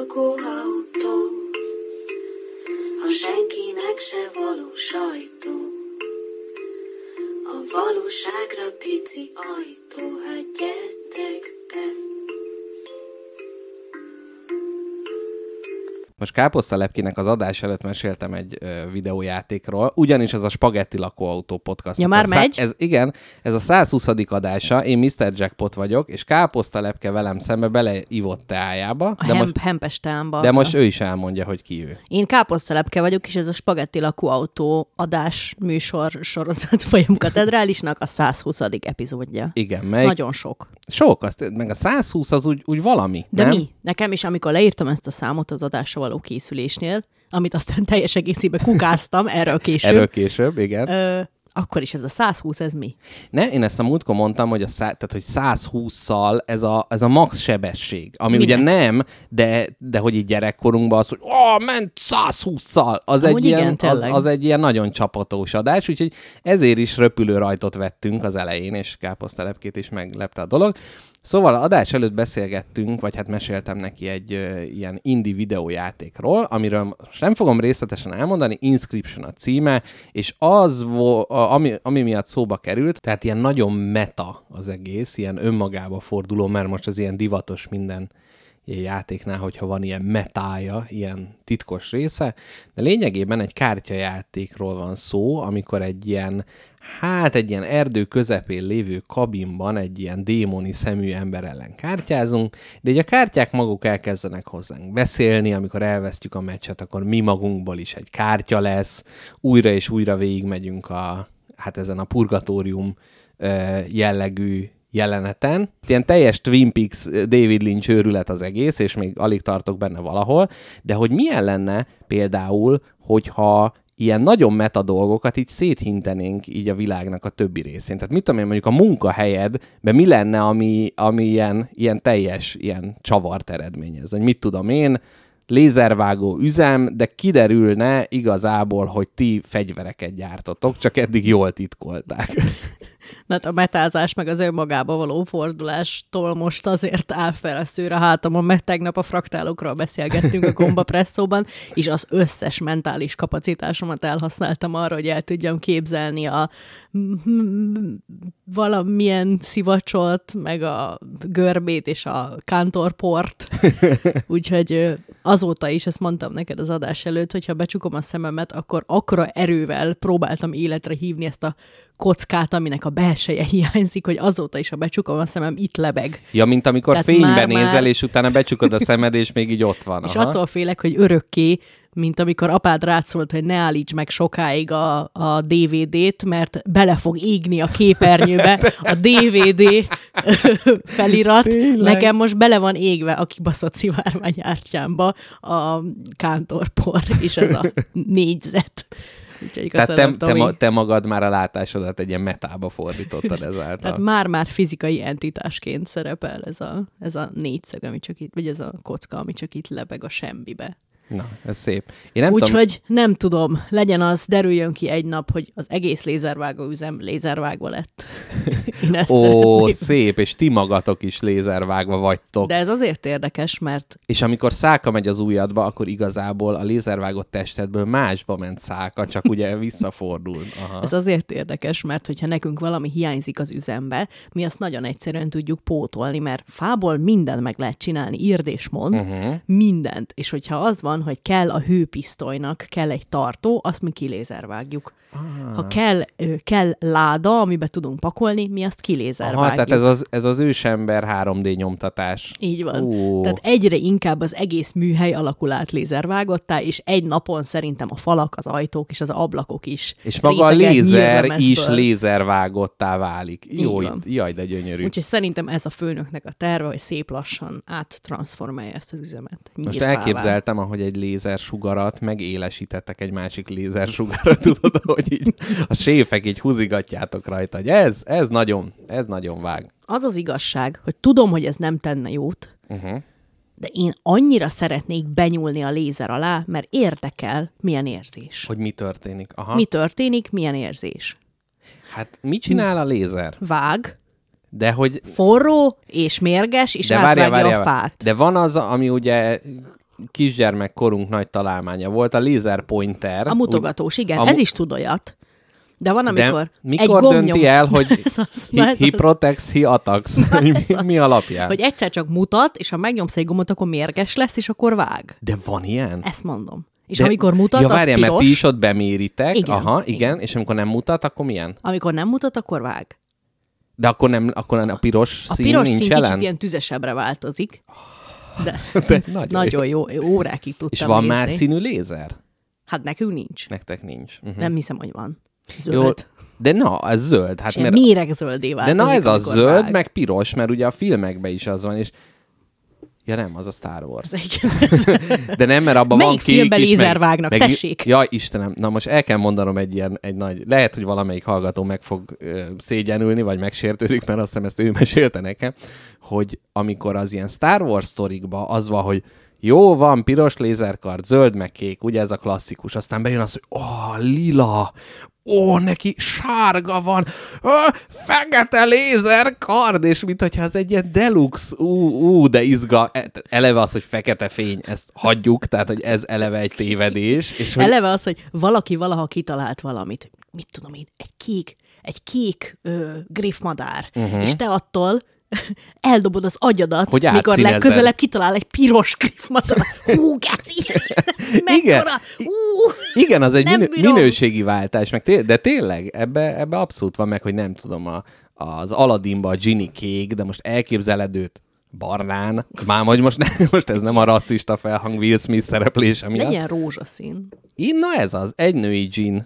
lakóautó, a senkinek se való sajtó, a valóságra pici ajtó, hát gyertek be. Most Káposztalepkének az adás előtt meséltem egy videójátékról, ugyanis ez a Spagetti lakóautó podcast. Ja, már megy? Igen, ez a 120. adása, én Mr. Jackpot vagyok, és Káposztalepke velem szembe beleívott teájába. Hempes teámba. De most ő is elmondja, hogy ki ő. Én Káposztalepke vagyok, és ez a Spagetti lakóautó adás műsor sorozat folyam katedrálisnak a 120. epizódja. Igen, Nagyon sok. Sok, meg a 120 az úgy valami, De nem? mi? Nekem is, amikor leírtam ezt a számot az adásra való készülésnél, amit aztán teljes egészében kukáztam, erről később, igen. akkor is ez a 120, ez mi? Ne, én ezt a múltkor mondtam, hogy, hogy 120-szal ez a max sebesség, ami Minek? ugye nem, de hogy így gyerekkorunkban az, hogy ment 120-szal, az egy ilyen nagyon csapatós adás, úgyhogy ezért is röpülő rajtot vettünk az elején, és Káposztalepkét is meglepte a dolog. Szóval adás előtt beszélgettünk, vagy hát meséltem neki egy ilyen indie videójátékról, amiről most nem fogom részletesen elmondani, Inscription a címe, és az, ami miatt szóba került, tehát ilyen nagyon meta az egész, ilyen önmagába forduló, mert most az ilyen divatos minden ilyen játéknál, hogyha van ilyen metája, ilyen titkos része, de lényegében egy kártyajátékról van szó, amikor egy ilyen erdő közepén lévő kabinban egy ilyen démoni szemű ember ellen kártyázunk, de így a kártyák maguk elkezdenek hozzánk beszélni, amikor elvesztjük a meccset, akkor mi magunkból is egy kártya lesz, újra és újra végigmegyünk ezen a purgatórium jellegű jeleneten. Ilyen teljes Twin Peaks David Lynch őrület az egész, és még alig tartok benne valahol, de hogy milyen lenne például, hogyha ilyen nagyon meta dolgokat így széthintenénk így a világnak a többi részén. Tehát mit tudom én, mondjuk a munkahelyedben mi lenne, ami ilyen teljes ilyen csavart eredményez. Hogy mit tudom én, lézervágó üzem, de kiderülne igazából, hogy ti fegyvereket gyártotok, csak eddig jól titkolták. Hát a metázás meg az önmagába való fordulástól most azért áll fel a szőr a hátamon, mert tegnap a fraktálokról beszélgettünk a Gomba Presszóban, és az összes mentális kapacitásomat elhasználtam arra, hogy el tudjam képzelni a valamilyen szivacsot, meg a görbét és a kántorport. Úgyhogy azóta is, ezt mondtam neked az adás előtt, hogyha becsukom a szememet, akkor akkora erővel próbáltam életre hívni ezt a kockát, aminek a belseje hiányzik, hogy azóta is, ha becsukom a szemem, itt lebeg. Ja, mint amikor tehát fényben nézel, és utána becsukod a szemed, és még így ott van. És attól félek, hogy örökké, mint amikor apád rád szólt, hogy ne állíts meg sokáig a DVD-t, mert bele fog égni a képernyőbe a DVD felirat. Tényleg? Nekem most bele van égve a kibaszott szivárványártyámba a kántorpor, és ez a négyzet. Tehát te magad már a látásodat egy ilyen metába fordítottad ezáltal. Tehát már fizikai entitásként szerepel ez a négyszög, ami csak itt, vagy ez a kocka, ami csak itt lebeg a semmibe. Na, ez szép. Úgyhogy nem tudom, legyen az, derüljön ki egy nap, hogy az egész lézervágó üzem lézervágva lett. Szép, és ti magatok is lézervágva vagytok. De ez azért érdekes, mert... És amikor szálka megy az ujjadba, akkor igazából a lézervágott testedből másba ment szálka, csak ugye visszafordul. Aha. Ez azért érdekes, mert hogyha nekünk valami hiányzik az üzembe, mi azt nagyon egyszerűen tudjuk pótolni, mert fából mindent meg lehet csinálni, írd és mond, mindent. És hogyha az van, hogy kell a hőpisztolynak, kell egy tartó, azt mi kilézervágjuk. Ha kell láda, amiben tudunk pakolni, mi azt kilézervágjuk. Tehát ez az ősember 3D nyomtatás. Így van. Tehát egyre inkább az egész műhely alakul át lézervágottá, és egy napon szerintem a falak, az ajtók és az ablakok is. És maga a lézer is lézervágottá válik. Jó, jaj, de gyönyörű. Úgyhogy szerintem ez a főnöknek a terve, hogy szép lassan áttranszformálja ezt az üzemet. Most elképzeltem, ahogy egy lézersugarat megélesítettek egy másik lézersugarat, tudod, hogy így a séfek így húzigatjátok rajta, hogy ez nagyon vág. Az az igazság, hogy tudom, hogy ez nem tenne jót, de én annyira szeretnék benyúlni a lézer alá, mert érdekel, milyen érzés. Hogy mi történik. Aha. Mi történik, milyen érzés. Hát mit csinál a lézer? Vág. De hogy... Forró és mérges, és átvágja a fát. De van az, ami ugye kisgyermekkorunk nagy találmánya volt, a laser pointer. A mutogatós, igen, ez is tud olyat. De van, amikor de mikor dönti el, hogy he protects, he attacks? Mi alapján? Hogy egyszer csak mutat, és ha megnyomsz egy gombot, akkor mérges lesz, és akkor vág. De van ilyen? Ezt mondom. És amikor mutat, ja, várjál, az piros. Mert ti is ott beméritek. Igen, aha, igen. És amikor nem mutat, akkor milyen? Amikor nem mutat, akkor vág. De akkor a piros szín nincs jelen? A piros szín kicsit ilyen tüzesebbre változik. De nagyon jó, órákig tudtam És van nézni. már színű lézer? Hát nekünk nincs. Nektek nincs. Nem hiszem, hogy van. Zöld. Jó, de ez zöld. Hát mert méreg zöldé változik. De ez a zöld, vág. Meg piros, mert ugye a filmekben is az van, és ja nem, az a Star Wars. De nem, mert abban van kék is. Melyik filmben lézer vágnak? Tessék! Jaj, Istenem, na most el kell mondanom egy nagy... Lehet, hogy valamelyik hallgató meg fog szégyenülni, vagy megsértődik, mert azt hiszem ezt ő mesélte nekem, hogy amikor az ilyen Star Wars sztorikban az van, hogy jó, van piros lézerkard, zöld meg kék, ugye ez a klasszikus. Aztán bejön az, hogy lila, neki sárga van, fekete lézerkard, és mint hogyha az egy ilyen deluxe, de eleve az, hogy fekete fény, ezt hagyjuk, tehát, hogy ez eleve egy tévedés. És hogy... Eleve az, hogy valaki valaha kitalált valamit, mit tudom én, egy kék griffmadár, és te attól eldobod az agyadat, hogy mikor legközelebb kitalál egy piros griffmadár. Geci! Mekkora! Igen, az egy minőségi váltás, de tényleg ebbe abszolút van meg, hogy nem tudom, az Aladdinban a Genie kék, de most elképzeled őt barnán. Már most ez nem a rasszista felhang Will Smith szereplése miatt. Legyen rózsaszín. Na ez az, egy női dzsin.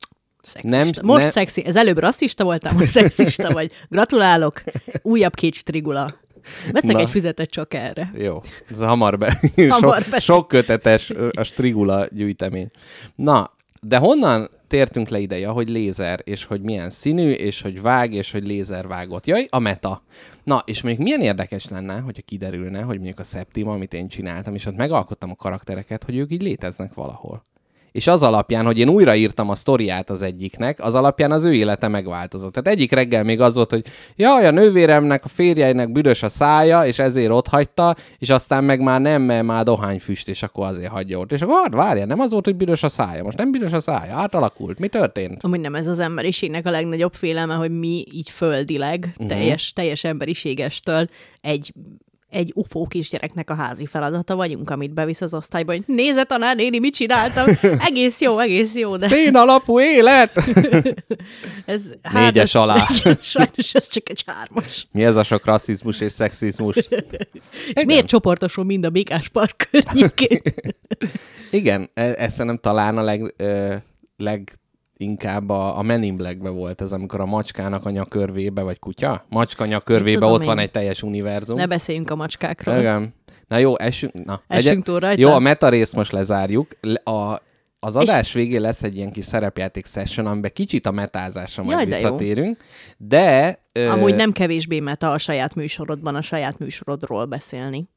Most szexi. Ez előbb rasszista voltál, most szexista vagy. Gratulálok. Újabb 2 strigula. Veszek egy füzetet csak erre. Jó. Ez hamar be. Sok kötetes a strigula gyűjtemény. Na, de honnan tértünk le ideje, hogy lézer, és hogy milyen színű, és hogy vág, és hogy lézer vágott. Jaj, a meta. Na, és mondjuk milyen érdekes lenne, hogyha kiderülne, hogy mondjuk a Septima, amit én csináltam, és ott megalkottam a karaktereket, hogy ők így léteznek valahol. És az alapján, hogy én újraírtam a sztoriát az egyiknek, az alapján az ő élete megváltozott. Tehát egyik reggel még az volt, hogy jaj, a nővéremnek, a férjeinek büdös a szája, és ezért ott hagyta, és aztán meg már nem, mert már dohányfüst, és akkor azért hagyja ott. És akkor várjál, nem az volt, hogy büdös a szája. Most nem büdös a szája, átalakult. Mi történt? Amúgy nem ez az emberiségnek a legnagyobb félelme, hogy mi így földileg, teljes emberiségestől egy ufó kisgyereknek a házi feladata vagyunk, amit bevisz az osztályba, hogy nézze, tanár néni, mit csináltam? Egész jó. De... Szén alapú élet! Ez 4-es alá. Sajnos ez csak egy 3-as. Mi ez a sok rasszizmus és szexizmus? És miért csoportosul mind a Békás Park környékén? Igen, ez szerintem talán a leginkább a Men in Black-be volt ez, amikor a macskának a nyakörvébe, vagy kutya? Macska nyakörvébe ott van egy teljes univerzum. Ne beszéljünk a macskákról. Igen. Na jó, essünk túl rajta. Jó, a meta részt most lezárjuk. Az adás végén lesz egy ilyen kis szerepjáték session, amiben kicsit a metázásra majd visszatérünk. De... Amúgy nem kevésbé meta a saját műsorodban a saját műsorodról beszélni.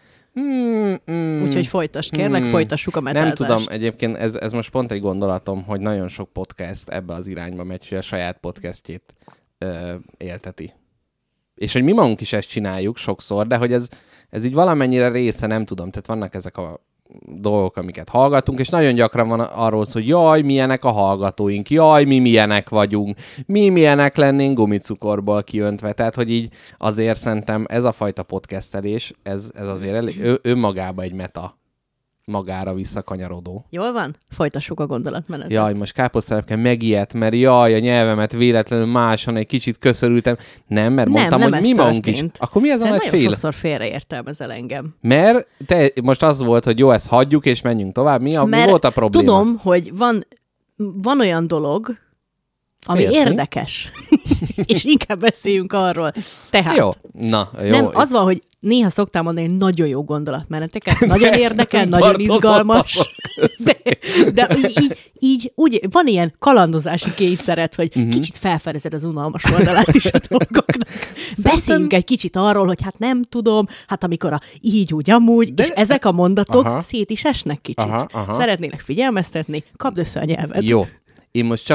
Úgyhogy folytassuk a metázást. Nem tudom, egyébként ez most pont egy gondolatom, hogy nagyon sok podcast ebbe az irányba megy, hogy a saját podcastjét élteti. És hogy mi magunk is ezt csináljuk sokszor, de hogy ez így valamennyire része, nem tudom, tehát vannak ezek a dolgok, amiket hallgatunk, és nagyon gyakran van arról szó, hogy jaj, milyenek a hallgatóink, jaj, mi milyenek vagyunk, mi milyenek lennénk gumicukorból kiöntve. Tehát, hogy így azért szerintem ez a fajta podcastelés, ez azért elég, önmagában egy meta magára visszakanyarodó. Jól van? Folytassuk a gondolatmenetet. Jaj, most káposztelepke megijedt, mert jaj, a nyelvemet véletlenül máson egy kicsit köszörültem. Nem, mert mondtam, hogy mi magunk is. Akkor mi az a nagy fél? Nagyon sokszor félreértelmezel engem. Mert te most az volt, hogy jó, ezt hagyjuk, és menjünk tovább. Mi volt a probléma? Tudom, hogy van olyan dolog, ami érdekes. És inkább beszéljünk arról. Tehát. Jó. Na, jó. Nem, az van, hogy néha szoktál mondani nagyon jó gondolatmeneteket, nagyon érdekel, nagyon izgalmas. De így úgy, van ilyen kalandozási kényszeret, hogy kicsit felfedezed az unalmas oldalát is a dolgoknak. Beszéljünk egy kicsit arról, hogy hát nem tudom, hát amikor így, úgy, amúgy, és ezek a mondatok szét is esnek kicsit. Szeretnélek figyelmeztetni, kapd össze a nyelved. Jó. Én most csak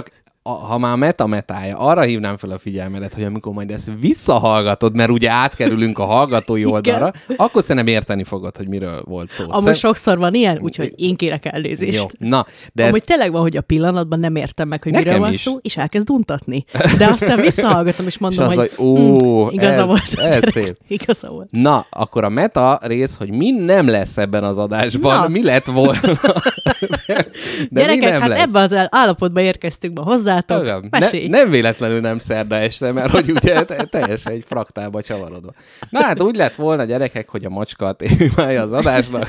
ha már meta-metája, arra hívnám fel a figyelmedet, hogy amikor majd ezt visszahallgatod, mert ugye átkerülünk a hallgatói oldalra, akkor szerintem érteni fogod, hogy miről volt szó. Amúgy sokszor van ilyen, úgyhogy én kérek elnézést. Jó. Na, de amúgy tényleg van, hogy a pillanatban nem értem meg, hogy nekem miről van is szó, és elkezd untatni. De aztán visszahallgatom, és mondom, és hogy igaza volt. Ez szép. Igaza volt. Na, akkor a meta rész, hogy mi nem lesz ebben az adásban, Na. mi lett volna. De gyerekek, mi nem lesz. ebben az állapotban érkeztünk ma hozzátok. Nem véletlenül nem szerda este, mert hogy ugye teljesen egy fraktálba csavarodva. Na hát úgy lett volna, gyerekek, hogy a macska a témája az adásnak,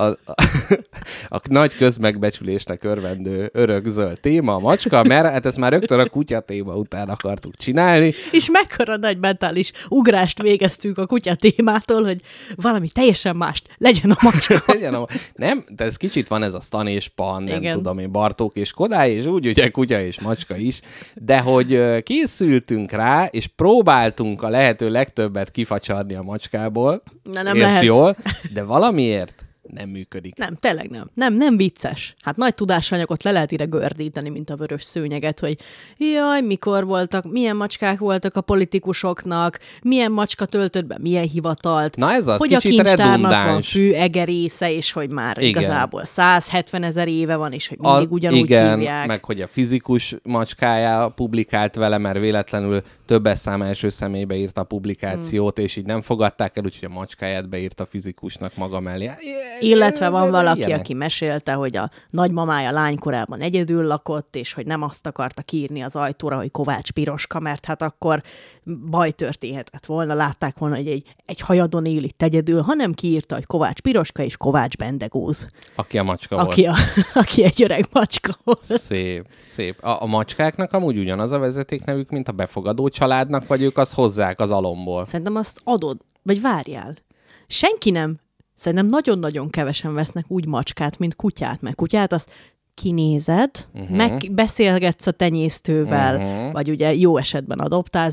a nagy közmegbecsülésnek örvendő örökzöld téma a macska, mert hát ezt már rögtön a kutya téma után akartuk csinálni. És mekkora nagy mentális ugrást végeztünk a kutya témától, hogy valami teljesen mást legyen a macska. Nem, de ez kicsit van ez a Stan és Pan, nem Igen. tudom én, Bartók és Kodály, és úgy ugye kutya és macska is, de hogy készültünk rá, és próbáltunk a lehető legtöbbet kifacsarni a macskából, Nem és lehet. jól, de valamiért nem működik. Nem, tényleg nem. Nem vicces. Hát nagy tudásanyagot le lehet ide gördíteni, mint a vörös szőnyeget, hogy jaj, mikor voltak, milyen macskák voltak a politikusoknak, milyen macska töltött be, milyen hivatalt, Na ez az, hogy a kicsit kincstárnak van redundáns. fű egerésze, és hogy már Igen. igazából 170 000 éve van, és hogy mindig ugyanúgy igen, hívják. meg hogy a fizikus macskája publikált vele, mert véletlenül többes szám első személybe írta a publikációt, és így nem fogadták el, úgyhogy a macskáját beírta fizikusnak maga mellé. Illetve van valaki, ilyenek. aki mesélte, hogy a nagymamája lánykorában egyedül lakott, és hogy nem azt akarta kiírni az ajtóra, hogy Kovács Piroska, mert hát akkor baj történhetett volna, látták volna, hogy egy hajadon él itt egyedül, hanem kiírta, hogy Kovács Piroska és Kovács Bendegúz. Aki a macska volt. Aki egy öreg macska volt. Szép, szép. A macskáknak amúgy ugyanaz a vezetéknevük, mint a befogadó családnak, vagy ők azt hozzák az alomból? Szerintem azt adod, vagy várjál. Senki nem. Szerintem nagyon-nagyon kevesen vesznek úgy macskát, mint kutyát, mert kutyát azt kinézed, megbeszélgetsz a tenyésztővel, vagy ugye jó esetben adoptálsz,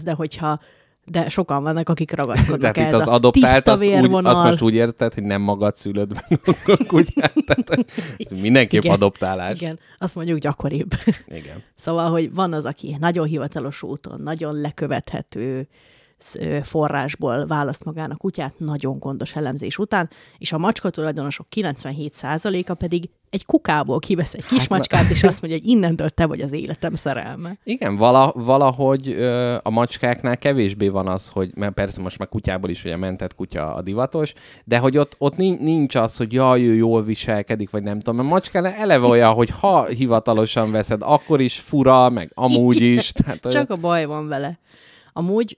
de sokan vannak, akik ragaszkodnak Tehát itt ehhez az a adoptált, tiszta azt vérvonal. most úgy érted, hogy nem magad szülöd meg a kutyát. Tehát ez mindenképp Igen. adoptálás. Igen, azt mondjuk gyakoribb. Igen. Szóval, hogy van az, aki nagyon hivatalos úton, nagyon lekövethető forrásból választ magának kutyát, nagyon gondos elemzés után, és a macska tulajdonosok 97%-a pedig egy kukából kivesz egy kis macskát, és azt mondja, hogy innentől te vagy az életem szerelme. Igen, valahogy a macskáknál kevésbé van az, hogy, mert persze most már kutyából is ugye mentett kutya a divatos, de hogy ott nincs az, hogy jaj, ő jól viselkedik, vagy nem tudom, mert macskánál eleve olyan, hogy ha hivatalosan veszed, akkor is fura, meg amúgy is. Tehát Csak a baj van vele. Amúgy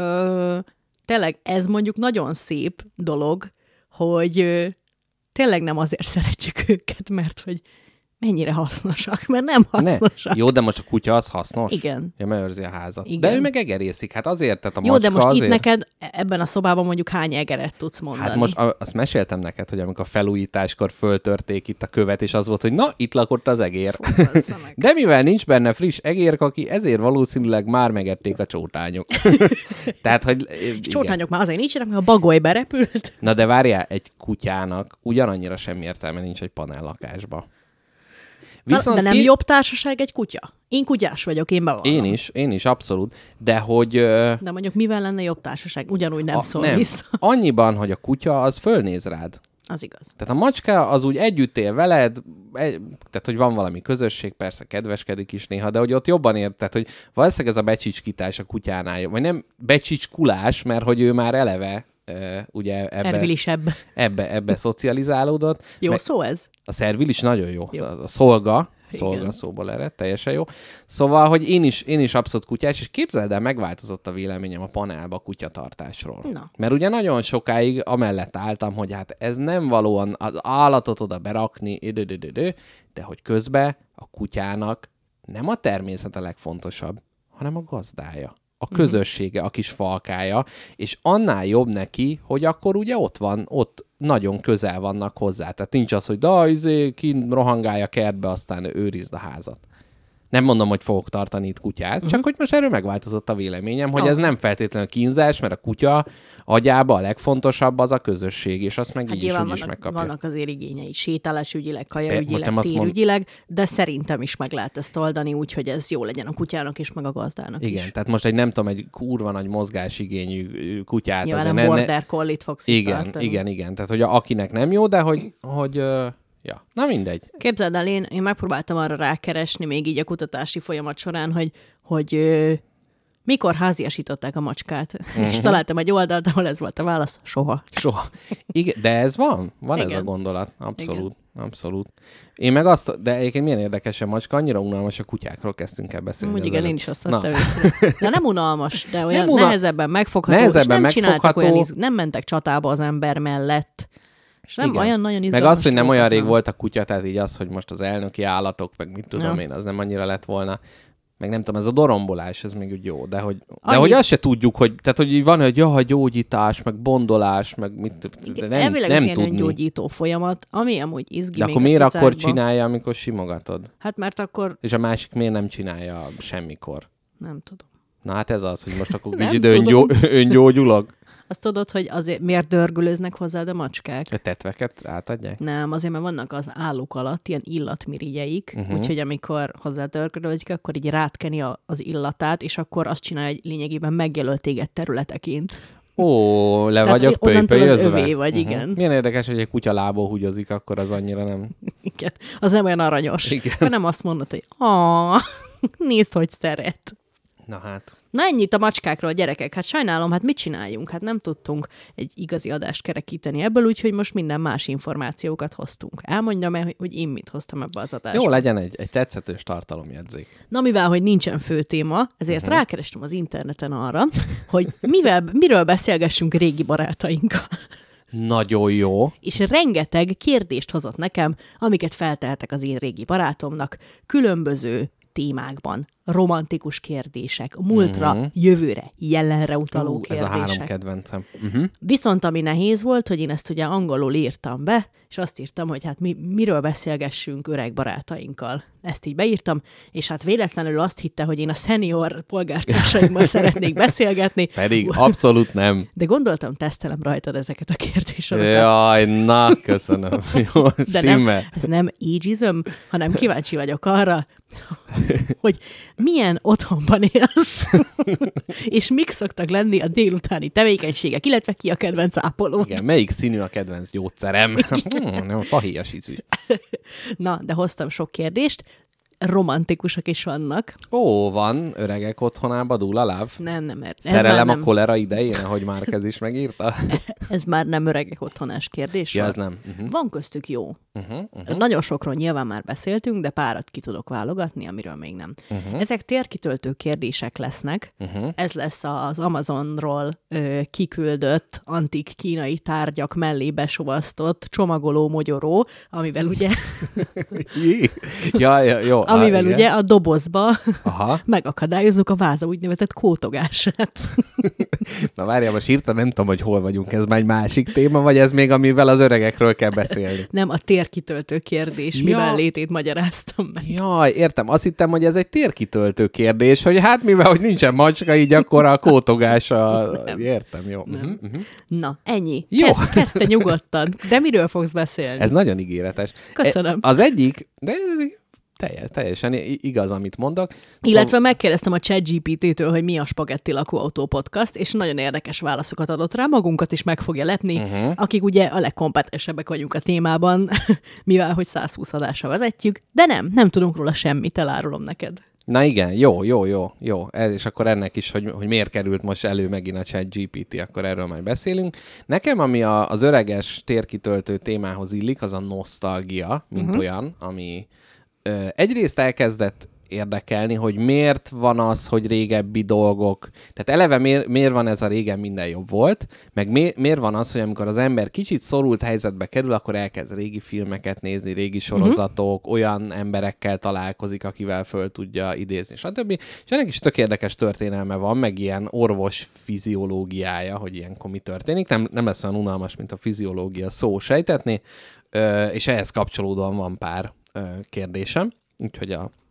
tényleg ez mondjuk nagyon szép dolog, hogy tényleg nem azért szeretjük őket, mert hogy mennyire hasznosak, mert nem hasznosak. Jó, de most a kutya az hasznos? Igen. Ja, mert őrzi a házat. Igen. De ő meg egerészik, hát azért, tehát a Jó, macska de most azért... itt neked ebben a szobában mondjuk hány egeret tudsz mondani? Hát most azt meséltem neked, hogy amikor a felújításkor föltörték itt a követ, és az volt, hogy na, itt lakott az egér. De mivel nincs benne friss egérkaki, ezért valószínűleg már megették a csótányok. Tehát, hogy... Csótányok már azért nincsenek, mert a bagoly berepült. Na de várjál, egy kutyának ugyanannyira semmi értelme nincs egy panellakásba. De nem jobb társaság egy kutya? Én kutyás vagyok, én bevallom. Én is, abszolút. De hogy... De mondjuk mivel lenne jobb társaság? Ugyanúgy nem szól vissza. Annyiban, hogy a kutya az fölnéz rád. Az igaz. Tehát a macska az úgy együtt él veled, tehát hogy van valami közösség, persze kedveskedik is néha, de hogy ott jobban ért, tehát hogy valószínűleg ez a becsicskítás a kutyánál jobb, vagy nem becsicskulás, mert hogy ő már eleve ugye ebbe szocializálódott. Jó szó ez? A szervilis nagyon jó. A szolga szóból ered, teljesen jó. Szóval, hogy én is abszolút kutyás, és képzeld el, megváltozott a véleményem a panelba a kutyatartásról. Na. Mert ugye nagyon sokáig amellett álltam, hogy hát ez nem valóan az állatot oda berakni, de hogy közben a kutyának nem a természet a legfontosabb, hanem a gazdája. A közössége, a kis falkája, és annál jobb neki, hogy akkor ugye ott nagyon közel vannak hozzá. Tehát nincs az, hogy kint rohangálja kertbe, aztán őrizd a házat. Nem mondom, hogy fogok tartani itt kutyát, csak hogy most erről megváltozott a véleményem, hogy ez nem feltétlenül kínzás, mert a kutya agyába a legfontosabb az a közösség, és azt meg így is úgy is megkapja. Vannak azért igényei, sétálásügyileg, kajaügyileg, térügyileg, de szerintem is meg lehet ezt oldani úgy, hogy ez jó legyen a kutyának és meg a gazdának is. Igen, tehát most nem tudom, egy kurva nagy mozgásigényű kutyát. Nyilván nem border collie-t fogsz tartani. Igen. Tehát, hogy akinek nem jó, de hogy ja, na mindegy. Képzeld el, én megpróbáltam arra rákeresni még így a kutatási folyamat során, hogy mikor háziasították a macskát. És találtam egy oldalt, ahol ez volt a válasz. Soha. Igen, de ez van? Van igen. Ez a gondolat. Abszolút. Én meg de egyébként milyen érdekes a macska, annyira unalmas, a kutyákról kezdtünk el beszélni. Úgy igen, én is azt vettem észre. De nem unalmas, de olyan nehezebben megfogható. És nem csináltak olyan nem mentek csatába az ember mellett. És nem igen. olyan nagyon izgalmas. Meg az, hogy nem olyan rég volt a kutya, tehát így az, hogy most az elnöki állatok, meg mit tudom én, az nem annyira lett volna. Meg nem tudom, ez a dorombolás, ez még úgy jó, de hogy azt se tudjuk, hogy, tehát hogy van, hogy gyógyítás, meg bondolás, meg mit, elvileg nem tudni. Elvileg gyógyító folyamat, ami amúgy izgi. De akkor miért akkor csinálja, amikor simogatod? Hát mert akkor... És a másik miért nem csinálja semmikor? Nem tudom. Na hát ez az, hogy most akkor kicsit öngyógyulok. Azt tudod, hogy azért miért dörgülöznek hozzád a macskák? A tetveket átadják? Nem, azért, mert vannak az álluk alatt ilyen illatmirigyeik, úgyhogy amikor hozzá dörgülözik, akkor így rátkeni az illatát, és akkor azt csinálja, hogy lényegében megjelölt téged területeként. Ó, le vagyok pölypölyözve. Az övé, igen. Milyen érdekes, hogy egy kutya lából húgyozik, akkor az annyira nem... Igen, az nem olyan aranyos. Igen. Mert nem azt mondod, hogy nézd, hogy szeret. Na hát... Na ennyit a macskákról, gyerekek. Hát sajnálom, hát mit csináljunk? Hát nem tudtunk egy igazi adást kerekíteni ebből, úgyhogy most minden más információkat hoztunk. Elmondjam el, hogy én mit hoztam ebbe az adásba. Jó, legyen egy tetszetős tartalomjegyzék. Na, mivel, hogy nincsen fő téma, ezért rákerestem az interneten arra, hogy miről beszélgessünk régi barátainkkal. Nagyon jó. És rengeteg kérdést hozott nekem, amiket feltehetek az én régi barátomnak, különböző témákban. Romantikus kérdések, múltra, jövőre, jelenre utaló kérdések. Ez a 3 kedvencem. Viszont ami nehéz volt, hogy én ezt ugye angolul írtam be, és azt írtam, hogy hát miről beszélgessünk öreg barátainkkal. Ezt így beírtam, és hát véletlenül azt hitte, hogy én a senior polgártársaimmal szeretnék beszélgetni. Pedig abszolút nem. De gondoltam, tesztelem rajtad ezeket a kérdéseket. Jaj, na, köszönöm. Jó, de nem, ez nem ageism, hanem kíváncsi vagyok arra, hogy milyen otthonban élsz, és mik szoktak lenni a délutáni tevékenységek, illetve ki a kedvenc ápolód. Igen, melyik színű a kedvenc gyógyszerem? Nem, fahéjas ízű. Na, de hoztam sok kérdést. Romantikusak is vannak. Ó, van öregek otthonába Dula Love? Nem. Szerelem a kolera idején, ahogy Márquez is megírta? Ez már nem öregek otthonás kérdés. Ja, ez nem. Van köztük jó. Nagyon sokról nyilván már beszéltünk, de párat ki tudok válogatni, amiről még nem. Ezek térkitöltő kérdések lesznek. Ez lesz az Amazonról kiküldött antik kínai tárgyak mellé besovasztott csomagoló mogyoró, amivel ugye... Jó. Amivel ugye a dobozba megakadályozzuk a váza úgynevezett kótogását. Na várjál, most írtam, nem tudom, hogy hol vagyunk, ez már egy másik téma, vagy ez még, amivel az öregekről kell beszélni? Nem, a térkitöltő kérdés, mivel létét magyaráztam meg. Jaj, értem, azt hittem, hogy ez egy térkitöltő kérdés, hogy hát mivel, hogy nincsen macska, így akkor a kótogás Értem, jó. Na, ennyi. Kezdte nyugodtan. De miről fogsz beszélni? Ez nagyon ígéretes. Köszönöm. Az egyik, de teljesen igaz, amit mondok. Illetve megkérdeztem a ChatGPT-től, hogy mi a Spagetti Lakóautó Podcast, és nagyon érdekes válaszokat adott rá, magunkat is meg fogja lepni, akik ugye a legkompetensebbek vagyunk a témában, mivel hogy 120 adásra vezetjük, de nem tudunk róla semmit, elárulom neked. Na igen, jó. És akkor ennek is, hogy miért került most elő megint a ChatGPT, akkor erről majd beszélünk. Nekem, ami az öreges térkitöltő témához illik, az a nosztalgia, mint olyan, ami egyrészt elkezdett érdekelni, hogy miért van az, hogy régebbi dolgok, tehát eleve miért van ez a régen minden jobb volt, meg miért van az, hogy amikor az ember kicsit szorult helyzetbe kerül, akkor elkezd régi filmeket nézni, régi sorozatok, olyan emberekkel találkozik, akivel föl tudja idézni, stb. És ennek is tök érdekes történelme van, meg ilyen orvos fiziológiája, hogy ilyenkor mi történik. Nem lesz olyan unalmas, mint a fiziológia szó sejtetni, és ehhez kapcsolódóan van pár kérdésem, úgyhogy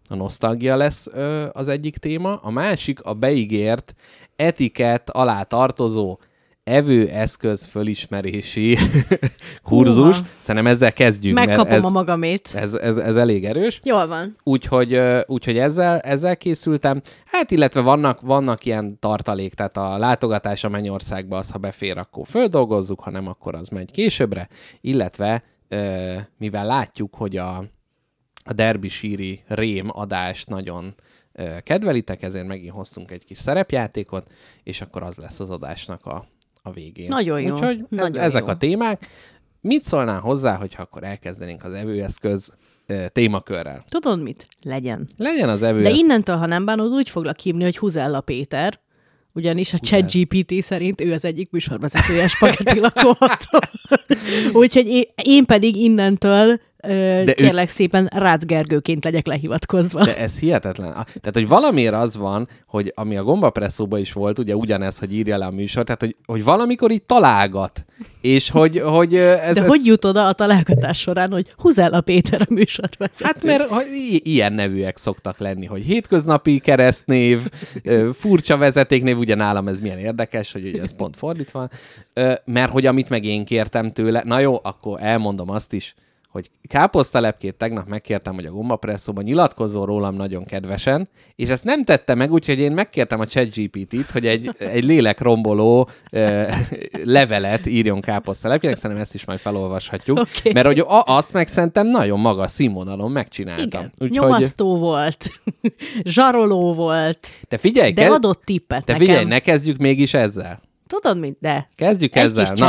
A nosztalgia lesz az egyik téma. A másik a beígért etikett alá tartozó evőeszköz fölismerési kurzus. Szerintem ezzel kezdjük. Megkapom a magamét. Ez elég erős. Jól van. Úgyhogy ezzel készültem. Hát illetve vannak ilyen tartalék, tehát a látogatás a Mennyországba az, ha befér, akkor földolgozzuk, ha nem, akkor az megy későbbre. Illetve mivel látjuk, hogy a Derbyshire-i rém adást nagyon kedvelitek, ezért megint hoztunk egy kis szerepjátékot, és akkor az lesz az adásnak a végén. Nagyon jó. Úgyhogy ezek a témák. Mit szólnál hozzá, hogyha akkor elkezdenénk az evőeszköz témakörrel? Tudod mit? Legyen az evőeszköz. De innentől, ha nem bánod, úgy foglak hívni, hogy Huzella Péter, ugyanis a ChatGPT szerint ő az egyik műsorvezetője Spagetti lakóautó. Úgyhogy én pedig innentől kérlek szépen Rácz Gergőként legyek lehivatkozva. De ez hihetetlen. Tehát, hogy valamiért az van, hogy ami a gombapresszóban is volt, ugye ugyanez, hogy írja le a műsor, tehát, hogy valamikor így találgat. És hogy ez... De hogy jut oda a találgatás során, hogy Huzella Péter a műsorvezető? Hát mert ilyen nevűek szoktak lenni, hogy hétköznapi keresztnév, furcsa vezetéknév, ugye nálam ez milyen érdekes, hogy ugye ez pont fordítva. Mert hogy amit meg én kértem tőle, na jó, akkor elmondom azt is, hogy káposztalepkét tegnap megkértem, hogy a gombapresszóban nyilatkozzon rólam nagyon kedvesen, és ezt nem tette meg, úgyhogy én megkértem a ChatGPT-t, hogy egy lélekromboló levelet írjon káposztalepkének, szerintem ezt is majd felolvashatjuk, okay. Mert hogy azt meg szerintem nagyon magas színvonalon megcsináltam. Igen, nyomasztó volt, zsaroló volt, de adott tippet nekem. Figyelj, ne kezdjük mégis ezzel. Tudod mit? De. Kezdjük ezzel. Na,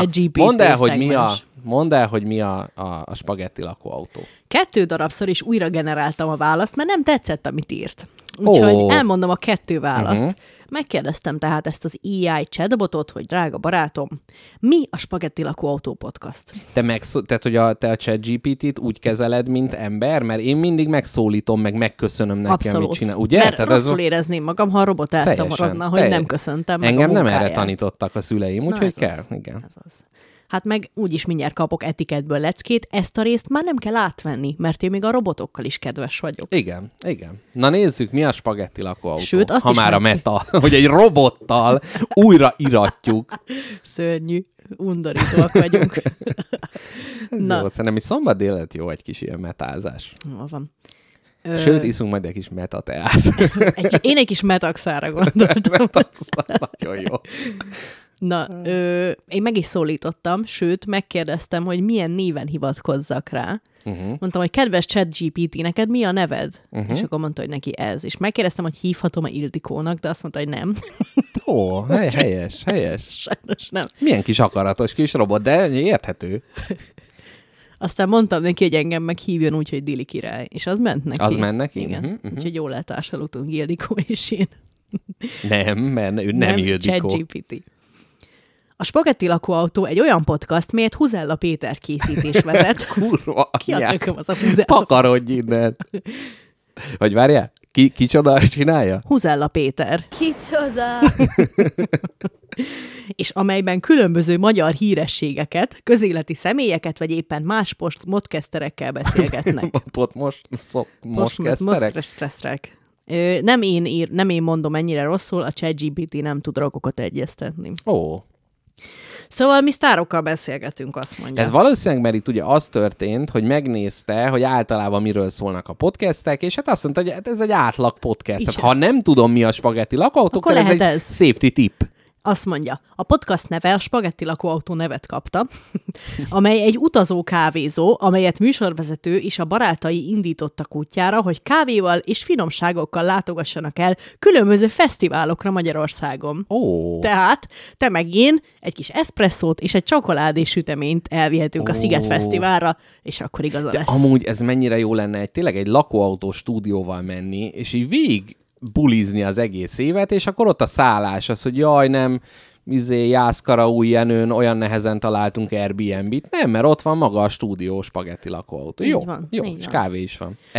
mondd el, hogy mi a spagetti lakóautó. 2 darabszor is újra generáltam a választ, mert nem tetszett, amit írt. Úgyhogy elmondom a 2 választ. Megkérdeztem tehát ezt az AI chatbotot, hogy drága barátom, mi a Spagetti lakóautó podcast? Tehát, hogy te a ChatGPT-t úgy kezeled, mint ember? Mert én mindig megszólítom, megköszönöm neki, abszolút. Amit csinál. Ugye? Mert rosszul érezném magam, ha a robot elszomorodna, hogy nem köszöntem meg engem a munkáját. Nem erre tanítottak a szüleim, úgyhogy kell. Igen. Ez az. Hát meg úgyis mindjárt kapok etikettből leckét, ezt a részt már nem kell átvenni, mert én még a robotokkal is kedves vagyok. Igen. Na nézzük, mi a spagetti lakóautó. Sőt, azt ha is már a meta, hogy egy robottal újra iratjuk. Szörnyű, undorítóak vagyunk. Na. Jó, szerintem szombat délelőtt jó egy kis ilyen metázás. Jó van. Sőt, iszunk majd egy kis metateát. Én egy kis metaxára gondoltam. Metaxára, nagyon jó. Na, én meg is szólítottam, sőt, megkérdeztem, hogy milyen néven hivatkozzak rá. Mondtam, hogy kedves ChatGPT, neked mi a neved? És akkor mondta, hogy neki ez. És megkérdeztem, hogy hívhatom-e Ildikónak, de azt mondta, hogy nem. Ó, helyes. Sajnos nem. Milyen kis akaratos kis robot, de érthető. Aztán mondtam neki, hogy engem meg hívjon úgy, hogy Dili király. És az ment neki. Az ment neki? Igen. Úgyhogy jól eltársaludtunk Ildikó és én. Nem, mert ő nem Ildikó. ChatGPT. A Spagetti lakóautó egy olyan podcast, melyet Huzella Péter készítés vezet. Kurva Ki ad nekem az a Huzella? Pakarodj innen! Vagy várjál, kicsoda csinálja? Huzella Péter. Kicsoda! És amelyben különböző magyar hírességeket, közéleti személyeket, vagy éppen más podcaszterekkel beszélgetnek. Podcaszterek? Nem én mondom ennyire rosszul, a ChatGPT nem tud rakokat egyeztetni. Ó. Szóval mi sztárokkal beszélgetünk, azt mondja. Tehát valószínűleg, mert itt ugye az történt, hogy megnézte, hogy általában miről szólnak a podcastek, és hát azt mondta, hogy ez egy átlag podcast. Tehát, ha nem tudom, mi a spagetti lakóautó, akkor ez egy safety tip. Azt mondja, a podcast neve a Spagetti lakóautó nevet kapta, amely egy utazó kávézó, amelyet műsorvezető és a barátai indítottak útjára, hogy kávéval és finomságokkal látogassanak el különböző fesztiválokra Magyarországon. Tehát te meg én egy kis eszpresszót és egy csokoládés süteményt elvihetünk a Sziget Fesztiválra, és akkor igaza lesz. Amúgy ez mennyire jó lenne tényleg egy lakóautó stúdióval menni, és így végig bulizni az egész évet, és akkor ott a szállás az, hogy jaj, nem, Jászkara új Jenőn olyan nehezen találtunk Airbnb-t. Nem, mert ott van maga a stúdió spagetti lakóautó. Jó, és kávé is van. Ez?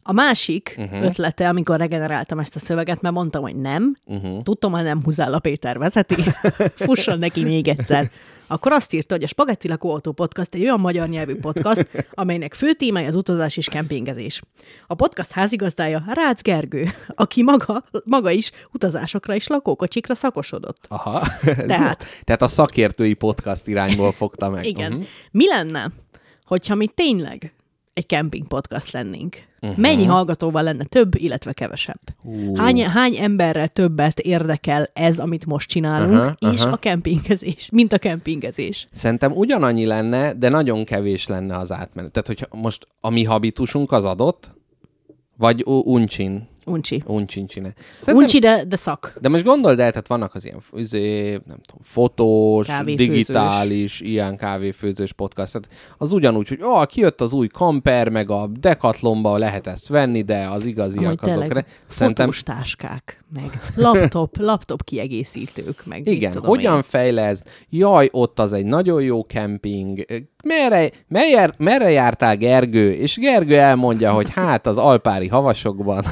A másik ötlete, amikor regeneráltam ezt a szöveget, mert mondtam, hogy nem, tudtam, hogy nem Huzella Péter vezeti, fusson neki még egyszer. Akkor azt írta, hogy a Spagetti Lakóautó Podcast egy olyan magyar nyelvű podcast, amelynek fő témája az utazás és kempingezés. A podcast házigazdája Rácz Gergő, aki maga is utazásokra és lakókocsikra szakosodott. Aha. Tehát a szakértői podcast irányból fogta meg. Igen. Mi lenne, hogyha mi tényleg egy kemping podcast lennénk? Mennyi hallgatóval lenne több, illetve kevesebb? Hány emberrel többet érdekel ez, amit most csinálunk, és a kempingezés, mint a kempingezés? Szerintem ugyanannyi lenne, de nagyon kevés lenne az átmenet. Tehát, hogyha most a mi habitusunk az adott, vagy uncsin. Uncsincsine. Uncsi, de szak. De most gondold el, tehát vannak az ilyen, nem tudom, fotós, digitális, ilyen kávéfőzős podcast. Tehát az ugyanúgy, hogy kijött az új Camper, meg a Decathlonba lehet ezt venni, de az igaziak azokra. Fotós táskák, meg laptop kiegészítők, meg igen, hogyan fejlesz? Jaj, ott az egy nagyon jó kemping. Merre jártál, Gergő? És Gergő elmondja, hogy hát az alpári havasokban.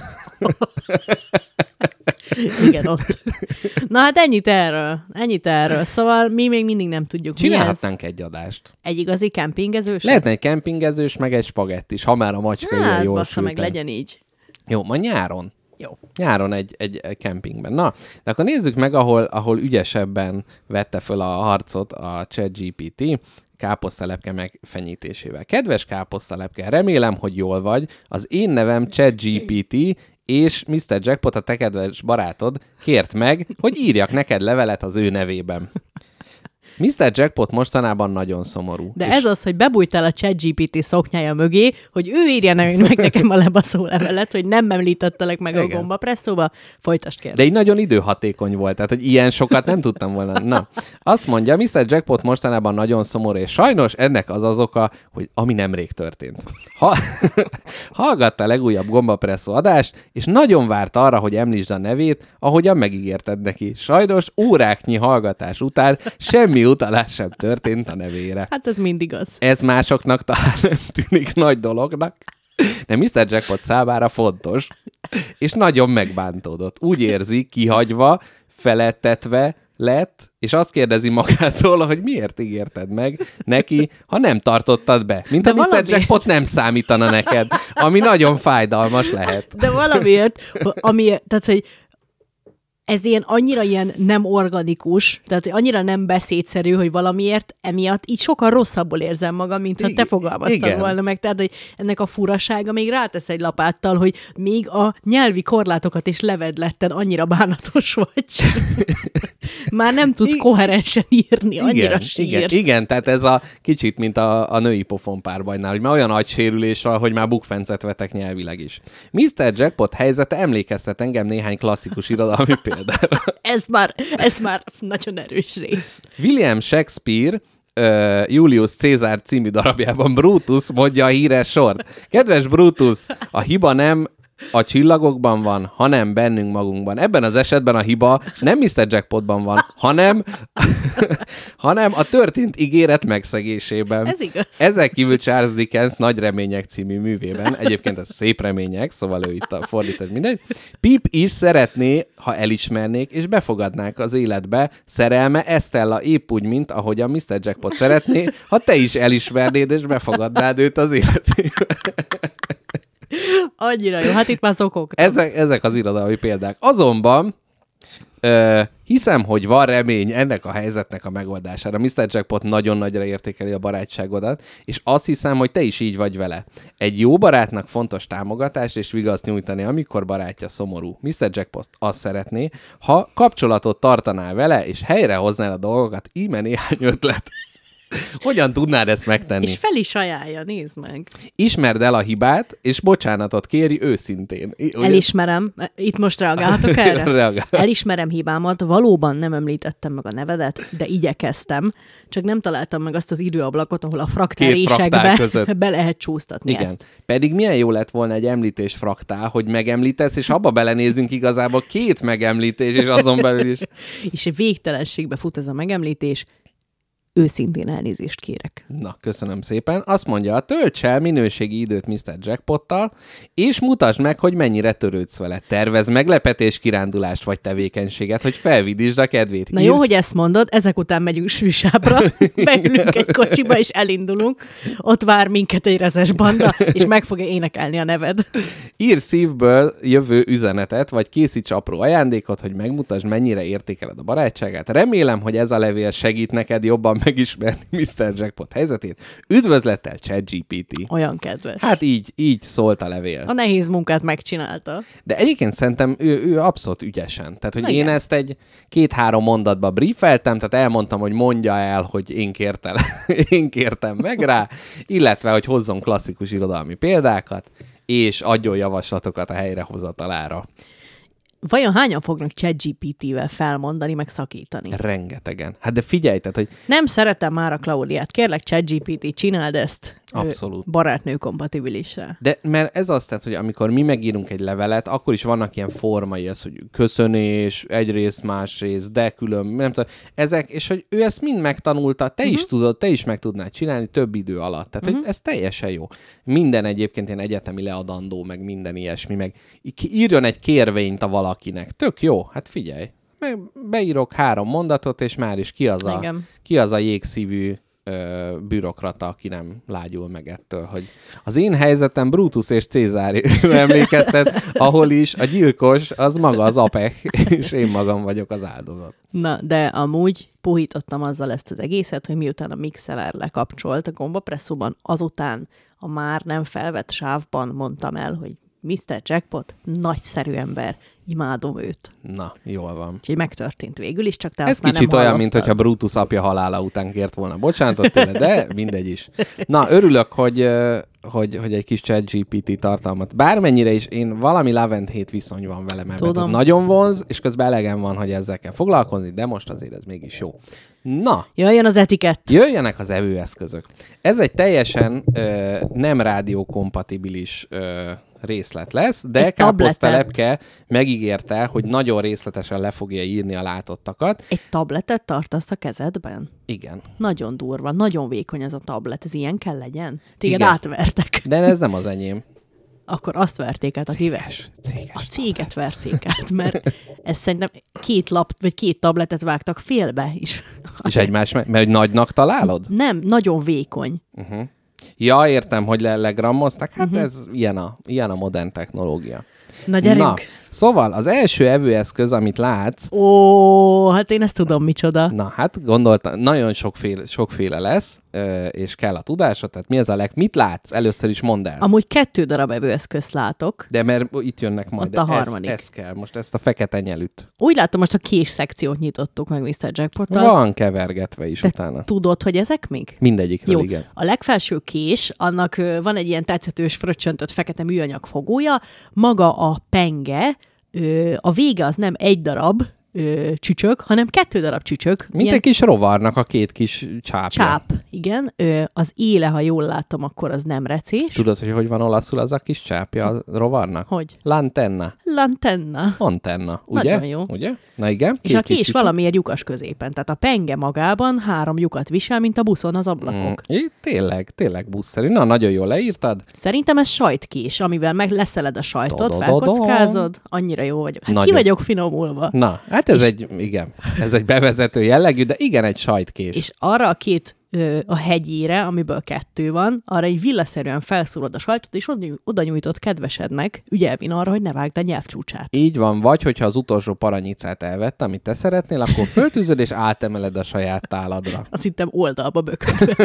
Igen, ott. Na hát ennyit erről. Szóval mi még mindig nem tudjuk, csinálhatnánk egy adást. Egy igazi kempingezős? Lehetne egy kempingezős, meg egy spagetti is, ha már a macska ilyen jól sülten. meg legyen így. Jó, majd nyáron. Jó. Nyáron egy kempingben. Na, de akkor nézzük meg, ahol ügyesebben vette föl a harcot a ChatGPT káposztalepke megfenyítésével. Kedves káposztalepke, remélem, hogy jól vagy. Az én nevem ChatGPT, és Mr. Jackpot, a te kedves barátod, kért meg, hogy írjak neked levelet az ő nevében. Mr. Jackpot mostanában nagyon szomorú. De ez az, hogy bebújtál a ChatGPT szoknyája mögé, hogy ő írja meg nekem a lebaszó levelet, hogy nem említettelek meg a gombapresszóba. Folytasd, kérlek. De így nagyon időhatékony volt, tehát hogy ilyen sokat nem tudtam volna. Na, azt mondja, Mr. Jackpot mostanában nagyon szomorú, és sajnos ennek az oka, hogy ami nemrég történt. Hallgatta a legújabb gombapresszó adást, és nagyon várt arra, hogy említsd a nevét, ahogyan megígérted neki. Sajnos óráknyi hallgatás után semmi utalás sem történt a nevére. Hát ez mindig az. Ez másoknak talán nem tűnik nagy dolognak, de Mr. Jackpot számára fontos, és nagyon megbántódott. Úgy érzi, kihagyva, felettetve lett, és azt kérdezi magától, hogy miért ígérted meg neki, ha nem tartottad be. Mint a Mr. Jackpot nem számítana neked, ami nagyon fájdalmas lehet. De valamiért, tehát, hogy ez annyira nem organikus, tehát annyira nem beszédszerű, hogy valamiért emiatt így sokkal rosszabbul érzem magam, mint ha te fogalmaztad volna meg. Tehát, hogy ennek a furasága még rátesz egy lapáttal, hogy még a nyelvi korlátokat is levedletted, annyira bánatos vagy. Már nem tudsz koherensen írni, annyira sírsz. Igen, tehát ez a kicsit, mint a női pofonpárbajnál, hogy már olyan nagy sérülés van, hogy már bukfencet vetek nyelvileg is. Mr. Jackpot helyzete emlékeztet engem néhány klasszikus irodalmi példára. Ez már nagyon erős rész. William Shakespeare Julius Caesar című darabjában Brutus mondja a híres sort. Kedves Brutus, a hiba nem a csillagokban van, hanem bennünk magunkban. Ebben az esetben a hiba nem Mr. Jackpotban van, hanem a történt ígéret megszegésében. Ez igaz. Ezzel kívül Charles Dickens Nagy remények című művében, egyébként ez szép remények, szóval ő itt fordított mindegy. Pip is szeretné, ha elismernék, és befogadnák az életbe. Szerelme Estella épp úgy, mint ahogy a Mr. Jackpot szeretné, ha te is elismernéd, és befogadnád őt az életébe. Annyira jó, hát itt már szokogtam. Ezek az irodalmi példák. Azonban hiszem, hogy van remény ennek a helyzetnek a megoldására. Mr. Jackpot nagyon nagyra értékeli a barátságodat, és azt hiszem, hogy te is így vagy vele. Egy jó barátnak fontos támogatás és vigaszt nyújtani, amikor barátja szomorú. Mr. Jackpot azt szeretné, ha kapcsolatot tartanál vele, és helyrehoznád a dolgokat, íme néhány ötlet. Hogyan tudnád ezt megtenni? És fel is ajánlja, nézd meg. Ismerd el a hibát, és bocsánatot kéri őszintén. Elismerem. Itt most reagálhatok erre? Elismerem hibámat, valóban nem említettem meg a nevedet, de igyekeztem. Csak nem találtam meg azt az időablakot, ahol a fraktálésekbe be lehet csúsztatni ezt. Pedig milyen jó lett volna egy említés fraktál, hogy megemlítesz, és abba belenézünk igazából 2 megemlítés, és azon belül is. És végtelenségbe fut ez a megemlítés. őszintén elnézést kérek. Na, köszönöm szépen. Azt mondja, tölts el minőségi időt Mr. Jackpottal, és mutasd meg, hogy mennyire törődsz vele. Tervez meglepetés, kirándulást vagy tevékenységet, hogy felvidítsd a kedvét. Na jó, hogy ezt mondod, ezek után megyünk Sűsábra, beülünk egy kocsiba, és elindulunk. Ott vár minket egy rezes banda, és meg fogja énekelni a neved. Ír szívből jövő üzenetet, vagy készíts apró ajándékot, hogy megmutasd, mennyire értékeled a barátságát. Remélem, hogy ez a levél segít neked jobban megismerni Mr. Jackpot helyzetét. Üdvözlettel, ChatGPT. Olyan kedves. Hát így szólt a levél. A nehéz munkát megcsinálta. De egyébként szerintem ő abszolút ügyesen. Tehát, hogy én ezt egy 2-3 mondatba briefeltem, tehát elmondtam, hogy mondja el, hogy én kértem meg rá, illetve, hogy hozzon klasszikus irodalmi példákat, és adjon javaslatokat a helyrehozatalára. Vajon hányan fognak ChatGPT-vel felmondani, meg szakítani? Rengetegen. Hát de figyelj, tehát, hogy... Nem szeretem már a Klaudiát. Kérlek, ChatGPT, csináld ezt. Abszolút. Barátnő kompatibilisre. De mert ez azt, tehát, hogy amikor mi megírunk egy levelet, akkor is vannak ilyen formai, az, hogy köszönés, egyrészt, másrészt, de külön, nem tudom, ezek, és hogy ő ezt mind megtanulta, te is tudod, te is meg tudnád csinálni több idő alatt. Tehát, hogy ez teljesen jó. Minden egyébként ilyen egyetemi leadandó, meg minden ilyesmi, meg írjon egy kérvényt a valakinek. Tök jó, hát figyelj. Beírok 3 mondatot, és már is ki az a jégszívű bürokrata, aki nem lágyul meg ettől, hogy az én helyzetem Brutus és Cézár emlékeztet, ahol is a gyilkos az maga az apek, és én magam vagyok az áldozat. Na, de amúgy puhítottam azzal ezt az egészet, hogy miután a mixeler lekapcsolt a gombapresszóban, azután a már nem felvett sávban mondtam el, hogy Mr. Jackpot, nagyszerű ember, imádom őt. Na, jól van. Úgyhogy megtörtént végül is, csak te ez azt már nem kicsit olyan, hallottad. mint hogyha Brutus apja halála után kért volna bocsánatot tőle, de mindegy is. Na, örülök, hogy egy kis ChatGPT tartalmat. Bármennyire is én valami love and hate viszony van vele, mert nagyon vonz, és közben elegem van, hogy ezzel kell foglalkozni, de most azért ez mégis jó. Na! Jöjjön az etikett! Jöjjenek az evőeszközök. Ez egy teljesen nem rádiókompatibilis részlet lesz, de Káposztelepke megígérte, hogy nagyon részletesen le fogja írni a látottakat. Egy tabletet tartasz a kezedben? Igen. Nagyon durva, nagyon vékony ez a tablet. Ez ilyen kell legyen? Téged igen. Átvertek. De ez nem az enyém. Akkor azt verték át, aki Céges a céget verték át, mert ez szerintem 2 tabletet vágtak félbe is. És egymás, mert nagynak találod? Nem, nagyon vékony. Ja, értem, hogy legrammoztak. Hát ez ilyen a modern technológia. Na gyerünk! Na, szóval az első evőeszköz, amit látsz... Ó, hát én ezt tudom, micsoda. Na, hát gondoltam, nagyon sokféle lesz, és kell a tudásod, tehát mi az mit látsz? Először is mondd el. Amúgy 2 darab evőeszközt látok. De mert itt jönnek majd. Ott a harmadik. Ez kell, most ezt a fekete nyelűt. Úgy látom, most a kés szekciót nyitottuk meg Mr. Jackpottal. Van kevergetve is utána. Tudod, hogy ezek még? Mindegyikről, jó. Igen. A legfelső kés, annak van egy ilyen tetszetős, fröccsöntött fekete műanyag fogója, maga a penge, a vége az nem 1 darab csücsök, hanem 2 darab csücsök. Mint egy kis rovarnak a 2 kis csápja. Csáp, igen. Az éle, ha jól látom, akkor az nem recés. Tudod, hogy van olaszul az a kis csápja a rovarnak? Hogy? Lantenna. Antenna, ugye? Nagyon jó. Ugye? Na igen. És a kés valamiért lyukas középen. Tehát a penge magában 3 lyukat visel, mint a buszon az ablakok. Tényleg buszszerű. Na, nagyon jól leírtad. Szerintem ez sajtkés, amivel meg leszeled a sajtot, felkockázod. Annyira jó vagyok. Hát ki vagyok finomulva. Na, hát ez egy bevezető jellegű, de igen, egy sajtkés. És arra a 2 a hegyére, amiből 2 van, arra egy villaszerűen felszúrod a sajtot, és oda nyújtott kedvesednek, ügyelvén arra, hogy ne vágd a nyelvcsúcsát. Így van, vagy hogyha az utolsó paranyicát elvett, amit te szeretnél, akkor föltűzöd és átemeled a saját táladra. Azt hittem oldalba böködve.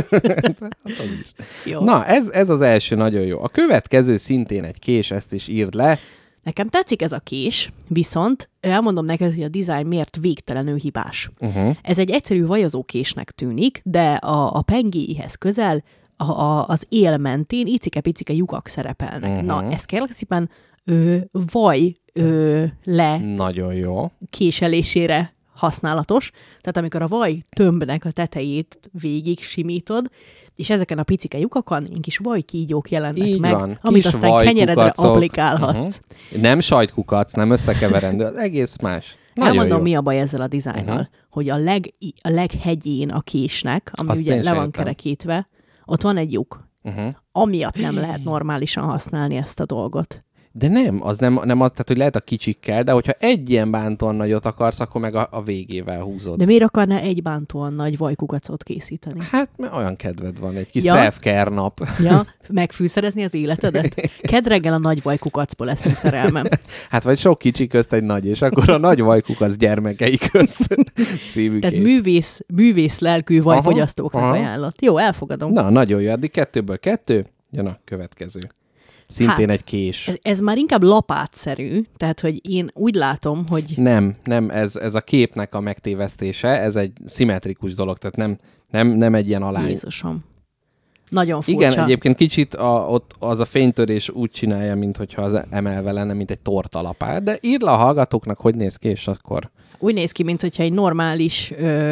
Jó. Na, ez az első nagyon jó. A következő szintén egy kés, ezt is írd le. Nekem tetszik ez a kés, viszont elmondom neked, hogy a dizájn miért végtelenül hibás. Ez egy egyszerű vajazókésnek tűnik, de a pengéihez közel az él mentén icike-picike lyukak szerepelnek. Na, ez kérlek szépen vaj le nagyon jó késelésére használatos. Tehát amikor a vaj tömbnek a tetejét végig simítod, és ezeken a picike lyukakon ilyen kis vajkígyók jelennek így meg, van. amit aztán kenyeredre applikálhatsz. Nem sajtkukac, nem összekeverendő, az egész más. Elmondom, mi a baj ezzel a dizájnnal, hogy a leghegyén a késnek, ami azt ugye le van kerekítve, ott van egy lyuk. Amiatt nem lehet normálisan használni ezt a dolgot. De nem az, tehát hogy lehet a kicsikkel, de hogyha egy ilyen bántóan nagyot akarsz, akkor meg a végével húzod. De miért akarná egy bántóan nagy vajkukacot készíteni? Hát, mert olyan kedved van, egy kis self-care nap. Ja, megfűszerezni az életedet? Kedd reggel a nagy vajkukacból leszünk szerelmem. Hát vagy sok kicsi közt egy nagy, és akkor a nagy vajkukac gyermekei közt című Tehát művész lelkű vajfogyasztóknak ajánlott. Jó, elfogadom. Na, nagyon jó, addig 2-ből 2, jön a következő. Szintén egy kés. Ez már inkább lapátszerű, tehát, hogy én úgy látom, hogy... Nem, ez a képnek a megtévesztése, ez egy szimmetrikus dolog, tehát nem egy ilyen alány. Jézusom. Nagyon furcsa. Igen, egyébként kicsit ott az a fénytörés úgy csinálja, mintha az emelve lenne, mint egy tortalapát, de írd le a hallgatóknak, hogy néz ki, és akkor... Úgy néz ki, mintha egy normális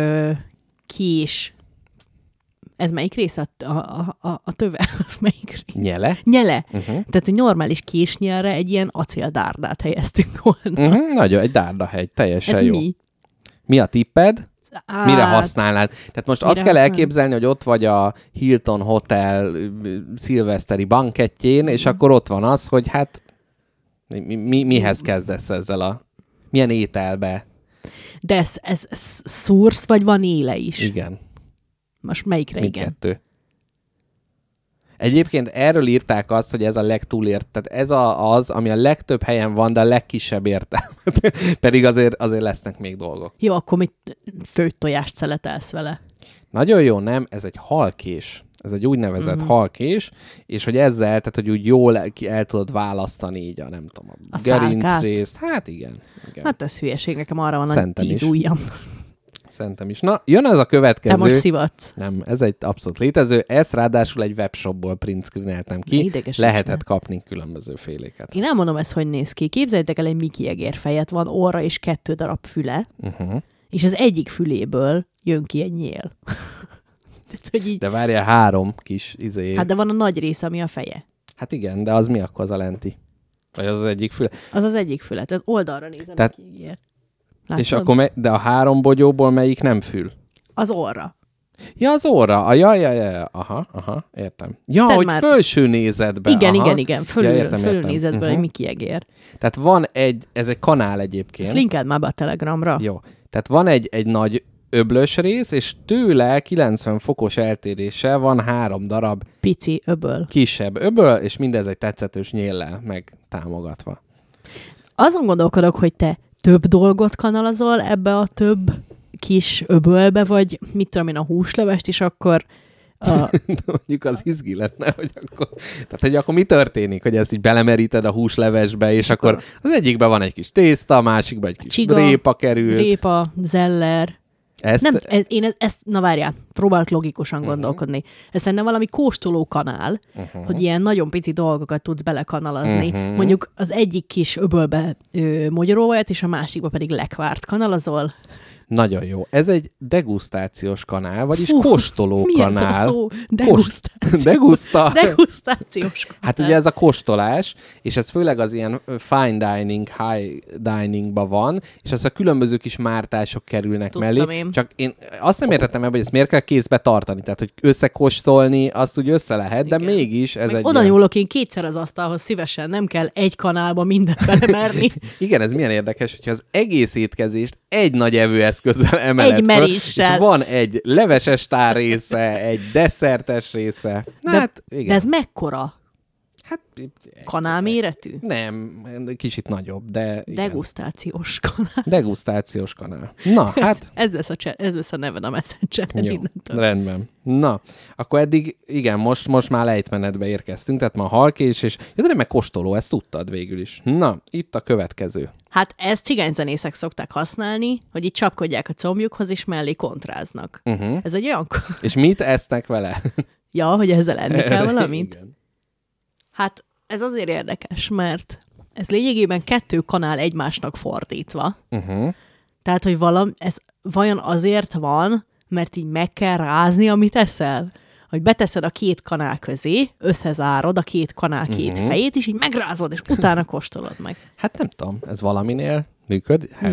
kés. Ez melyik rész? A töve? Az melyik rész? Nyele. Tehát, hogy normális késnyelre egy ilyen acéldárdát helyeztünk volna. Nagyon, egy dárdahegy, teljesen ez jó. Mi a tipped? Mire használnád? Tehát most azt kell elképzelni, hogy ott vagy a Hilton Hotel szilveszteri bankettjén, és akkor ott van az, hogy hát mihez kezdesz ezzel milyen ételbe? De ez szúrsz, vagy van éle is? Igen. Most melyikre igen? Mindkettő. Egyébként erről írták azt, hogy ez a legtúlért, tehát ez az, ami a legtöbb helyen van, de a legkisebb értelmet. Pedig azért lesznek még dolgok. Jó, akkor mit főtt tojást szeletelsz vele? Nagyon jó, nem? Ez egy halkés. Ez egy úgynevezett halkés, és hogy ezzel, tehát hogy úgy jól el tudod választani így a nem tudom, a gerincrészt. Hát igen. Hát ez hülyeség, nekem arra van a 10 ujjam. Szerintem is. Na, jön ez a következő. Te most szivatsz. Nem, ez egy abszolút létező. Ezt ráadásul egy webshopból print screeneltem ki. Lehetett kapni különböző féléket. Én elmondom ezt, hogy néz ki. Képzeljétek el egy Mickey egér fejet, van orra és 2 darab füle, és az egyik füléből jön ki egy nyél. De várjál, 3 kis izé. Hát de van a nagy része, ami a feje. Hát igen, de az mi akkor az a lenti? Vagy az egyik füle? Az az egyik füle. Tehát oldalra nézem, tehát... Mickey egér. Látod? És akkor de a 3 bogyóból melyik nem fül? Az orra. Ja, az orra. Ja. Aha, értem. Ja, hogy már... fölső nézetben. Igen. Fölül nézetben egy Mickey egér. Tehát van ez egy kanál egyébként. Ezt linkeld már be a Telegramra. Jó. Tehát van egy nagy öblös rész, és tőle 90 fokos eltéréssel van 3 darab pici öböl. Kisebb öböl, és mindez egy tetszetős nyéllel meg támogatva. Azon gondolkodok, hogy te több dolgot kanalazol ebbe a több kis öbölbe, vagy mit tudom én, a húslevest is akkor... Mondjuk az izgi lenne, hogy akkor... Tehát, hogy akkor mi történik, hogy ezt így belemeríted a húslevesbe, és akkor az egyikben van egy kis tészta, a másikban egy kis csiga, répa kerül. Répa, zeller... Na várjál, próbálok logikusan gondolkodni. Ez szerintem valami kóstoló kanál, hogy ilyen nagyon pici dolgokat tudsz belekanalazni. Mondjuk az egyik kis öbölbe mogyoróvajat, és a másikba pedig lekvárt kanalazol. Nagyon jó. Ez egy degustációs kanál, vagyis kóstoló kanál. Mi ez a szó? Degustációs kanál. Hát ugye ez a kóstolás, és ez főleg az ilyen fine dining, high diningba van, és az a különböző kis mártások kerülnek mellé. Csak én azt nem értettem ebben, hogy ezt miért kell kézbe tartani. Tehát, hogy összekóstolni, azt úgy össze lehet, de mégis ez egy... Oda nyúlok én 2-szer az asztalhoz szívesen, nem kell egy kanálba mindent belemerni. Igen, ez milyen érdekes, hogyha az egész étkezést egy nagy evőeszközzel emeled egy meréssel. És van egy leveses tár része, egy desszertes része. De ez mekkora? Hát... Kanálméretű? Nem, kicsit nagyobb, de... Igen. Degustációs kanál. Degustációs kanál. Na, hát... Ez lesz a neved a Messengeren. Jó, rendben. Na, akkor eddig, igen, most már lejtmenetbe érkeztünk, tehát már halkés, és... Ja, de nem meg kóstoló, ezt tudtad végül is. Na, itt a következő. Hát ezt cigányzenészek szokták használni, hogy így csapkodják a combjukhoz, és mellé kontráznak. Ez egy olyan... És mit esznek vele? Ja, hogy ezzel enni kell valamit? Igen. Hát ez azért érdekes, mert ez lényegében 2 kanál egymásnak fordítva. Tehát, hogy ez vajon azért van, mert így meg kell rázni, amit eszel? Hogy beteszed a 2 kanál közé, összezárod a 2 kanál 2 fejét, és így megrázod, és utána kóstolod meg. Hát nem tudom, ez valaminél működik? Hát, nem.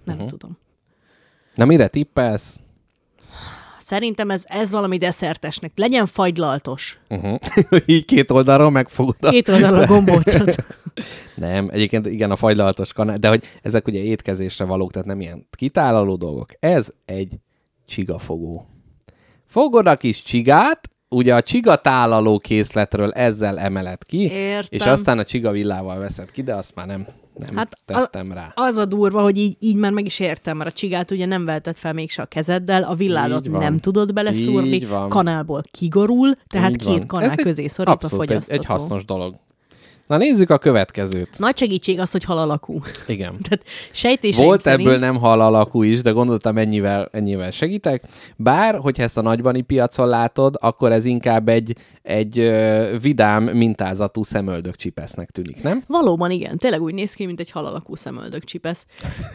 Nem tudom. Na mire tippelsz? Szerintem ez valami desszertesnek. Legyen fagylaltos. Így két oldalról megfogod. Két oldalra gombócot. Nem, egyébként igen, a fagylaltos kanál, de hogy ezek ugye étkezésre valók, tehát nem ilyen kitálaló dolgok. Ez egy csigafogó. Fogod a kis csigát, ugye a csigatálaló készletről ezzel emeled ki, Értem. és aztán a csigavillával veszed ki, de azt már nem tettem rá. Az a durva, hogy így már meg is értem, mert a csigát ugye nem vetted fel mégse a kezeddel, a villádot nem tudod beleszúrni, kanálból kigorul, tehát így két kanál közé szorít a fogyasztató. Egy hasznos dolog. Na nézzük a következőt. Nagy segítség az, hogy hal alakú. Igen. Tehát sejtéseim volt szerint... ebből nem hal alakú is, de gondoltam ennyivel segítek. Bár, hogyha ezt a nagybani piacon látod, akkor ez inkább egy vidám mintázatú szemöldökcsipesznek tűnik, nem? Valóban igen. Tényleg úgy néz ki, mint egy hal alakú szemöldökcsipesz.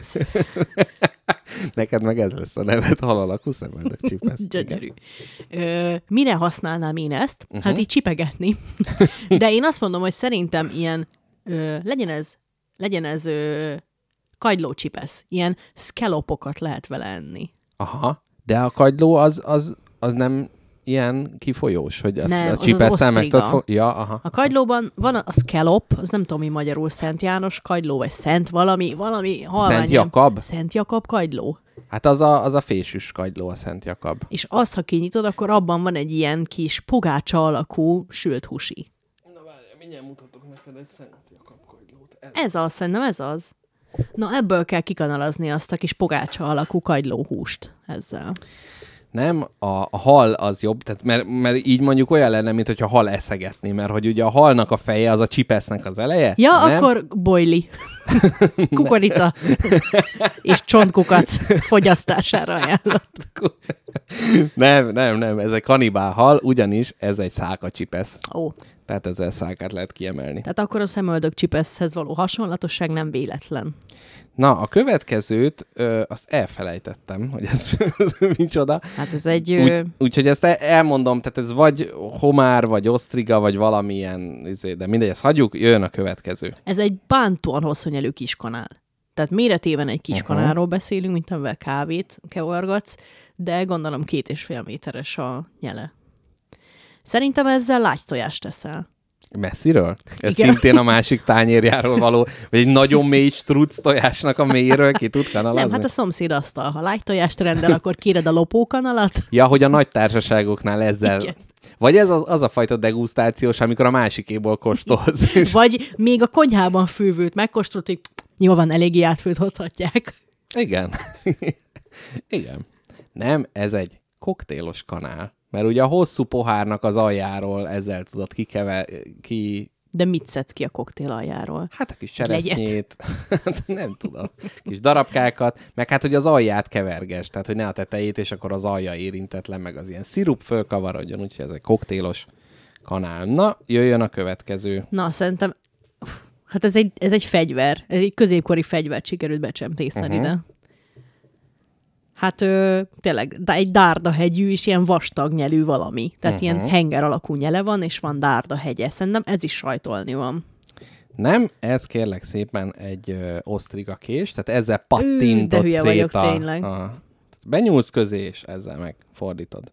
Neked meg ez lesz a neved, hal alakú szemöldökcsipesz. Gyönyörű. Mire használnám én ezt? Hát így csipegetni. De én azt mondom, hogy szerintem ilyen, legyen ez kagylócsipesz. Ilyen szkelopokat lehet vele enni. Aha, de a kagyló az nem ilyen kifolyós, hogy azt nem, a csipesszel meg tudod aha. A kagylóban van a szkelop, az nem tudom, mi magyarul Szent János kagyló, vagy Szent valami halvány. Szent Jakab? Szent Jakab kagyló. Hát az a fésűs kagyló, a Szent Jakab. És azt, ha kinyitod, akkor abban van egy ilyen kis pogácsa alakú sült húsi. Na várjál, mindjárt mutatok neked egy Szent Jakab kagylót. Szerintem ez az. Na, ebből kell kikanalazni azt a kis pogácsa alakú kagylóhúst ezzel. Nem, a hal az jobb, tehát mert így mondjuk olyan lenne, mint hogyha hal eszegetni, mert hogy ugye a halnak a feje az a csipesznek az eleje. Ja, nem? Akkor bojli. Kukorica és csontkukac fogyasztására ajánlott. Nem, ez egy kanibál hal, ugyanis ez egy szálkacsipesz. Ó. Tehát ezzel szálkát lehet kiemelni. Tehát akkor a szemöldökcsipeszhez való hasonlatosság nem véletlen. Na, a következőt, azt elfelejtettem, hogy ez micsoda. Hát ez egy... Úgyhogy ezt elmondom, tehát ez vagy homár, vagy osztriga, vagy valamilyen, de mindegy, ezt hagyjuk, jöjjön a következő. Ez egy bántóan hosszúnyelű kiskanál. Tehát méretében egy kiskanálról beszélünk, mint amivel kávét kevargatsz, de gondolom 2,5 méteres a nyele. Szerintem ezzel lágytojást teszel. Messziről? Ez Igen. szintén a másik tányérjáról való, vagy egy nagyon mély struc tojásnak a mélyéről ki tud kanalazni? Nem, hát a szomszéd asztal. Ha lágytojást rendel, akkor kéred a lopókanalat. Ja, hogy a nagy társaságoknál ezzel... Igen. Vagy ez az a fajta degustációs, amikor a másikéból kóstolsz. Vagy még a konyhában fővőt megkóstolt, hogy jól van, eléggé átfőt hozhatják. Igen. Igen. Nem, ez egy koktélos kanál. Mert ugye a hosszú pohárnak az aljáról ezzel tudod De mit szedsz ki a koktél aljáról? Hát a kis cseresznyét, nem tudom, kis darabkákat, meg hát, hogy az alját keverges, tehát, hogy ne a tetejét, és akkor az alja érintetlen, meg az ilyen szirup fölkavarodjon, úgyhogy ez egy koktélos kanál. Na, jöjjön a következő. Na, szerintem, hát ez egy fegyver, ez egy középkori fegyvert sikerült becsempészni ide. Hát tényleg egy dárdahegyű és ilyen vastag nyelű valami. Tehát ilyen henger alakú nyele van, és van dárdahegye. Szerintem ez is sajtolni van. Nem, ez kérlek szépen egy osztrigakés, tehát ezzel pattintod de hülye szét vagyok, tényleg. Benyúlsz közé, és ezzel megfordítod.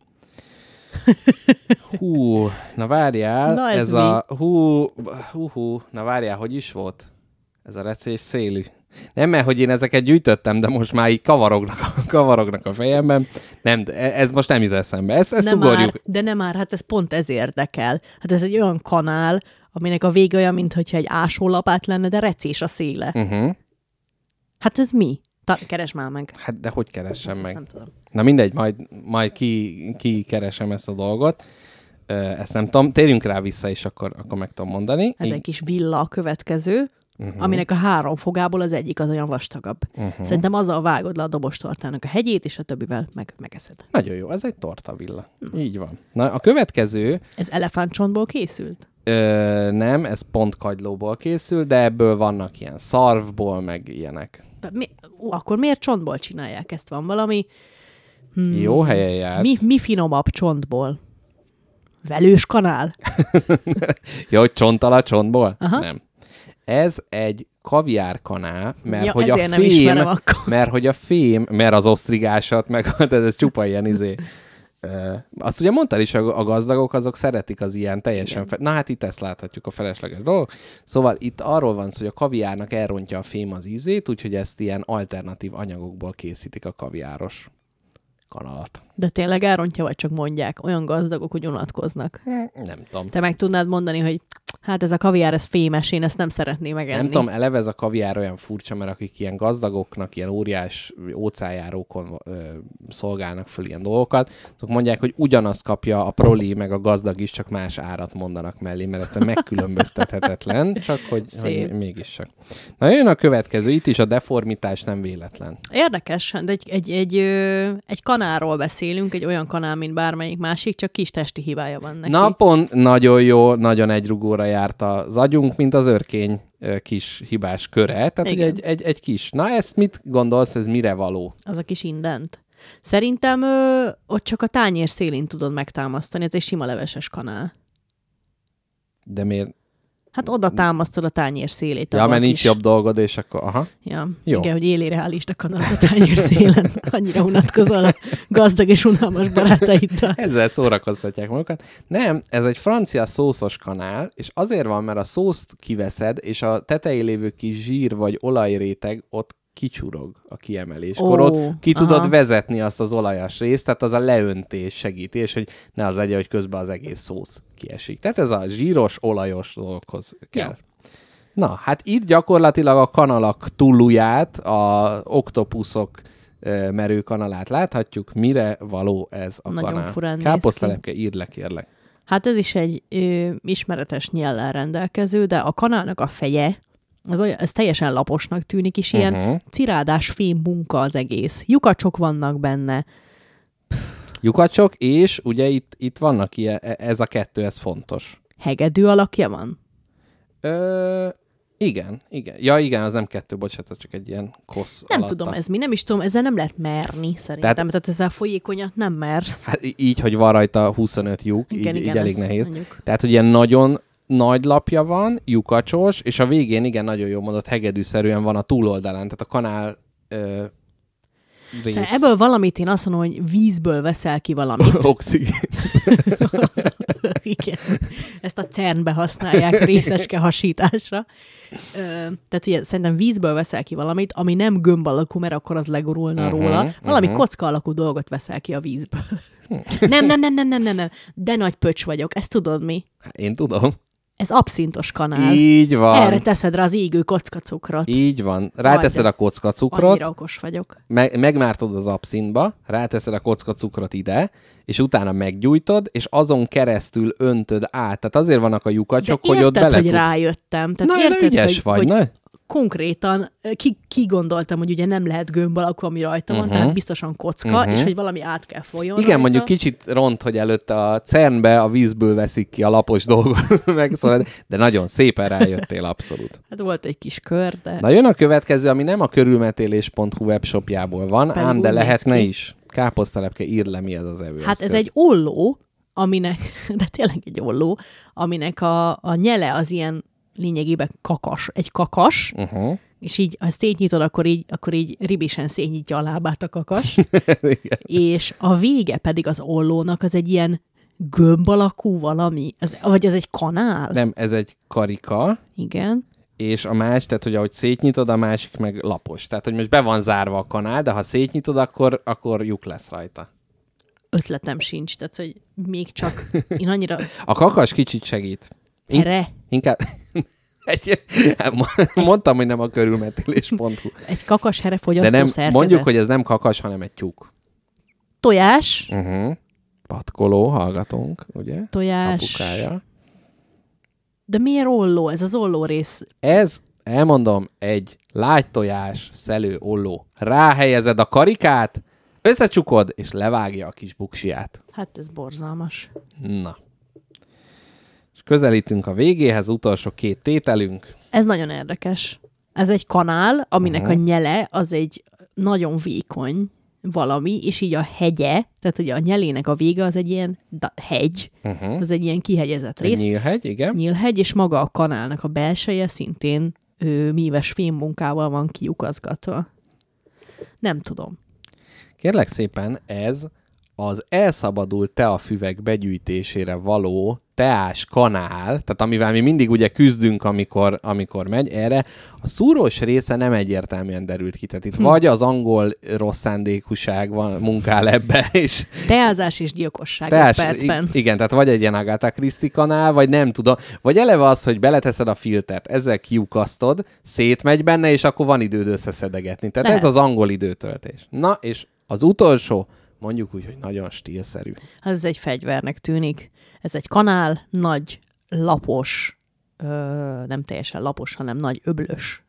Hú, na várjál, na ez a... na várjál, hogy is volt? Ez a recés szélű. Nem, mert hogy én ezeket gyűjtöttem, de most már így kavarognak a fejemben. Nem, ez most nem jut eszembe. Ezt nem ugorjuk. De nem már, hát ez pont ez érdekel. Hát ez egy olyan kanál, aminek a vége olyan, mintha egy ásólapát lenne, de recés a széle. Hát ez mi? Keresd már meg. Hát de hogy keressem meg? Nem tudom. Na mindegy, majd ki keresem ezt a dolgot. Ezt nem tudom. Térjünk rá vissza, és akkor meg tudom mondani. Ez egy kis villa a következő. Aminek a 3 fogából az egyik az olyan vastagabb. Szerintem azzal vágod le a dobostortának a hegyét, és a többivel megeszed. Nagyon jó, ez egy tortavilla. Így van. Na, a következő... Ez elefántcsontból készült? Nem, ez pont kagylóból készült, de ebből vannak ilyen szarvból, meg ilyenek. Akkor miért csontból csinálják ezt? Van valami... Jó helyen jársz. Mi finomabb csontból? Velős kanál? Ja, hogy csont alatt csontból? Aha. Nem. Ez egy kaviárkanál, mert ja, hogy a fém, mert az osztrigásat, meg ez csupa ilyen azt ugye mondtad is, a gazdagok azok szeretik az ilyen teljesen... Na hát itt ezt láthatjuk, a felesleges dolgok. Szóval itt arról van szó, hogy a kaviárnak elrontja a fém az ízét, úgyhogy ezt ilyen alternatív anyagokból készítik a kaviáros kanalat. De tényleg elrontja, vagy csak mondják? Olyan gazdagok, hogy unatkoznak. Nem tudom. Te meg tudnád mondani, hogy hát ez a kaviár, ez fémes, én ezt nem szeretném megenni. Nem tudom, eleve ez a kaviár olyan furcsa, mert akik ilyen gazdagoknak, ilyen óriás óceánjárókon szolgálnak föl ilyen dolgokat, azok mondják, hogy ugyanazt kapja a proli, meg a gazdag is, csak más árat mondanak mellé, mert egyszerűen megkülönböztethetetlen, csak hogy mégis csak. Na jön a következő, itt is a deformitás nem véletlen. Érdekes, de egy kanálról beszélünk, egy olyan kanál, mint bármelyik másik, csak kis testi hibája van neki. Na pont, nagyon jó, nagyon egy rugóra járt az agyunk, mint az örkény kis hibás köre. Tehát egy kis. Na ezt mit gondolsz, ez mire való? Az a kis indent. Szerintem ott csak a tányér szélén tudod megtámasztani, ez egy sima leveses kanál. De miért? Hát oda támasztod a tányér szélét. Ja, mert nincs jobb dolgod, és akkor... Aha. Ja, jó. Igen, hogy élére állítsd a kanalat a tányér szélen. Annyira unatkozol a gazdag és unalmas barátaiddal. Ezzel szórakoztatják magukat. Nem, ez egy francia szószos kanál, és azért van, mert a szószt kiveszed, és a tetején lévő kis zsír vagy olajréteg ott kicsurog a kiemeléskor. Ott ki tudod vezetni azt az olajas részt, tehát az a leöntés segíti, és hogy ne az legyen, hogy közben az egész szósz kiesik. Tehát ez a zsíros, olajos dolgokhoz kell. Ja. Na, hát itt gyakorlatilag a kanalak túluját, a oktopuszok merő kanalát láthatjuk. Mire való ez a nagyon kanál? Furán Káposztelepke, írd le, kérlek. Hát ez is egy ismeretes nyellel rendelkező, de a kanálnak a feje, ez teljesen laposnak tűnik, és ilyen cirádás fém munka az egész. Lyukacsok vannak benne. Lyukacsok, és ugye itt vannak ilyen, ez a kettő, ez fontos. Hegedű alakja van? Igen. Ja, igen, az nem kettő, bocsánat, az csak egy ilyen kosz Nem alatta. tudom, ez mi, nem is tudom, ezzel nem lehet merni, szerintem. Tehát ezzel folyékonyat nem mersz. Hát így, hogy van rajta 25 lyuk, igen, így elég nehéz. Mondjuk. Tehát, hogy ilyen nagyon nagy lapja van, lyukacsos, és a végén, igen, nagyon jól mondott, hegedűszerűen van a túloldalán, tehát a kanál rész. Szóval ebből valamit én azt mondom, hogy vízből veszel ki valamit. Oxigén. Igen. Ezt a CERN-be használják részecske hasításra. Tehát ugye, szerintem vízből veszel ki valamit, ami nem gömb alakú, mert akkor az legurulna róla. Valami kocka alakú dolgot veszel ki a vízből. Nem. De nagy pöcs vagyok. Ezt tudod mi? Én tudom. Ez abszintos kanál. Így van. Erre teszed rá az égő kockacukrot. Így van. Ráteszed a kockacukrot. Annyira okos vagyok. Megmártod az abszintba, ráteszed a kockacukrot ide, és utána meggyújtod, és azon keresztül öntöd át. Tehát azért vannak a lyukacsok, hogy ott bele hogy rájöttem. Tehát na, érted, ügyes vagy. Konkrétan kigondoltam, hogy ugye nem lehet gömb alakú, ami rajta van, tehát biztosan kocka, és hogy valami át kell folyjon. Igen, rajta. Mondjuk kicsit ront, hogy előtte a CERN-be a vízből veszik ki a lapos dolgot, de nagyon szépen rájöttél, abszolút. Hát volt egy kis kör, de... Na jön a következő, ami nem a körülmetélés.hu webshopjából van, pedig ám de lehetne is. Káposztelepke, írd le, mi ez az evőeszköz. Hát ez egy olló, aminek, de tényleg egy olló, aminek a nyele az ilyen lényegében egy kakas, és így, ha szétnyitod, akkor így ribisen szétnyitja a lábát a kakas, és a vége pedig az ollónak az egy ilyen gömb alakú valami, vagy ez egy kanál? Nem, ez egy karika. Igen. És a más, tehát hogy ahogy szétnyitod, a másik meg lapos. Tehát, hogy most be van zárva a kanál, de ha szétnyitod, akkor lyuk lesz rajta. Ötletem sincs, tehát, hogy még csak én annyira... A kakas kicsit segít. Erre? Inkább... Mondtam, hogy nem a körülmetélés.hu. Egy kakas herefogyasztó szerkezet. szerkezet. Mondjuk, hogy ez nem kakas, hanem egy tyúk. Tojás. Patkoló, hallgatunk, ugye? Tojás. Apukája. De miért olló? Ez az olló rész. Ez, elmondom, egy lágytojás szelő olló. Ráhelyezed a karikát, összecsukod, és levágja a kis buksiját. Hát ez borzalmas. Na. Közelítünk a végéhez, utolsó 2 tételünk. Ez nagyon érdekes. Ez egy kanál, aminek a nyele az egy nagyon vékony valami, és így a hegye, tehát ugye a nyelének a vége az egy ilyen hegy, az egy ilyen kihegyezett rész. Nyílhegy, igen. Nyílhegy, és maga a kanálnak a belseje szintén míves fémmunkával van kiukazgatva. Nem tudom. Kérlek szépen, ez az elszabadult teafüvek begyűjtésére való teás kanál, tehát amivel mi mindig ugye küzdünk, amikor megy, erre a szúrós része nem egyértelműen derült ki. Tehát itt vagy az angol rossz szándékúság van, munkál ebbe, és... Teázás és gyilkosság egy percben. Igen, tehát vagy egy ilyen Agatha Christie kanál, vagy nem tudom. Vagy eleve az, hogy beleteszed a filtert, ezzel kiukasztod, szétmegy benne, és akkor van időd összeszedegetni. Tehát lehet. Ez az angol időtöltés. Na, és az utolsó, mondjuk úgy, hogy nagyon stílszerű. Ez egy fegyvernek tűnik. Ez egy kanál, nagy, lapos, nem teljesen lapos, hanem nagy, öblös.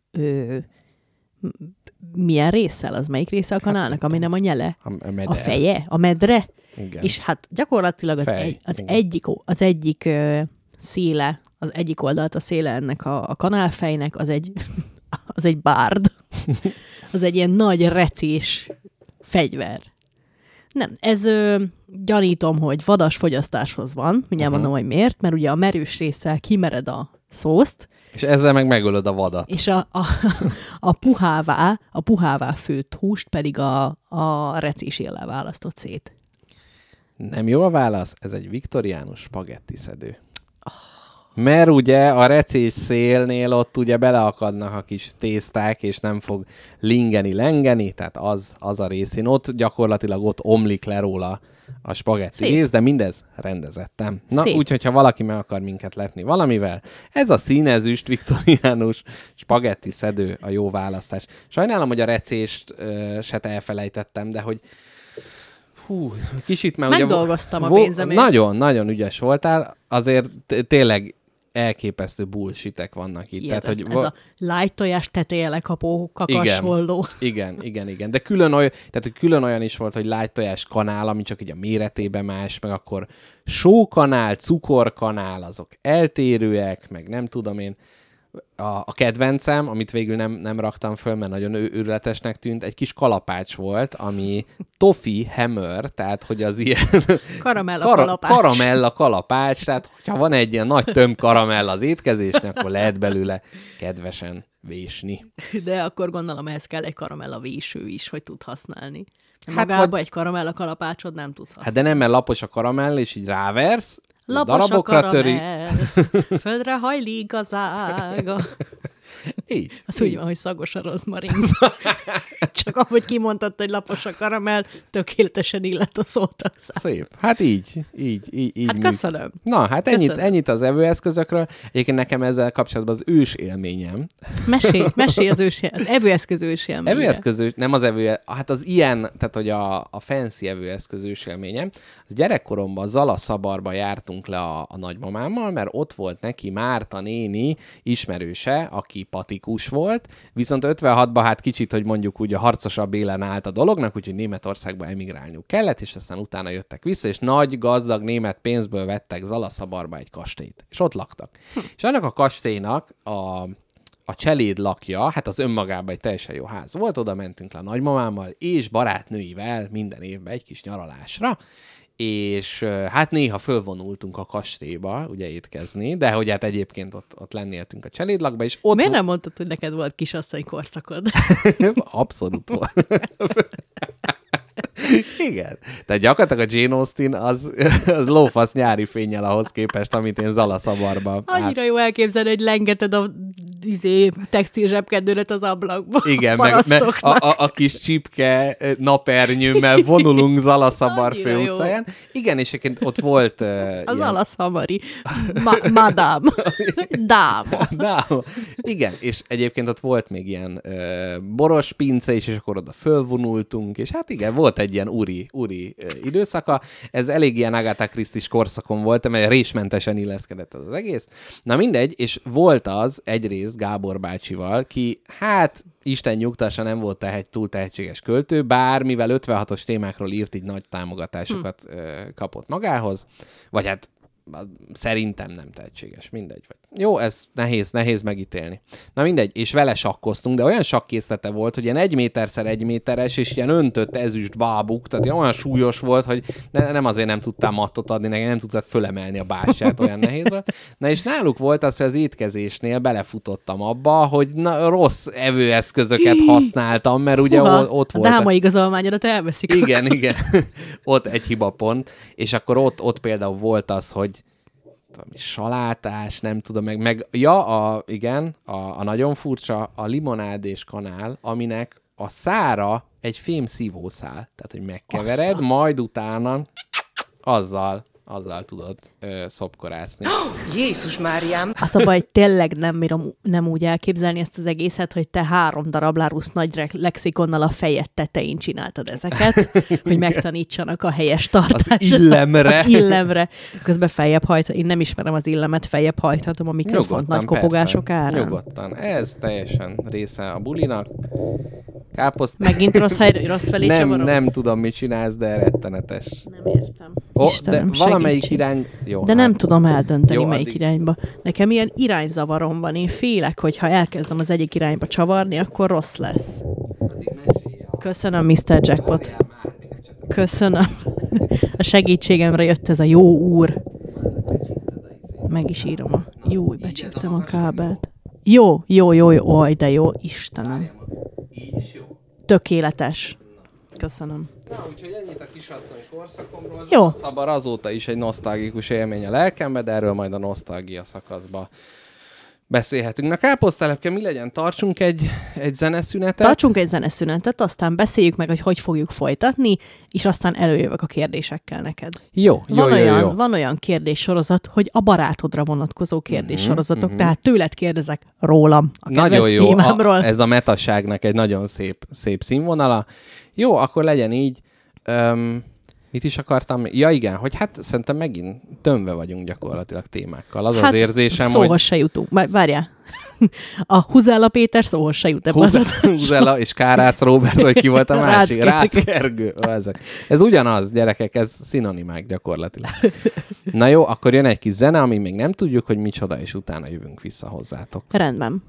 Milyen résszel? Az melyik része a kanálnak, ami nem a nyele? A feje? A medre? Igen. És hát gyakorlatilag az egyik széle, az egyik oldalt a széle ennek a kanálfejnek, az egy bárd. Az egy ilyen nagy recés fegyver. Nem, ez gyanítom, hogy vadas fogyasztáshoz van, mindjárt mondom, hogy miért, mert ugye a merős résszel kimered a szószt. És ezzel meg megölöd a vadat. És a puhává főtt húst pedig a recéséllel választott szét. Nem jó a válasz? Ez egy viktoriánus spagetti szedő. Mert ugye a recés szélnél ott ugye beleakadnak a kis tészták, és nem fog lengeni, tehát az a részén. Ott gyakorlatilag ott omlik le róla a spagetti rész, de mindez rendezettem. Na, úgyhogy ha valaki meg akar minket lepni valamivel, ez a színezüst viktoriánus spagetti szedő a jó választás. Sajnálom, hogy a recést se elfelejtettem, de hogy kicsit már megdolgoztam a pénzemért. Nagyon ügyes voltál, azért tényleg elképesztő bullshitek vannak itt. Tehát, hogy ez a light tojás teteje lekapó kakasholdó. Igen. De külön olyan is volt, hogy light tojás kanál, ami csak így a méretében más, meg akkor sókanál, cukorkanál, azok eltérőek, meg nem tudom én. A kedvencem, amit végül nem raktam föl, mert nagyon őrületesnek tűnt, egy kis kalapács volt, ami toffee hammer, tehát hogy az ilyen karamella kalapács, tehát hogyha van egy ilyen nagy tömb karamell az étkezésnek, akkor lehet belőle kedvesen vésni. De akkor gondolom, ehhez kell egy karamella véső is, hogy tud használni. Magában egy karamella kalapácsot nem tudsz használni. Hát de nem, mert lapos a karamell, és így ráversz, lapos a karamell, földre hajlik az ága. Így. Az úgy van, hogy szagos a rozmarin. Csak ahogy kimondtad, hogy lapos a karamell, tökéletesen illet a szótagszám. Szép. Hát így. Hát köszönöm. Na, hát ennyit az evőeszközökről. Egyébként nekem ezzel kapcsolatban az ős élményem. Mesélj az evőeszköz ős élménye. Nem az hát az ilyen, tehát hogy a fancy evőeszköz ős élményem. Az gyerekkoromban Zalaszabarba jártunk le a nagymamámmal, mert ott volt neki Márta néni ismerőse, aki patikus volt, viszont 56-ban hát kicsit, hogy mondjuk úgy a harcosabb élen állt a dolognak, úgyhogy Németországba emigrálniuk kellett, és aztán utána jöttek vissza, és nagy, gazdag német pénzből vettek Zalaszabarba egy kastélyt, és ott laktak. És annak a kastélynak a cseléd lakja, hát az önmagában egy teljesen jó ház volt, oda mentünk le a nagymamámmal, és barátnőivel minden évben egy kis nyaralásra, és hát néha fölvonultunk a kastélyba, ugye étkezni, de hogy hát egyébként ott lennéltünk a cselédlakba, és ott... Miért nem mondtad, hogy neked volt kisasszony korszakod? Abszolút volt. Igen. Tehát gyakorlatilag a Jane Austen az lófasz nyári fénnyel ahhoz képest, amit én Zalaszabarba... Annyira jó elképzelni, hogy lengeted a textil zsebkendőret az ablakba. Igen, meg a kis csipke napernyőmmel vonulunk Zalaszabar főutcáján. Igen, és egyébként ott volt... Az Zalaszabari. Madame. Dáma. Igen, és egyébként ott volt még ilyen boros pince is, és akkor oda fölvonultunk, és hát igen, volt egy ilyen úri időszaka. Ez elég ilyen Agatha Christie-s korszakon volt, mert résmentesen illeszkedett az egész. Na mindegy, és volt az egyrészt Gábor bácsival, ki hát Isten nyugtassa nem volt túl tehetséges költő, bár mivel 56-os témákról írt, így nagy támogatásokat kapott magához, vagy hát szerintem nem tehetséges, mindegy. Jó, ez nehéz megítélni. Na mindegy, és vele sakkoztunk, de olyan sakkészlete volt, hogy ilyen 1 méterszer 1 méteres, és ilyen öntött ezüst bábuk, tehát olyan súlyos volt, hogy nem azért nem tudtam mattot adni, nekem nem tudtad fölemelni a bástyát, olyan nehéz volt. Na és náluk volt az, hogy az étkezésnél belefutottam abba, hogy rossz evőeszközöket használtam, mert ugye ott volt. A dáma igazolmányodat elveszik. Igen. Ott egy hibapont, és akkor ott például volt az, hogy salátás, nem tudom, a nagyon furcsa, a limonád és kanál, aminek a szára egy fém szívószál. Tehát, hogy megkevered, majd utána azzal tudod szopkorászni. Jézus Máriám! Az a baj, tényleg nem úgy elképzelni ezt az egészet, hogy te 3 darab Larousse nagy lexikonnal a fejed tetején csináltad ezeket, hogy megtanítsanak a helyes tartásra. Az illemre. Közben feljebb hajthatom. Én nem ismerem az illemet, feljebb hajthatom a mikrofont nagy kopogások árán. Nyugodtan. Ez teljesen része a bulinak. Megint rossz felé csavarom. Nem tudom, mit csinálsz, de rettenetes. Nem értem. Istenem, de valamelyik irány... Jó, de nem tudom eldönteni, melyik irányba. Nekem ilyen irányzavarom van. Én félek, hogy ha elkezdem az egyik irányba csavarni, akkor rossz lesz. Köszönöm, Mr. Jackpot. Köszönöm. A segítségemre jött ez a jó úr. Meg is írom. Jó, becsíptem a kábelt. Jó, oj, de jó, Istenem. Tökéletes. Köszönöm. Na, úgyhogy ennyit a kisasszony korszakomról. Jó. A szabar azóta is egy nosztalgikus élmény a lelkembe, de erről majd a nosztalgia szakaszba beszélhetünk. Na, káposztelepke, mi legyen? Tartsunk egy zeneszünetet? Tartsunk egy zeneszünetet, aztán beszéljük meg, hogy fogjuk folytatni, és aztán előjövök a kérdésekkel neked. Jó. Van olyan kérdéssorozat, hogy a barátodra vonatkozó kérdéssorozatok, tehát tőled kérdezek rólam, a kedvenc témámról. Ez a metaságnak egy nagyon szép színvonala. Jó, akkor legyen így. Mit is akartam? Ja igen, hogy hát szerintem megint tömve vagyunk gyakorlatilag témákkal. Az érzésem, szóhoz hogy... se jutunk. Várjál. A Huzella Péter szóhoz se jut ebbe Huzella és Kárász Róbert, vagy ki volt a másik? Rácz Gergő. Ez ugyanaz, gyerekek, ez szinonimák gyakorlatilag. Na jó, akkor jön egy kis zene, ami még nem tudjuk, hogy micsoda, és utána jövünk vissza hozzátok. Rendben.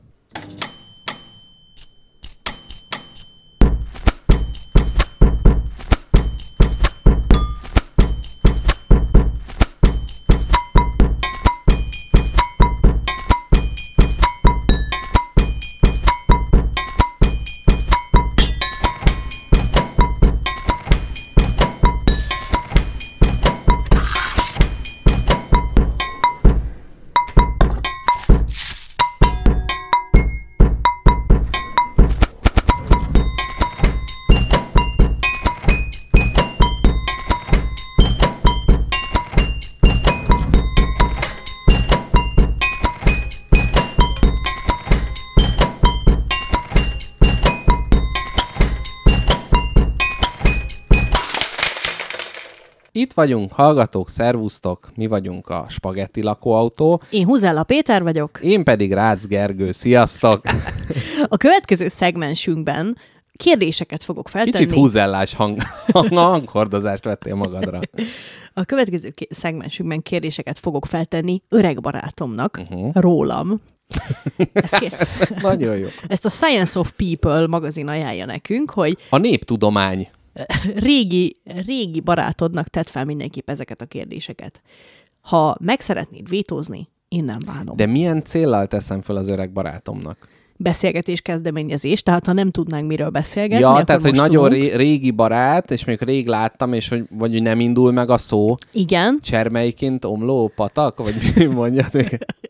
Itt vagyunk, hallgatók, szervusztok, mi vagyunk a Spagetti lakóautó. Én Huzella Péter vagyok. Én pedig Rácz Gergő, sziasztok! A következő szegmensünkben kérdéseket fogok feltenni. Kicsit huzellás hanghordozást vettél magadra. A következő szegmensünkben kérdéseket fogok feltenni öreg barátomnak, rólam. Nagyon jó. Ezt a Science of People magazin ajánlja nekünk, hogy... A néptudomány. Régi barátodnak tedd fel mindenképp ezeket a kérdéseket. Ha meg szeretnéd vétózni, én nem bánom. De milyen céllal teszem fel az öreg barátomnak? Beszélgetés kezdeményezés, tehát ha nem tudnánk miről beszélgetni, ja, tehát, hogy nagyon régi barát, és még rég láttam, és hogy nem indul meg a szó. Igen. Csermelyként omló patak, vagy mi mondjad?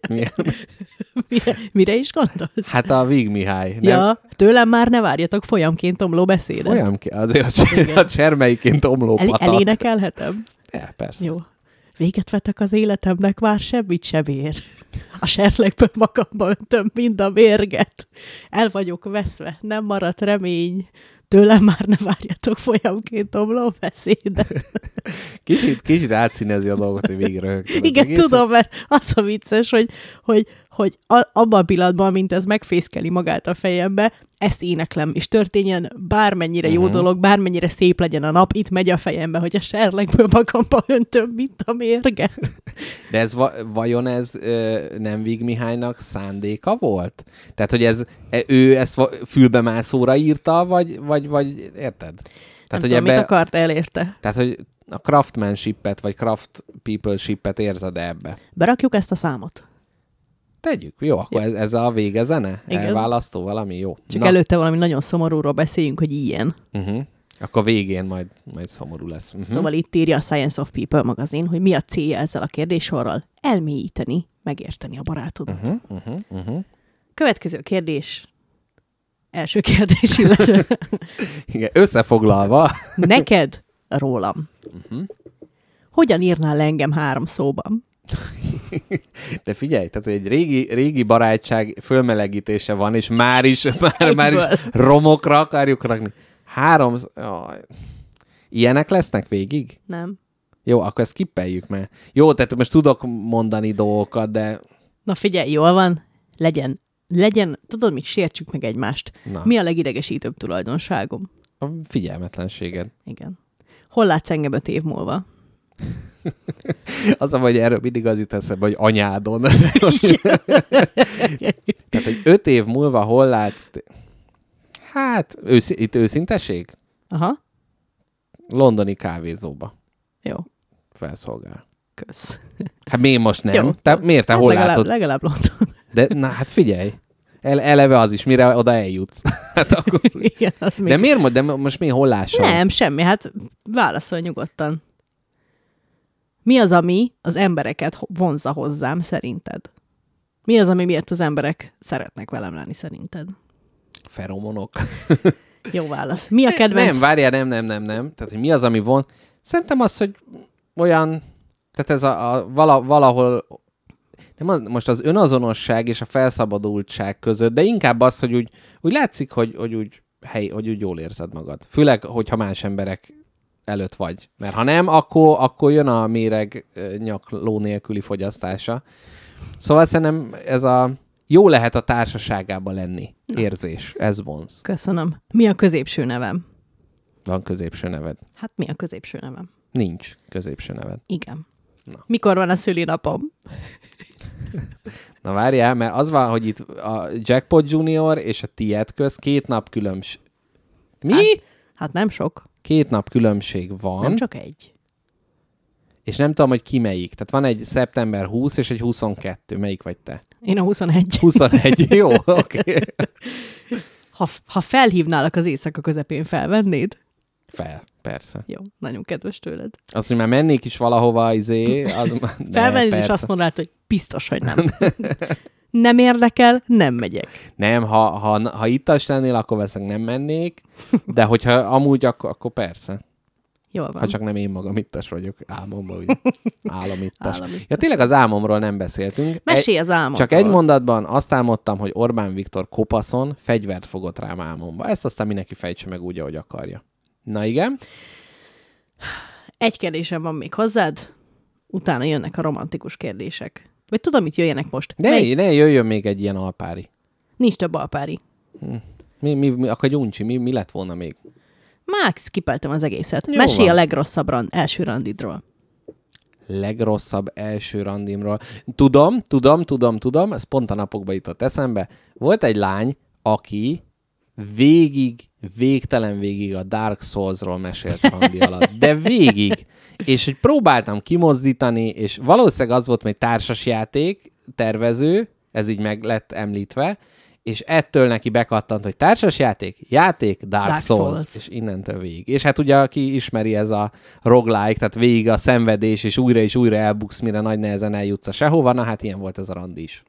Mire is gondolsz? Hát a Víg Mihály. Nem? Ja, tőlem már ne várjatok folyamként omló beszédet. Azért a csermelyként omló patak. Elénekelhetem? Ja, persze. Jó. Véget vetek az életemnek, már semmit sem ér. A serlegből magamba öntöm mind a mérget. El vagyok veszve, nem maradt remény. Tőlem már ne várjatok folyamként omló beszédet. Kicsit átszínezi a dolgot, hogy végre röhögtem. Igen, tudom, mert az a vicces, hogy abban a pillanatban, mint ez megfészkeli magát a fejembe, ezt éneklem, és történjen bármennyire jó dolog, bármennyire szép legyen a nap, itt megy a fejembe, hogy a serlegből magamba öntöm, mint a mérget. De ez vajon ez nem Vig Mihálynak szándéka volt? Tehát, hogy ő ezt fülbemászóra írta, vagy érted? Tehát, nem tudom, mit akart elérte. Tehát, hogy a craftmanship-et, vagy craft people-ship-et érzed ebbe? Berakjuk ezt a számot. Tegyük. Jó, akkor ez a végezene? Igen. Elválasztó valami? Jó. Csak előtte valami nagyon szomorúról beszéljünk, hogy ilyen. Akkor végén majd szomorú lesz. Szóval itt írja a Science of People magazin, hogy mi a célja ezzel a kérdéssorral? Elmélyíteni, megérteni a barátodat. Következő kérdés. Első kérdés, illetve... Igen, összefoglalva. Neked rólam. Hogyan írnál le engem 3 szóban? De figyelj, tehát egy régi barátság fölmelegítése van, és már is romokra akarjuk rakni. 3... Ilyenek lesznek végig? Nem. Jó, akkor ezt skippeljük, mert... Jó, tehát most tudok mondani dolgokat, de... Na figyelj, jól van. Legyen, tudod mit, sértsük meg egymást. Na. Mi a legidegesítőbb tulajdonságom? A figyelmetlenséged. Igen. Hol látsz engem 5 év múlva? Az a vagy erről mindig az jut eszembe, hogy anyádon. Tehát, hogy 5 év múlva hol látsz... Hát, itt őszinteség? Aha. Londoni kávézóba. Jó. Felszolgál. Kösz. Hát miért most nem? Jó. Miért te hol látod? Legalább London. De na, hát figyelj. Eleve az is, mire oda eljutsz. Hát akkor... Igen, az de miért? De most miért hol lássam? Nem, semmi. Hát válaszolj nyugodtan. Mi az, ami az embereket vonzza hozzám, szerinted? Mi az, ami miatt az emberek szeretnek velem lenni, szerinted? Feromonok. Jó válasz. Mi a kedvenc? Nem, várjál, nem. Tehát, hogy mi az, ami von... Szerintem az, hogy olyan... Tehát ez valahol... Nem, most az önazonosság és a felszabadultság között, de inkább az, hogy úgy látszik, hogy úgy jól érzed magad. Főleg, hogyha más emberek előtt vagy. Mert ha nem, akkor jön a méreg nyakló nélküli fogyasztása. Szóval szerintem ez a jó lehet a társaságában lenni érzés. Ez vonz. Köszönöm. Mi a középső nevem? Van középső neved? Hát mi a középső nevem? Nincs középső neved. Igen. Na. Mikor van a szülinapom? Na várjál, mert az van, hogy itt a Jackpot Junior és a tiéd köz 2 nap különbség. Mi? Hát nem sok. 2 nap különbség van. Nem csak egy. És nem tudom, hogy ki melyik. Tehát van egy szeptember 20 és egy 22. Melyik vagy te? Én a 21. 21, jó, oké. Okay. Ha felhívnálak az éjszaka közepén, felvennéd? Persze. Jó, nagyon kedves tőled. Az, hogy már mennék is valahova, felvennéd, és azt mondanád, hogy biztos, hogy nem. Nem érdekel, nem megyek. Nem, ha ittas lennél, akkor valószínűleg nem mennék, de hogyha amúgy, akkor persze. Jól van. Ha csak nem én magam ittas vagyok, álmomban, ugye. Álomittas. Ja, tényleg az álmomról nem beszéltünk. Mesélj az álmodról. Csak egy mondatban azt álmodtam, hogy Orbán Viktor kopaszon fegyvert fogott rám álmomba. Ezt aztán mindenki fejtse meg úgy, ahogy akarja. Na igen? Egy kérdésem van még hozzád, utána jönnek a romantikus kérdések. Vagy tudom, mit jöjjenek most? Ne jöjjön még egy ilyen alpári. Nincs több alpári. Akkor Gyuncsi, mi lett volna még? Már skippeltem az egészet. Jó Mesélj van. a legrosszabb első randidról. Legrosszabb első randimról. Tudom, ez pont a napokban jutott eszembe. Volt egy lány, aki végtelen végig a Dark Souls-ról mesélt randi alatt. De végig. És hogy próbáltam kimozdítani, és valószínűleg az volt, hogy társasjáték, tervező, ez így meg lett említve, és ettől neki bekattant, hogy társasjáték, Dark Souls, és innentől végig. És hát ugye, aki ismeri, ez a roguelike, tehát végig a szenvedés, és újra elbuksz, mire nagy nehezen eljutsz a sehova, na hát ilyen volt ez a randi is.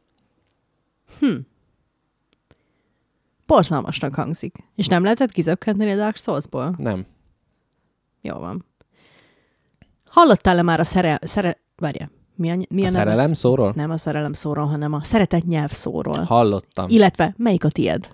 Borzalmasnak hangzik. És nem lehetett kizökkenteni a Dark Souls-ból? Nem. Jó van. Hallottál-e már a Várja. Mi a szerelem szóról? Nem a szerelem szóról, hanem a szeretett nyelv szóról. Hallottam. Illetve melyik a tied?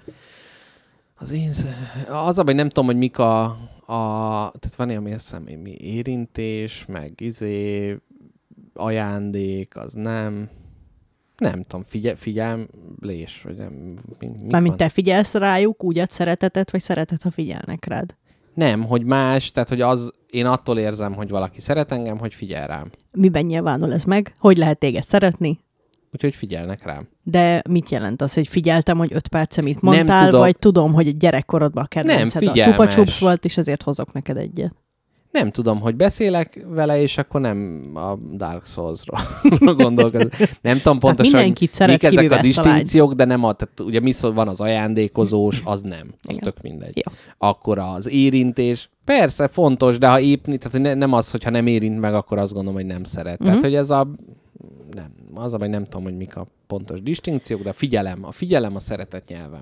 Az abban, nem tudom, hogy mik tehát van ilyen, ami mi érintés, meg ajándék, az nem. Nem tudom, figyelmlés, vagy nem. Mármint te figyelsz rájuk, úgy ad szeretetet, vagy szeretet, ha figyelnek rád? Nem, hogy más, tehát hogy én attól érzem, hogy valaki szeret engem, hogy figyel rám. Miben nyilvánul ez meg? Hogy lehet téged szeretni? Úgyhogy figyelnek rám. De mit jelent az, hogy figyeltem, hogy 5 perce mit mondtál, vagy tudom, hogy gyerekkorodban a kedvenced a Chupa Chups volt, és ezért hozok neked egyet? Nem tudom, hogy beszélek vele, és akkor nem a Dark Souls-ról gondolkozom. Nem tudom pontosan, mik ezek a distinkciók, de nem tehát ugye van az ajándékozós, az nem. Az tök mindegy. Jó. Akkor az érintés, persze fontos, de ha tehát nem az, hogyha nem érint meg, akkor azt gondolom, hogy nem szeret. Tehát, hogy ez nem tudom, hogy mik a pontos distinkciók, de a figyelem a szeretet nyelvem.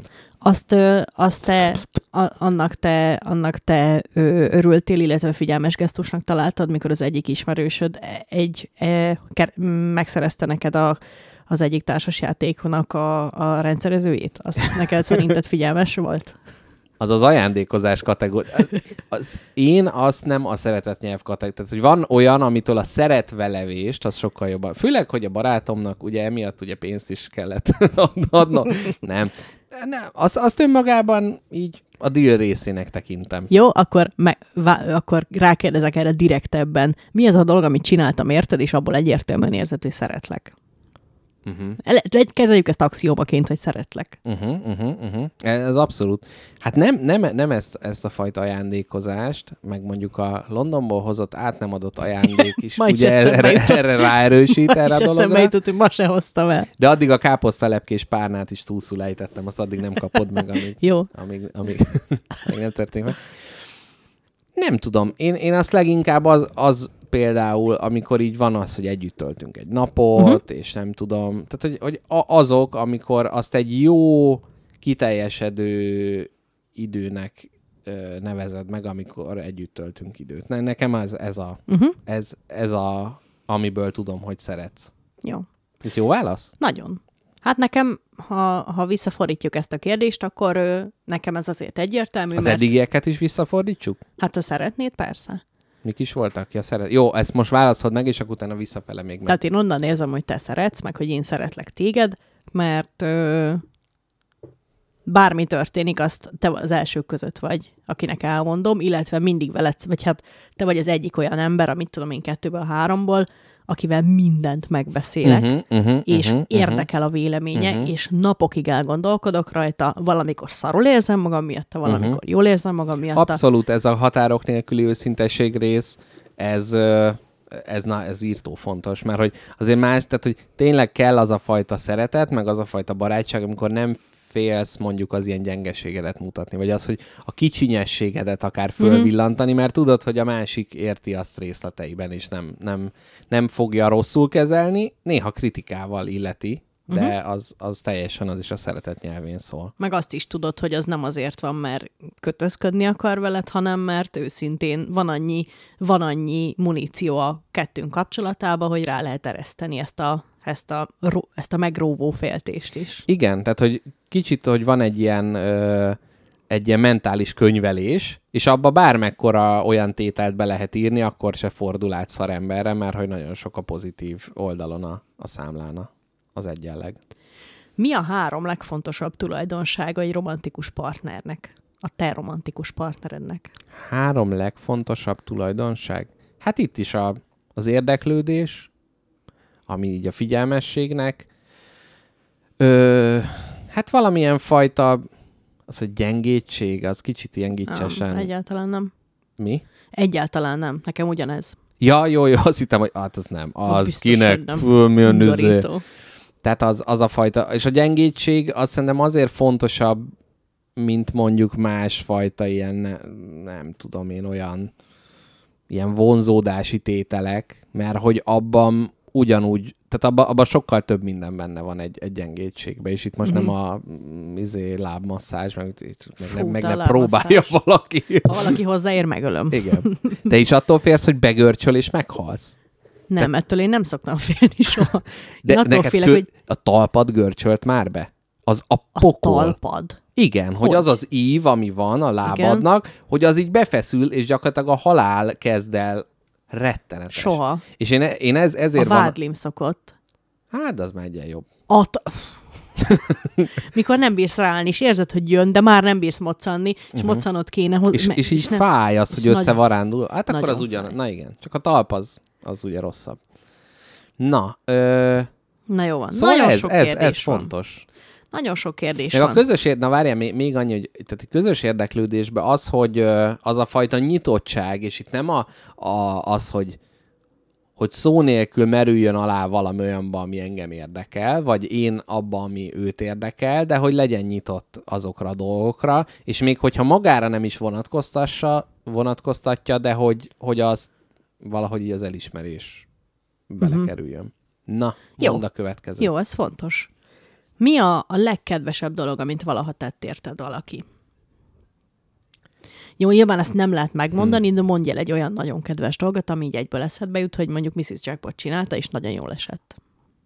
Annak te örültél, illetve figyelmes gesztusnak találtad, mikor az egyik ismerősöd megszerezte neked az egyik társasjátéknak a rendszerezőjét? Az neked szerinted figyelmes volt? Az ajándékozás kategória. Én azt nem a szeretetnyelv kategória. Tehát, hogy van olyan, amitől a szeretvelevést, az sokkal jobban. Főleg, hogy a barátomnak ugye emiatt ugye pénzt is kellett adnom. Nem. Azt önmagában így a deal részének tekintem. Jó, akkor rákérdezek erre direktebben. Mi az a dolog, amit csináltam érted, és abból egyértelműen érzed, hogy szeretlek? Kezeljük ezt axiómaként, hogy szeretlek. Ez abszolút. Hát nem ezt a fajta ajándékozást, meg mondjuk a Londonból hozott nem adott ajándék is, ugye erre ráerősít erre a dologra. Eszembe jutott, hogy ma se hoztam el. De addig a káposztalepkés párnát is túlszul ejtettem, azt addig nem kapod meg, amíg nem történik meg. Nem tudom. Én azt leginkább az például, amikor így van az, hogy együtt töltünk egy napot, és nem tudom, tehát hogy azok, amikor azt egy jó, kiteljesedő időnek nevezed meg, amikor együtt töltünk időt. Nekem ez a amiből tudom, hogy szeretsz. Jó. Ez jó válasz? Nagyon. Hát nekem, ha visszafordítjuk ezt a kérdést, akkor nekem ez azért egyértelmű, Az eddigieket is visszafordítsuk? Hát, ha szeretnéd, persze. Mik is voltak? Jó, ezt most válaszolod meg, és akkor utána visszafele még meg. Tehát én onnan érzem, hogy te szeretsz, meg hogy én szeretlek téged, mert bármi történik, azt te az elsők között vagy, akinek elmondom, illetve mindig veled, vagy hát te vagy az egyik olyan ember, amit tudom én 2-ből 3-ból, akivel mindent megbeszélek, és érdekel a véleménye, és napokig elgondolkodok rajta, valamikor szarul érzem magam miatta, valamikor jól érzem magam miatta. Abszolút, ez a határok nélküli őszintesség rész, ez írtó fontos, mert hogy azért más, tehát hogy tényleg kell az a fajta szeretet, meg az a fajta barátság, amikor nem félsz mondjuk az ilyen gyengeségedet mutatni, vagy az, hogy a kicsinyességedet akár fölvillantani, mert tudod, hogy a másik érti azt részleteiben, és nem fogja rosszul kezelni, néha kritikával illeti, de az teljesen az is a szeretet nyelvén szól. Meg azt is tudod, hogy az nem azért van, mert kötözködni akar veled, hanem mert őszintén van annyi muníció a kettőnk kapcsolatába, hogy rá lehet ereszteni ezt a megróvó féltést is. Igen, tehát hogy kicsit, hogy van egy ilyen mentális könyvelés, és abba bármekkora olyan tételt be lehet írni, akkor se fordul át szaremberre, mert hogy nagyon sok a pozitív oldalon a számlán az egyenleg. Mi a 3 legfontosabb tulajdonsága egy romantikus partnernek? A te romantikus partnerednek? 3 legfontosabb tulajdonság? Hát itt is az érdeklődés, ami így a figyelmességnek. Hát valamilyen fajta, az, hogy gyengétség, az kicsit ilyen gicsesen. Egyáltalán nem. Mi? Egyáltalán nem. Nekem ugyanez. Ja, jó, azt hittem, hogy az nem. Az biztos, kinek? Undorító. Tehát az a fajta, és a gyengétség azt szerintem azért fontosabb, mint mondjuk másfajta ilyen, nem tudom én, olyan ilyen vonzódási tételek, mert hogy abban ugyanúgy, tehát abban sokkal több minden benne van egy gyengétségben, és itt most nem a lábmasszázs, meg ne próbálja valaki. Ha valaki hozzáér, megölöm. Igen. Te is attól félsz, hogy begörcsöl és meghalsz? Nem, ettől én nem szoktam félni soha. De neked félek, hogy a talpad görcsölt már be? Az a pokol. A talpad? Igen, hogy az az ív, ami van a lábadnak, igen, hogy az így befeszül, és gyakorlatilag a halál kezd el rettenetes. Soha. És én ezért a vádlim szokott. Hát, az már egyen jobb. Mikor nem bírsz ráállni, és érzed, hogy jön, de már nem bírsz moccanni, és moccanod kéne. És így nem, fáj az, hogy összevarándul. Hát akkor az ugyan. Na igen, csak a talp az ugye rosszabb. Na jó van. Szóval ez fontos. Nagyon sok kérdés meg van. A közös na várjál, még annyi, hogy tehát a közös érdeklődésben az, hogy az a fajta nyitottság, és itt nem az, hogy szó nélkül merüljön alá valami olyanba, ami engem érdekel, vagy én abba, ami őt érdekel, de hogy legyen nyitott azokra a dolgokra, és még hogyha magára nem is vonatkoztatja, de hogy az valahogy így az elismerés belekerüljön. Na, mondd a következő. Jó, ez fontos. Mi a legkedvesebb dolog, amit valaha tett érted valaki? Jó, nyilván ezt nem lehet megmondani, de mondj el egy olyan nagyon kedves dolgot, ami így egyből eszedbe jut, hogy mondjuk Mrs. Jackpot csinálta, és nagyon jól esett.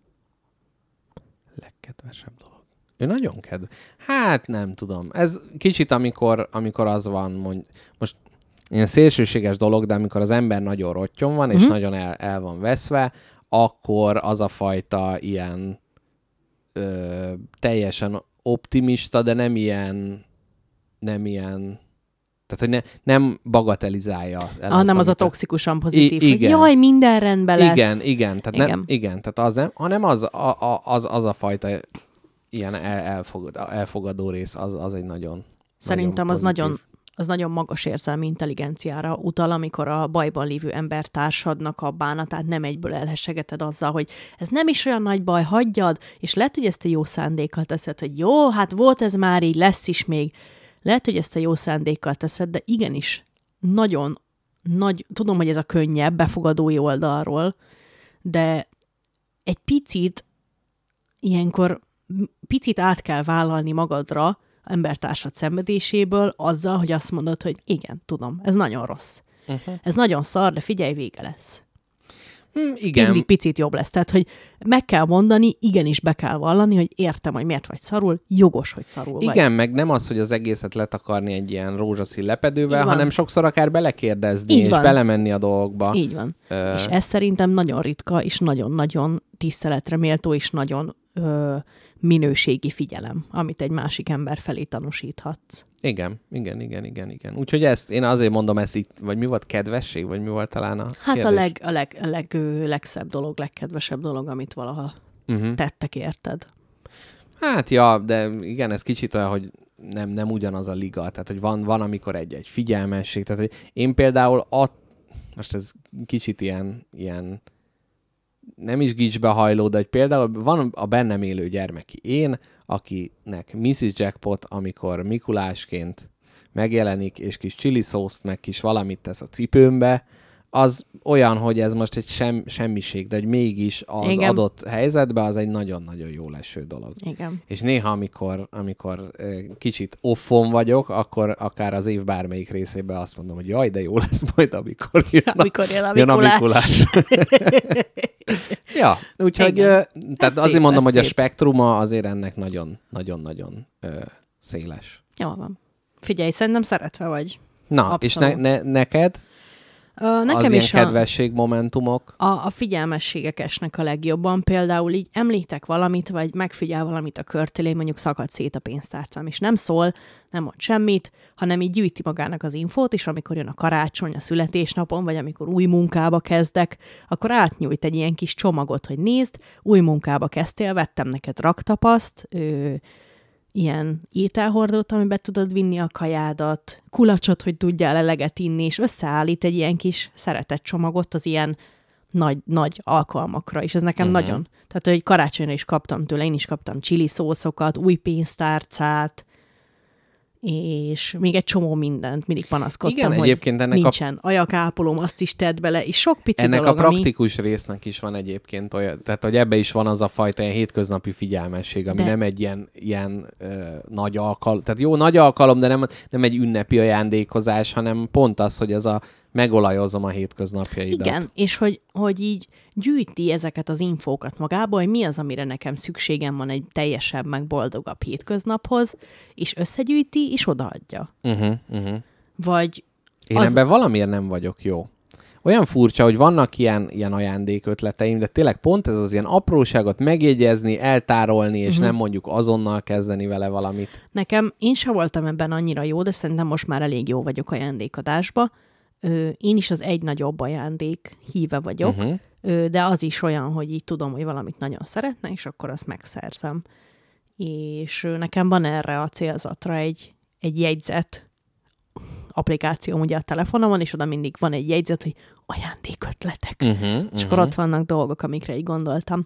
Legkedvesebb dolog. Ő nagyon kedves. Hát nem tudom. Ez kicsit, amikor az van, most ilyen szélsőséges dolog, de amikor az ember nagyon rottyon van, és nagyon el van veszve, akkor az a fajta ilyen teljesen optimista, de nem ilyen tehát, hogy nem bagatelizálja. Nem az a toxikusan pozitív, hogy jaj, minden rendben lesz. Igen. Tehát az nem, hanem az a fajta ilyen elfogadó rész, az egy nagyon szerintem nagyon az nagyon magas érzelmi intelligenciára utal, amikor a bajban lévő embertársadnak a bánatát nem egyből elhessegeted azzal, hogy ez nem is olyan nagy baj, hagyjad, és lehet, hogy ezt a jó szándékkal teszed, hogy jó, hát volt ez már így, lesz is még. Lehet, hogy ezt a jó szándékkal teszed, de igenis nagyon nagy, tudom, hogy ez a könnyebb, befogadói oldalról, de egy ilyenkor át kell vállalni magadra embertársad szenvedéséből azzal, hogy azt mondod, hogy igen, tudom, ez nagyon rossz. Ez nagyon szar, de figyelj, vége lesz. Igen. Mindig picit jobb lesz. Tehát, hogy meg kell mondani, igenis be kell vallani, hogy értem, hogy miért vagy szarul, jogos, hogy szarul vagy. Igen, meg nem az, hogy az egészet letakarni egy ilyen rózsaszín lepedővel, hanem sokszor akár belekérdezni, és belemenni a dolgokba. Így van. És ez szerintem nagyon ritka, és nagyon-nagyon tiszteletre méltó, és nagyon minőségi figyelem, amit egy másik ember felé tanúsíthatsz. Igen. Úgyhogy ezt, én azért mondom ezt így, vagy mi volt, kedvesség, vagy mi volt talán a kérdés? A legszebb dolog, legkedvesebb dolog, amit valaha tettek érted. Hát ja, de igen, ez kicsit olyan, hogy nem ugyanaz a liga, tehát hogy van amikor egy figyelmesség, tehát hogy én például most ez kicsit ilyen nem is gicsbe hajló, de hogy például van a bennem élő gyermeki én, akinek Mrs. Jackpot, amikor Mikulásként megjelenik, és kis chili szószt, meg kis valamit tesz a cipőmbe, az olyan, hogy ez most egy semmiség, de hogy mégis az igen. adott helyzetben az egy nagyon-nagyon jól eső dolog. Igen. És néha, amikor kicsit offon vagyok, akkor akár az év bármelyik részében azt mondom, hogy jaj, de jó lesz majd, amikor jön a Mikulás. Ja, úgyhogy tehát azért mondom, hogy a spektruma azért ennek nagyon-nagyon széles. Jó van. Figyelj, szerintem szeretve vagy. Na, abszolút. És neked? Nekem az is ilyen kedvesség momentumok? A figyelmességek esnek a legjobban. Például így említek valamit, vagy megfigyel valamit a körtélén, mondjuk szakad szét a pénztárcám, és nem szól, nem mond semmit, hanem így gyűjti magának az infót, és amikor jön a karácsony, a születésnapon, vagy amikor új munkába kezdek, akkor átnyújt egy ilyen kis csomagot, hogy nézd, új munkába kezdtél, vettem neked raktapaszt, ilyen ételhordót, amiben tudod vinni a kajádat, kulacsot, hogy tudjál eleget inni, és összeállít egy ilyen kis szeretett csomagot az ilyen nagy alkalmakra, és ez nekem nagyon. Tehát, hogy karácsonyra is kaptam tőle, én is kaptam chili szószokat, új pénztárcát, és még egy csomó mindent, mindig panaszkodtam, igen, hogy nincsen ajakápolom, azt is tedd bele, és sok pici ennek dolog, a praktikus résznek is van egyébként olyan, tehát hogy ebbe is van az a fajta ilyen hétköznapi figyelmesség, ami nem egy ilyen nagy alkalom, tehát jó, nagy alkalom, de nem egy ünnepi ajándékozás, hanem pont az, hogy ez a megolajozom a hétköznapjaidat. Igen, és hogy így gyűjti ezeket az infókat magába, hogy mi az, amire nekem szükségem van egy teljesebb, meg boldogabb hétköznaphoz, és összegyűjti, és odaadja. Vagy én ebben valamiért nem vagyok jó. olyan furcsa, hogy vannak ilyen ajándékötleteim, de tényleg pont ez az ilyen apróságot megjegyezni, eltárolni, és nem mondjuk azonnal kezdeni vele valamit. Én sem voltam ebben annyira jó, de szerintem most már elég jó vagyok ajándékadásba. Én is az egy nagyobb ajándék híve vagyok, de az is olyan, hogy így tudom, hogy valamit nagyon szeretne, és akkor azt megszerzem. És nekem van erre a célzatra egy jegyzet applikációm ugye a telefonomon, és oda mindig van egy jegyzet, hogy ajándékötletek. És akkor ott vannak dolgok, amikre így gondoltam.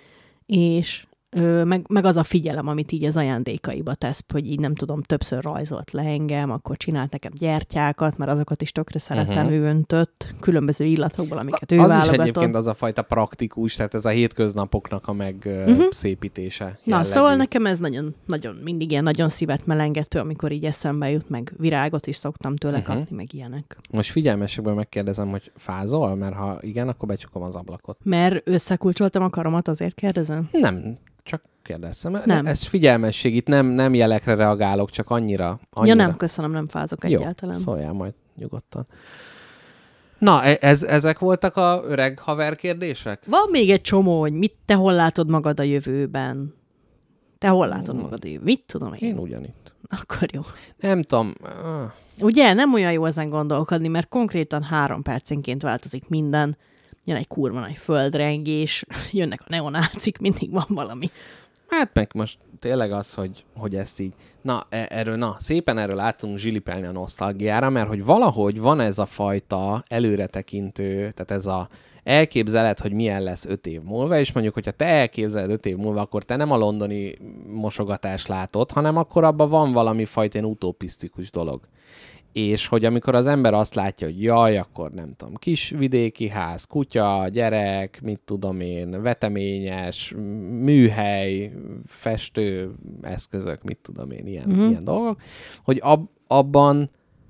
És meg az a figyelem, amit így az ajándékaiba tesz, hogy így nem tudom, többször rajzolt le engem, akkor csinált nekem gyertyákat, mert azokat is tökre szeretem, ő öntött, különböző illatokból, amiket ő válogatott. Az is egyébként az a fajta praktikus, tehát ez a hétköznapoknak a megszépítése. Na, szóval nekem ez nagyon, nagyon, mindig ilyen nagyon szívet melengető, amikor így eszembe jut, meg virágot is szoktam tőle kapni, meg ilyenek. Most figyelmesekből megkérdezem, hogy fázol, mert ha igen, akkor becsukom az ablakot. Mert összekulcsoltam a karomat, azért kérdezem? Nem. Csak kérdeztem. Nem. Ez figyelmesség, itt nem jelekre reagálok, csak annyira. Ja nem, köszönöm, nem fázok egyáltalán. Jó, szóljál majd nyugodtan. Na, ezek voltak a öreg haver kérdések? Van még egy csomó, hogy te hol látod magad a jövőben? Te hol látod magad a jövőben? Mit tudom én? Én ugyanitt. Akkor jó. Nem tudom. Ugye, nem olyan jó ezen gondolkodni, mert konkrétan 3 percenként változik minden. Jön egy kurva nagy földrengés, jönnek a neonácik, mindig van valami. Hát meg most tényleg az, hogy ezt így... Szépen erről át tudunk zsilipelni a nosztalgiára, mert hogy valahogy van ez a fajta előretekintő, tehát ez a elképzeled, hogy milyen lesz 5 év múlva, és mondjuk, hogyha te elképzeled 5 év múlva, akkor te nem a londoni mosogatást látod, hanem akkor abban van valami fajta ilyen utopisztikus dolog. És hogy amikor az ember azt látja, hogy jaj, akkor nem tudom, kis vidéki ház, kutya, gyerek, mit tudom én, veteményes, műhely, festő eszközök, mit tudom én, ilyen dolgok, hogy abban,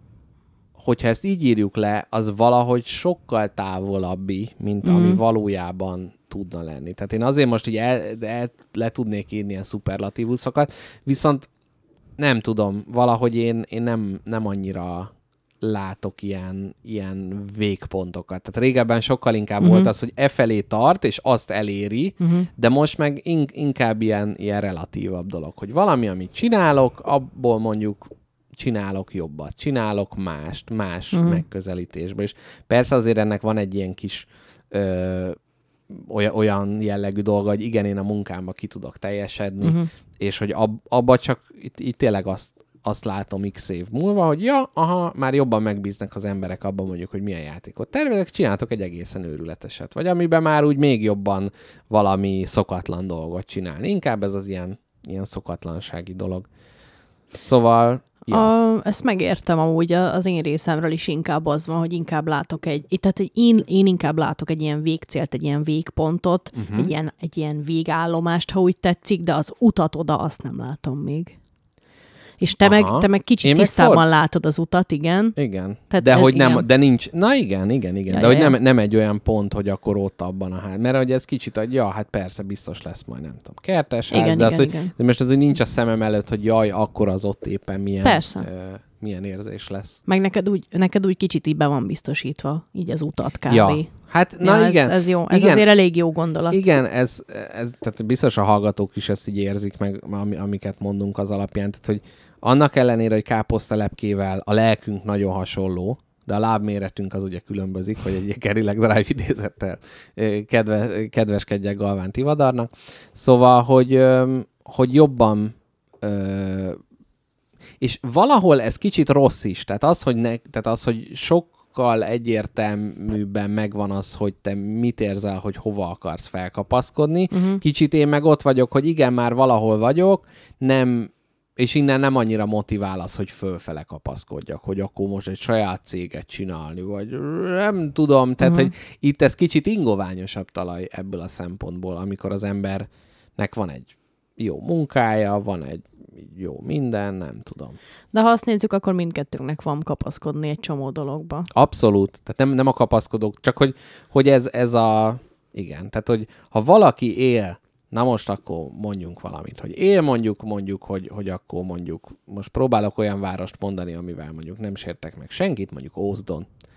hogyha ezt így írjuk le, az valahogy sokkal távolabbi, mint ami valójában tudna lenni. Tehát én azért most így le tudnék írni ilyen szuperlatívuszokat, viszont nem tudom, valahogy én nem annyira látok ilyen végpontokat. Tehát régebben sokkal inkább volt az, hogy felé tart, és azt eléri, de most meg inkább ilyen relatívabb dolog, hogy valami, amit csinálok, abból mondjuk csinálok jobbat, csinálok más megközelítésből. És persze azért ennek van egy ilyen kis olyan jellegű dolga, hogy igen, én a munkámba ki tudok teljesedni, és hogy abba csak itt tényleg azt látom x év múlva, hogy már jobban megbíznak az emberek abban mondjuk, hogy milyen játékot tervezek, csináltok egy egészen őrületeset. Vagy amiben már úgy még jobban valami szokatlan dolgot csinálni. Inkább ez az ilyen szokatlansági dolog. Szóval... Ja. Ezt megértem amúgy, az én részemről is inkább az van, hogy inkább látok tehát én inkább látok egy ilyen végcélt, egy ilyen végpontot, egy ilyen végállomást, ha úgy tetszik, de az utat oda azt nem látom még. És te meg kicsit tisztában látod az utat, igen. Igen. Tehát de hogy nem, de nincs. Na igen. Ja, de hogy nem egy olyan pont, hogy akkor ott abban a ház. Mert hogy ez kicsit, hogy hát persze biztos lesz majd, nem tudom, kertes ház, igen, de igen. De most az, hogy nincs a szemem előtt, hogy jaj, akkor az ott éppen milyen érzés lesz. Meg neked úgy kicsit így be van biztosítva, így az utat kb. Ja. Hát, igen. Ez jó. Ez igen. Azért elég jó gondolat. Igen, ez tehát biztos a hallgatók is ezt így érzik meg, amiket mondunk az alapján. Tehát, hogy annak ellenére, hogy káposztalepkével a lelkünk nagyon hasonló, de a lábméretünk az ugye különbözik, hogy egy Gerileg Drive idézettel kedveskedjek Galván Tivadarnak. Szóval, hogy jobban... és valahol ez kicsit rossz is. Tehát az, hogy sokkal egyértelműbben megvan az, hogy te mit érzel, hogy hova akarsz felkapaszkodni. Kicsit én meg ott vagyok, hogy igen, már valahol vagyok, és innen nem annyira motivál az, hogy fölfele kapaszkodjak, hogy akkor most egy saját céget csinálni, vagy nem tudom. Tehát, hogy itt ez kicsit ingoványosabb talaj ebből a szempontból, amikor az embernek van egy jó munkája, van egy jó minden, nem tudom. De ha azt nézzük, akkor mindkettőnknek van kapaszkodni egy csomó dologba. Abszolút. Tehát nem a kapaszkodók, csak hogy ez a... Igen, tehát hogy ha valaki él, na most akkor mondjunk valamit, hogy él mondjuk, hogy akkor mondjuk, most próbálok olyan várost mondani, amivel mondjuk nem sértek meg senkit, mondjuk Ózdon.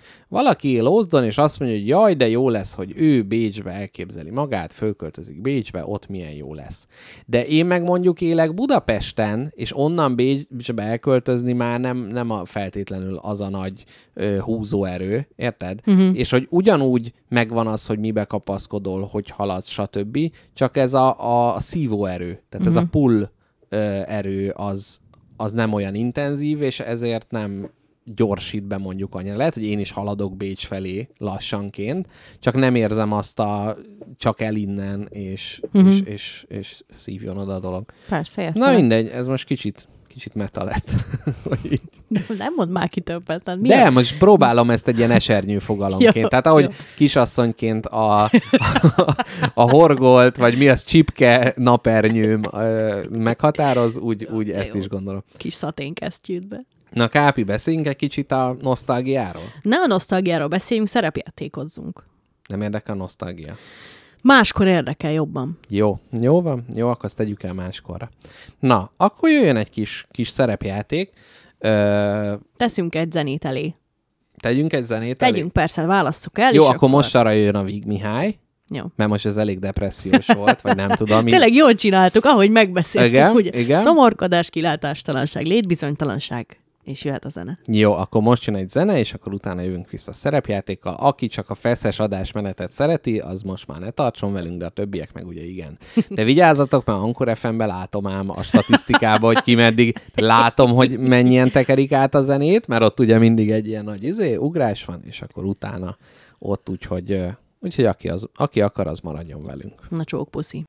valaki él Ózdon, és azt mondja, hogy jaj, de jó lesz, hogy ő Bécsbe elképzeli magát, fölköltözik Bécsbe, ott milyen jó lesz. De én meg mondjuk élek Budapesten, és onnan Bécsbe elköltözni már nem a feltétlenül az a nagy húzóerő, érted? És hogy ugyanúgy megvan az, hogy mibe kapaszkodol, hogy haladsz, stb. Csak ez a szívóerő, tehát ez a pull erő az nem olyan intenzív, és ezért nem gyorsít be mondjuk annyira. Lehet, hogy én is haladok Bécs felé lassanként, csak nem érzem azt csak el innen, és szívjon oda a dolog. Persze, értem. Na mindegy, ez most kicsit meta lett. Nem mondd már ki többet. Tehát de most próbálom ezt egy ilyen esernyő fogalomként. Tehát ahogy kisasszonyként a horgolt, vagy mi az, csipke napernyőm meghatároz, úgy ezt is gondolom. Kis szaténkesztyűtbe. Na Kápi, beszéljünk egy kicsit a nosztalgiáról? Ne a nosztalgiáról beszéljünk, szerepjátékozzunk. Nem érdekel a nosztalgia? Máskor érdekel jobban. Jó van. Jó, akkor azt tegyük el máskorra. Na, akkor jöjjön egy kis szerepjáték. Teszünk egy zenét elé. Tegyünk egy zenét elé? Tegyünk, persze, válasszuk el. Jó, akkor most arra jöjjön a Víg Mihály. Jó. Mert most ez elég depressziós volt, vagy nem tudom. Tényleg jól csináltuk, ahogy megbeszéltük. Igen, ugye? igen. Szomorkodás, kilátástalanság, létbizonytalanság, és jöhet a zene. Jó, akkor most jön egy zene, és akkor utána jövünk vissza a szerepjátékkal. Aki csak a feszes adásmenetet szereti, az most már ne tartson velünk, de a többiek meg ugye igen. De vigyázzatok, mert Anchor FM-ben látom ám a statisztikába, hogy ki meddig látom, hogy mennyien tekerik át a zenét, mert ott ugye mindig egy ilyen nagy ugrás van, és akkor utána ott úgyhogy aki akar, az maradjon velünk. Na csók puszi.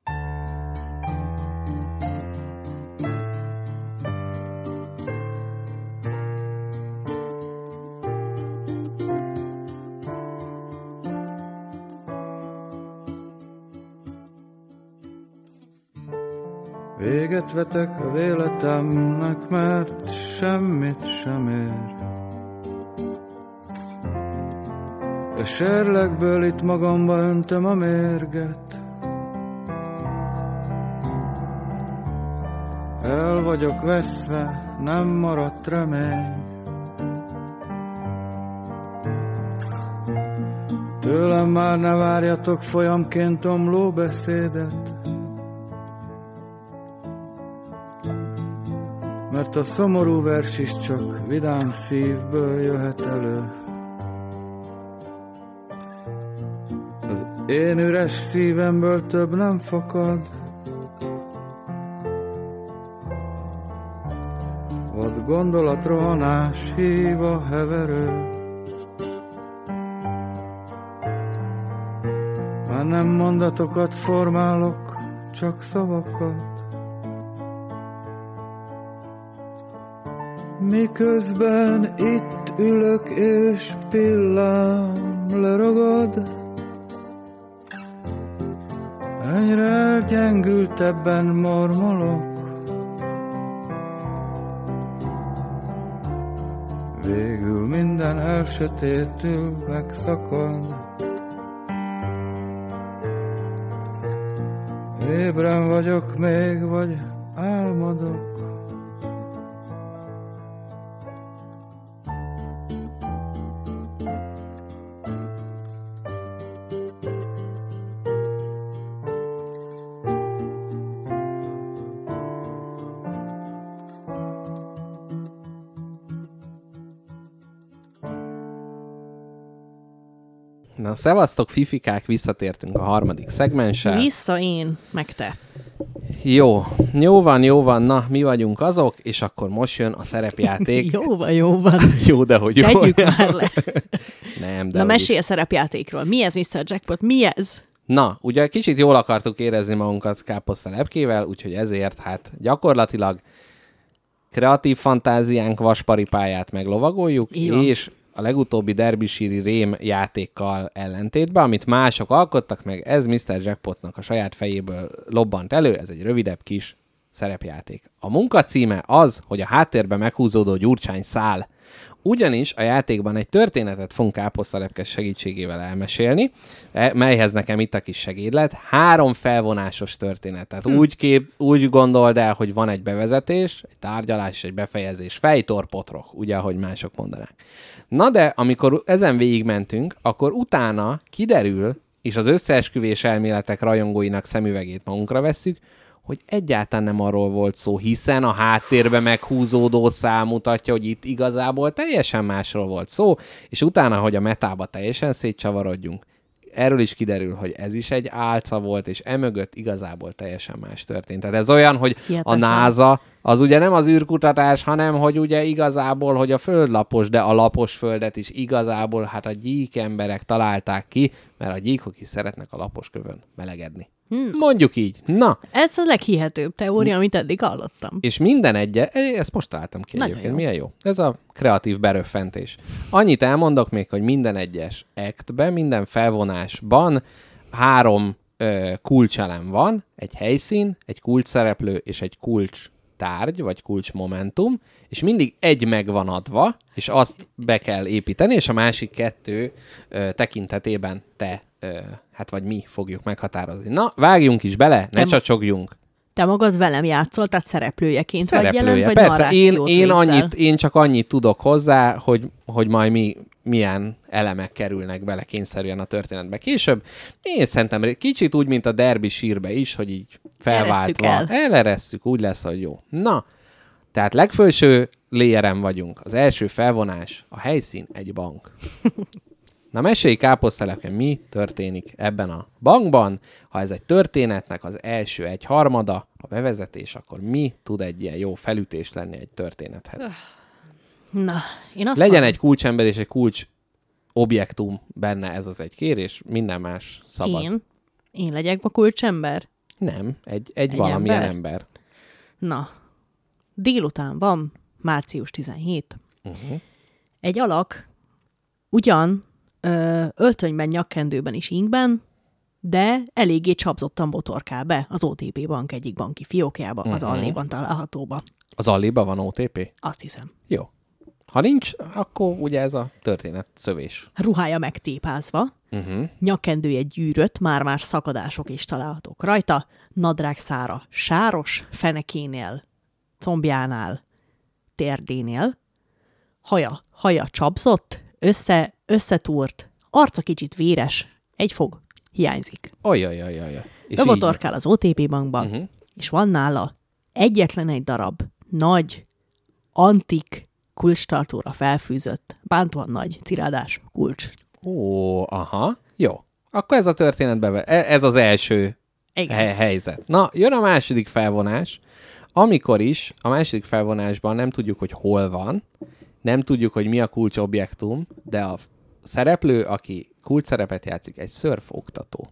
Véget vetek a véletemnek, mert semmit sem ér. A serlegből itt magamba öntöm a mérget. El vagyok veszve, nem maradt remény. Tőlem már ne várjatok folyamként omló beszédet, mert a szomorú vers is csak vidám szívből jöhet elő. Az én üres szívemből több nem fakad, vad gondolatrohanás hív a heverő. Már nem mondatokat formálok, csak szavakat. Miközben itt ülök és pillám leragad, egyre elgyengültebben mormolok. Végül minden elsötétül megszakad. Ébren vagyok még, vagy álmodok? Na, szevasztok, fifikák, visszatértünk a harmadik szegmenssel. Vissza én, meg te. Jó van, na, mi vagyunk azok, és akkor most jön a szerepjáték. Jó van. Jó, de hogy jó. Tegyük már le. Nem, de na, mesélj a szerepjátékról. Mi ez, Mr. Jackpot? Mi ez? Na, ugye kicsit jól akartuk érezni magunkat káposzta lepkével, úgyhogy ezért hát gyakorlatilag kreatív fantáziánk vasparipáját meglovagoljuk, és a legutóbbi Derbyshire-i rém játékkal ellentétben, amit mások alkottak meg, ez Mr. Jackpotnak a saját fejéből lobbant elő, ez egy rövidebb kis szerepjáték. A munka címe az, hogy a háttérben meghúzódó Gyurcsány szál Ugyanis a játékban egy történetet fogunk káposztalepkes segítségével elmesélni, melyhez nekem itt a kis segédlet. 3 felvonásos történet. Tehát úgy gondold el, hogy van egy bevezetés, egy tárgyalás és egy befejezés. Fejtorpotrok, ugye, ahogy mások mondanák. Na de, amikor ezen végigmentünk, akkor utána kiderül, és az összeesküvés elméletek rajongóinak szemüvegét magunkra vesszük, hogy egyáltalán nem arról volt szó, hiszen a háttérbe meghúzódó szál mutatja, hogy itt igazából teljesen másról volt szó, és utána, hogy a metába teljesen szétcsavarodjunk, erről is kiderül, hogy ez is egy álca volt, és emögött igazából teljesen más történt. Tehát ez olyan, hogy a NASA az ugye nem az űrkutatás, hanem hogy ugye igazából, hogy a föld lapos, de a lapos földet is igazából hát a gyík emberek találták ki, mert a gyíkok is szeretnek a lapos kövön melegedni. Mondjuk így. Na. Ez a leghihetőbb teória, amit eddig hallottam. És minden ezt most találtam ki egyébként. Jó. Milyen jó. Ez a kreatív beröffentés. Annyit elmondok még, hogy minden egyes actben, minden felvonásban 3 kulcselem van, egy helyszín, egy kulcsszereplő és egy kulcstárgy, vagy kulcsmomentum, és mindig egy meg van adva, és azt be kell építeni, és a másik 2 tekintetében te vagy mi fogjuk meghatározni. Na, vágjunk is bele, ne csacsogjunk. Te magad velem játszol, tehát szereplőjeként vagy jelen, vagy persze, narrációt én csak annyit tudok hozzá, hogy majd milyen elemek kerülnek bele kényszerűen a történetbe később. Én szerintem kicsit úgy, mint a Derby sírbe is, hogy így felváltva. Eleresszük, úgy lesz, hogy jó. Na, tehát legfelső layeren vagyunk. Az első felvonás, a helyszín egy bank. Na, mesélj káposztelepke, mi történik ebben a bankban? Ha ez egy történetnek az első 1/3 a bevezetés, akkor mi tud egy ilyen jó felütés lenni egy történethez? Na, én azt legyen egy kulcsember és egy kulcs objektum benne, ez az egy kérés, minden más szabad. Én legyek a kulcsember? Nem, egy valamilyen ember. Na, délután van, március 17. Egy alak ugyan öltönyben, nyakkendőben és inkben, de eléggé csapzottan botorkál be az OTP bank egyik banki fiókjába, az Alléban találhatóba. Az Alléban van OTP? Azt hiszem. Jó. Ha nincs, akkor ugye ez a történet szövés. Ruhája megtépázva, nyakkendője gyűrött, már más szakadások is találhatók rajta, nadrágszára sáros, fenekénél, combjánál, térdénél, haja csapzott, összetúrt, arca kicsit véres, egy fog hiányzik. Bevotorkál az OTP bankban, és van nála egyetlen egy darab nagy, antik kulcstartóra felfűzött, bántóan nagy cirádás kulcs. Jó. Akkor ez a történetben, ez az első helyzet. Na, jön a második felvonás, amikor is a második felvonásban nem tudjuk, hogy hol van, nem tudjuk, hogy mi a kulcsobjektum, de a szereplő, aki kulcsszerepet játszik, egy szörfoktató.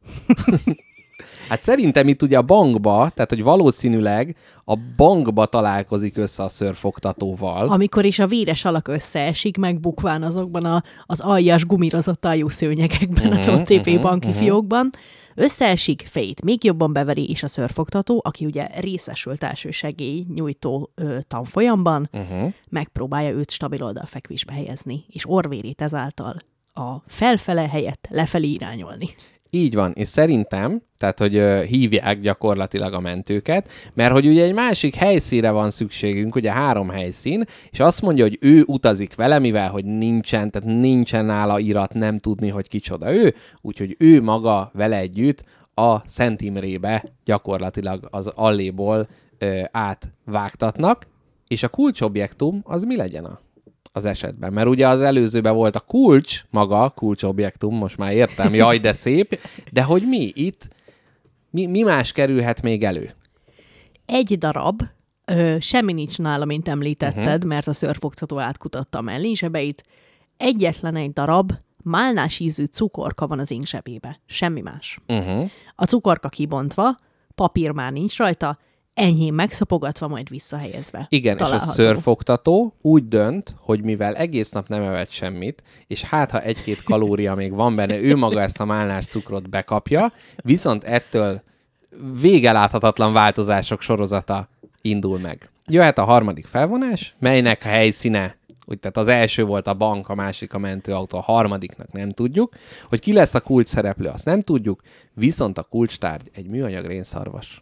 Hát szerintem itt ugye a bankba, tehát hogy valószínűleg a bankba találkozik össze a szörfoktatóval. Amikor is a véres alak összeesik, megbukván azokban az aljas, gumírozott aljú szőnyegekben az OTP banki fiókban, összeesik, fejét még jobban beveri, és a szörfoktató, aki ugye részesült elsősegély nyújtó tanfolyamban, megpróbálja őt stabil oldalfekvésbe helyezni, és orvérét ezáltal a felfele helyett lefelé irányolni. Így van, és szerintem, tehát, hogy hívják gyakorlatilag a mentőket, mert hogy ugye egy másik helyszínre van szükségünk, ugye 3 helyszín, és azt mondja, hogy ő utazik vele, mivel hogy nincsen nála irat, nem tudni, hogy kicsoda ő, úgyhogy ő maga vele együtt a Szent Imrébe gyakorlatilag az Alléból átvágtatnak, és a kulcsobjektum az mi legyen az esetben? Mert ugye az előzőben volt a kulcs, maga a kulcsobjektum, most már értem, jaj, de szép, de hogy mi itt, mi más kerülhet még elő? Egy darab, semmi nincs nála, mint említetted, mert a szörfoktató átkutatta a mellényzsebeit, egyetlen egy darab málnás ízű cukorka van az inkzsebébe, semmi más. A cukorka kibontva, papír már nincs rajta, enyhén megszapogatva, majd visszahelyezve. Igen, található. És a szörfoktató úgy dönt, hogy mivel egész nap nem evett semmit, és hát ha 1-2 kalória még van benne, ő maga ezt a málnás cukrot bekapja, viszont ettől végeláthatatlan változások sorozata indul meg. Jöhet a harmadik felvonás, melynek a helyszíne úgy, tehát az első volt a bank, a másik a mentőautó, a harmadiknak nem tudjuk. Hogy ki lesz a kulcs szereplő, azt nem tudjuk, viszont a kulcstárgy egy műanyag rénszarvas.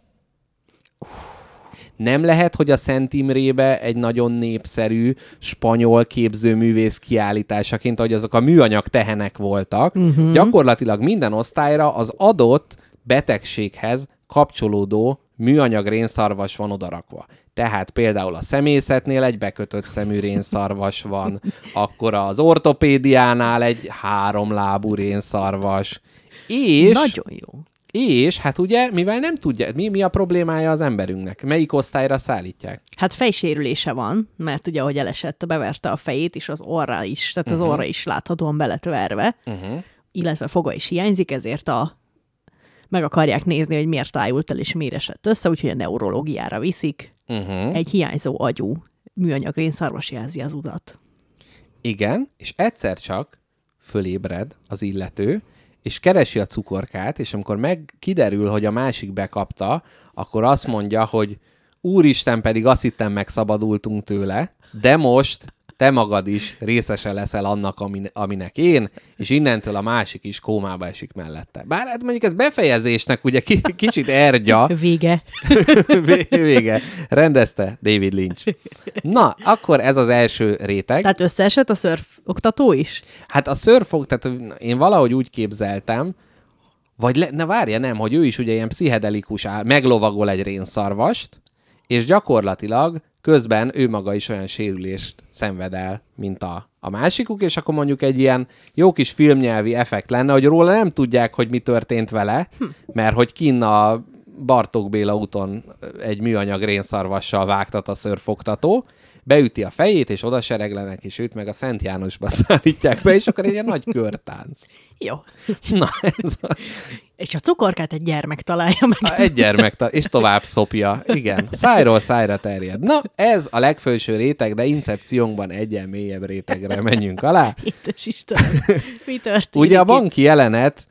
Nem lehet, hogy a Szent Imrébe egy nagyon népszerű spanyol képzőművész kiállításaként, ahogy azok a műanyag tehenek voltak, gyakorlatilag minden osztályra az adott betegséghez kapcsolódó műanyag rénszarvas van odarakva. Tehát például a szemészetnél egy bekötött szemű rénszarvas van, akkor az ortopédiánál egy 3 lábú rénszarvas. És... Nagyon jó. És hát ugye, mivel nem tudja, mi a problémája az emberünknek? Melyik osztályra szállítják? Hát fejsérülése van, mert ugye, ahogy elesett, beverte a fejét, és az orra is, tehát az orra is láthatóan be lett verve, illetve foga is hiányzik, ezért meg akarják nézni, hogy miért tájult el, és miért esett össze, úgyhogy a neurológiára viszik. Egy hiányzó agyú műanyag rénszarvas jelzi az utat. Igen, és egyszer csak fölébred az illető, és keresi a cukorkát, és amikor kiderül, hogy a másik bekapta, akkor azt mondja, hogy úristen, pedig azt hittem megszabadultunk tőle, de most te magad is részese leszel annak, aminek én, és innentől a másik is kómába esik mellette. Bár hát mondjuk ez befejezésnek ugye kicsit ergya. Vége. Vége. Rendezte David Lynch. Na, akkor ez az első réteg. Tehát összeesett a szörf oktató is? Hát a tehát én valahogy úgy képzeltem, vagy várja, nem, hogy ő is ugye ilyen pszichedelikus meglovagol egy rénszarvast, és gyakorlatilag közben ő maga is olyan sérülést szenved el, mint a másikuk, és akkor mondjuk egy ilyen jó kis filmnyelvi effekt lenne, hogy róla nem tudják, hogy mi történt vele, mert hogy kinn a Bartók Béla úton egy műanyag rénszarvassal vágtat a szörfoktató, beüti a fejét, és oda sereglenek, és őt meg a Szent Jánosba szállítják be, és akkor egy ilyen nagy körtánc. Jó. Na, ez És a cukorkát egy gyermek találja meg. Egy gyermek, és tovább szopja. Igen, szájról szájra terjed. Na, ez a legfelső réteg, de incepciónkban egyen mélyebb rétegre menjünk alá. Édes Istenem, mi történik? Ugye a banki jelenet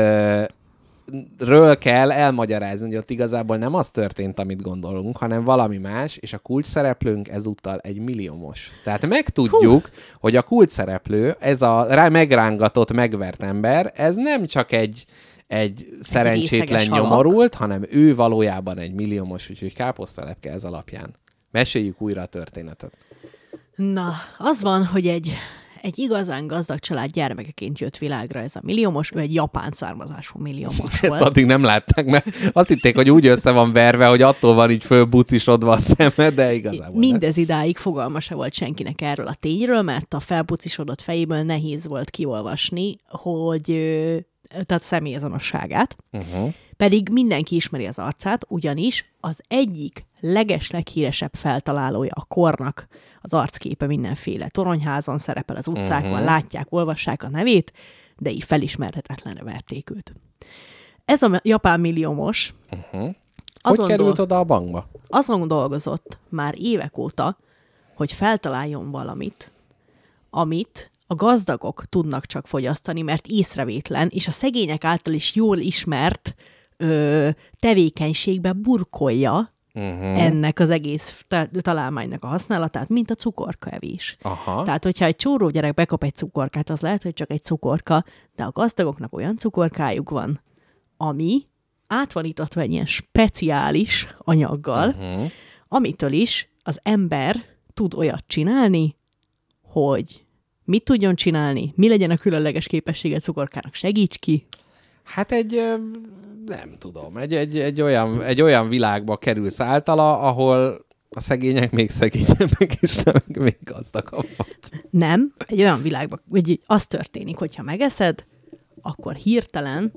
ről kell elmagyarázni, hogy ott igazából nem az történt, amit gondolunk, hanem valami más, és a kulcsszereplőnk ezúttal egy milliómos. Tehát megtudjuk, hogy a kulcsszereplő, ez a megrángatott, megvert ember, ez nem csak egy szerencsétlen nyomorult, hanem ő valójában egy milliómos, úgyhogy káposztalepke ez alapján. Meséljük újra a történetet. Na, az van, hogy egy igazán gazdag család gyermekeként jött világra ez a milliómos, ő egy japán származású milliómos volt. Ezt addig nem látták, mert azt hitték, hogy úgy össze van verve, hogy attól van így fölbucisodva a szeme, de igazából mindez idáig fogalma se volt senkinek erről a tényről, mert a felbucisodott fejéből nehéz volt kiolvasni, hogy tehát személyazonosságát. Pedig mindenki ismeri az arcát, ugyanis az egyik leghíresebb feltalálója a kornak az arcképe mindenféle toronyházon szerepel az utcákon, látják, olvassák a nevét, de így felismerhetetlenre verték őt. Ez a japán milliómos hogy került oda a bankba? Azon dolgozott már évek óta, hogy feltaláljon valamit, amit a gazdagok tudnak csak fogyasztani, mert észrevétlen, és a szegények által is jól ismert tevékenységbe burkolja ennek az egész találmánynak a használatát, mint a cukorkaevés. Tehát, hogyha egy csóró gyerek bekap egy cukorkát, az lehet, hogy csak egy cukorka, de a gazdagoknak olyan cukorkájuk van, ami át van itatva egy ilyen speciális anyaggal, amitől is az ember tud olyat csinálni, hogy mit tudjon csinálni, mi legyen a különleges képessége cukorkának, segíts ki. Hát nem tudom, egy olyan világba kerülsz általa, ahol a szegények még szegényebbek, és te még gazdagabb vagy. Nem, egy olyan világban, hogy az történik, hogyha megeszed, akkor hirtelen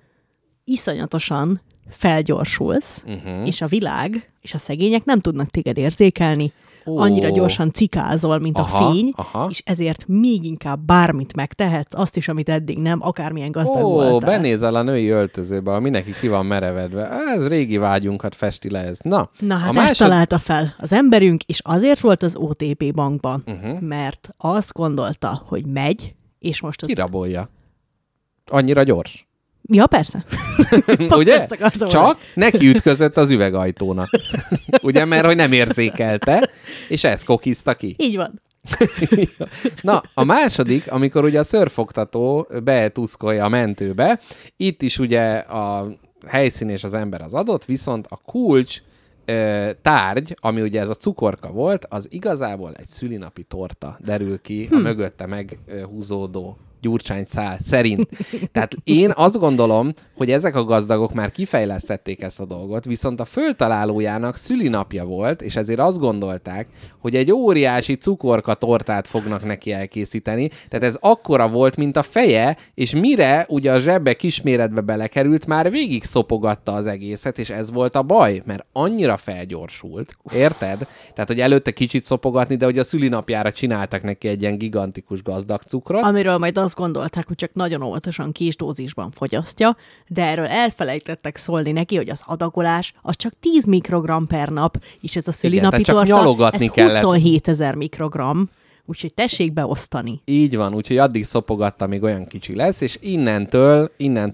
iszonyatosan felgyorsulsz, és a világ és a szegények nem tudnak téged érzékelni, annyira gyorsan cikázol, mint a fény, és ezért még inkább bármit megtehetsz, azt is, amit eddig nem, akármilyen gazdag voltál. Benézel a női öltözőbe, ahol mindenki ki van merevedve. Ez régi vágyunkat festi le ez. Na hát ezt találta fel az emberünk, és azért volt az OTP bankban, mert azt gondolta, hogy megy, és most az... Kirabolja. Annyira gyors. Ja, persze. Ugye? Csak neki ütközött az üvegajtónak. Ugye, mert hogy nem érzékelte, és ezt kokizta ki. Így van. Na, a második, amikor ugye a szörfogtató betuszkolja a mentőbe, itt is ugye a helyszín és az ember az adott, viszont a kulcs tárgy, ami ugye ez a cukorka volt, az igazából egy szülinapi torta derül ki a mögötte meghúzódó Gyurcsány szál szerint. Tehát én azt gondolom, hogy ezek a gazdagok már kifejlesztették ezt a dolgot, viszont a föltalálójának szülinapja volt, és ezért azt gondolták, hogy egy óriási cukorka tortát fognak neki elkészíteni. Tehát ez akkora volt, mint a feje, és mire ugye a zsebbe kisméretbe belekerült, már végig szopogatta az egészet, és ez volt a baj, mert annyira felgyorsult. Érted? Tehát, hogy előtte kicsit szopogatni, de hogy a szülinapjára csináltak neki egy ilyen gigantikus gazdag cukrot. Amiről majd azt gondolták, hogy csak nagyon óvatosan kis dózisban fogyasztja, de erről elfelejtettek szólni neki, hogy az adagolás az csak 10 mikrogram per nap, és ez a szülinapi torta, ez 27 000 mikrogram, úgyhogy tessék beosztani. Így van, úgyhogy addig szopogatta, még olyan kicsi lesz, és innentől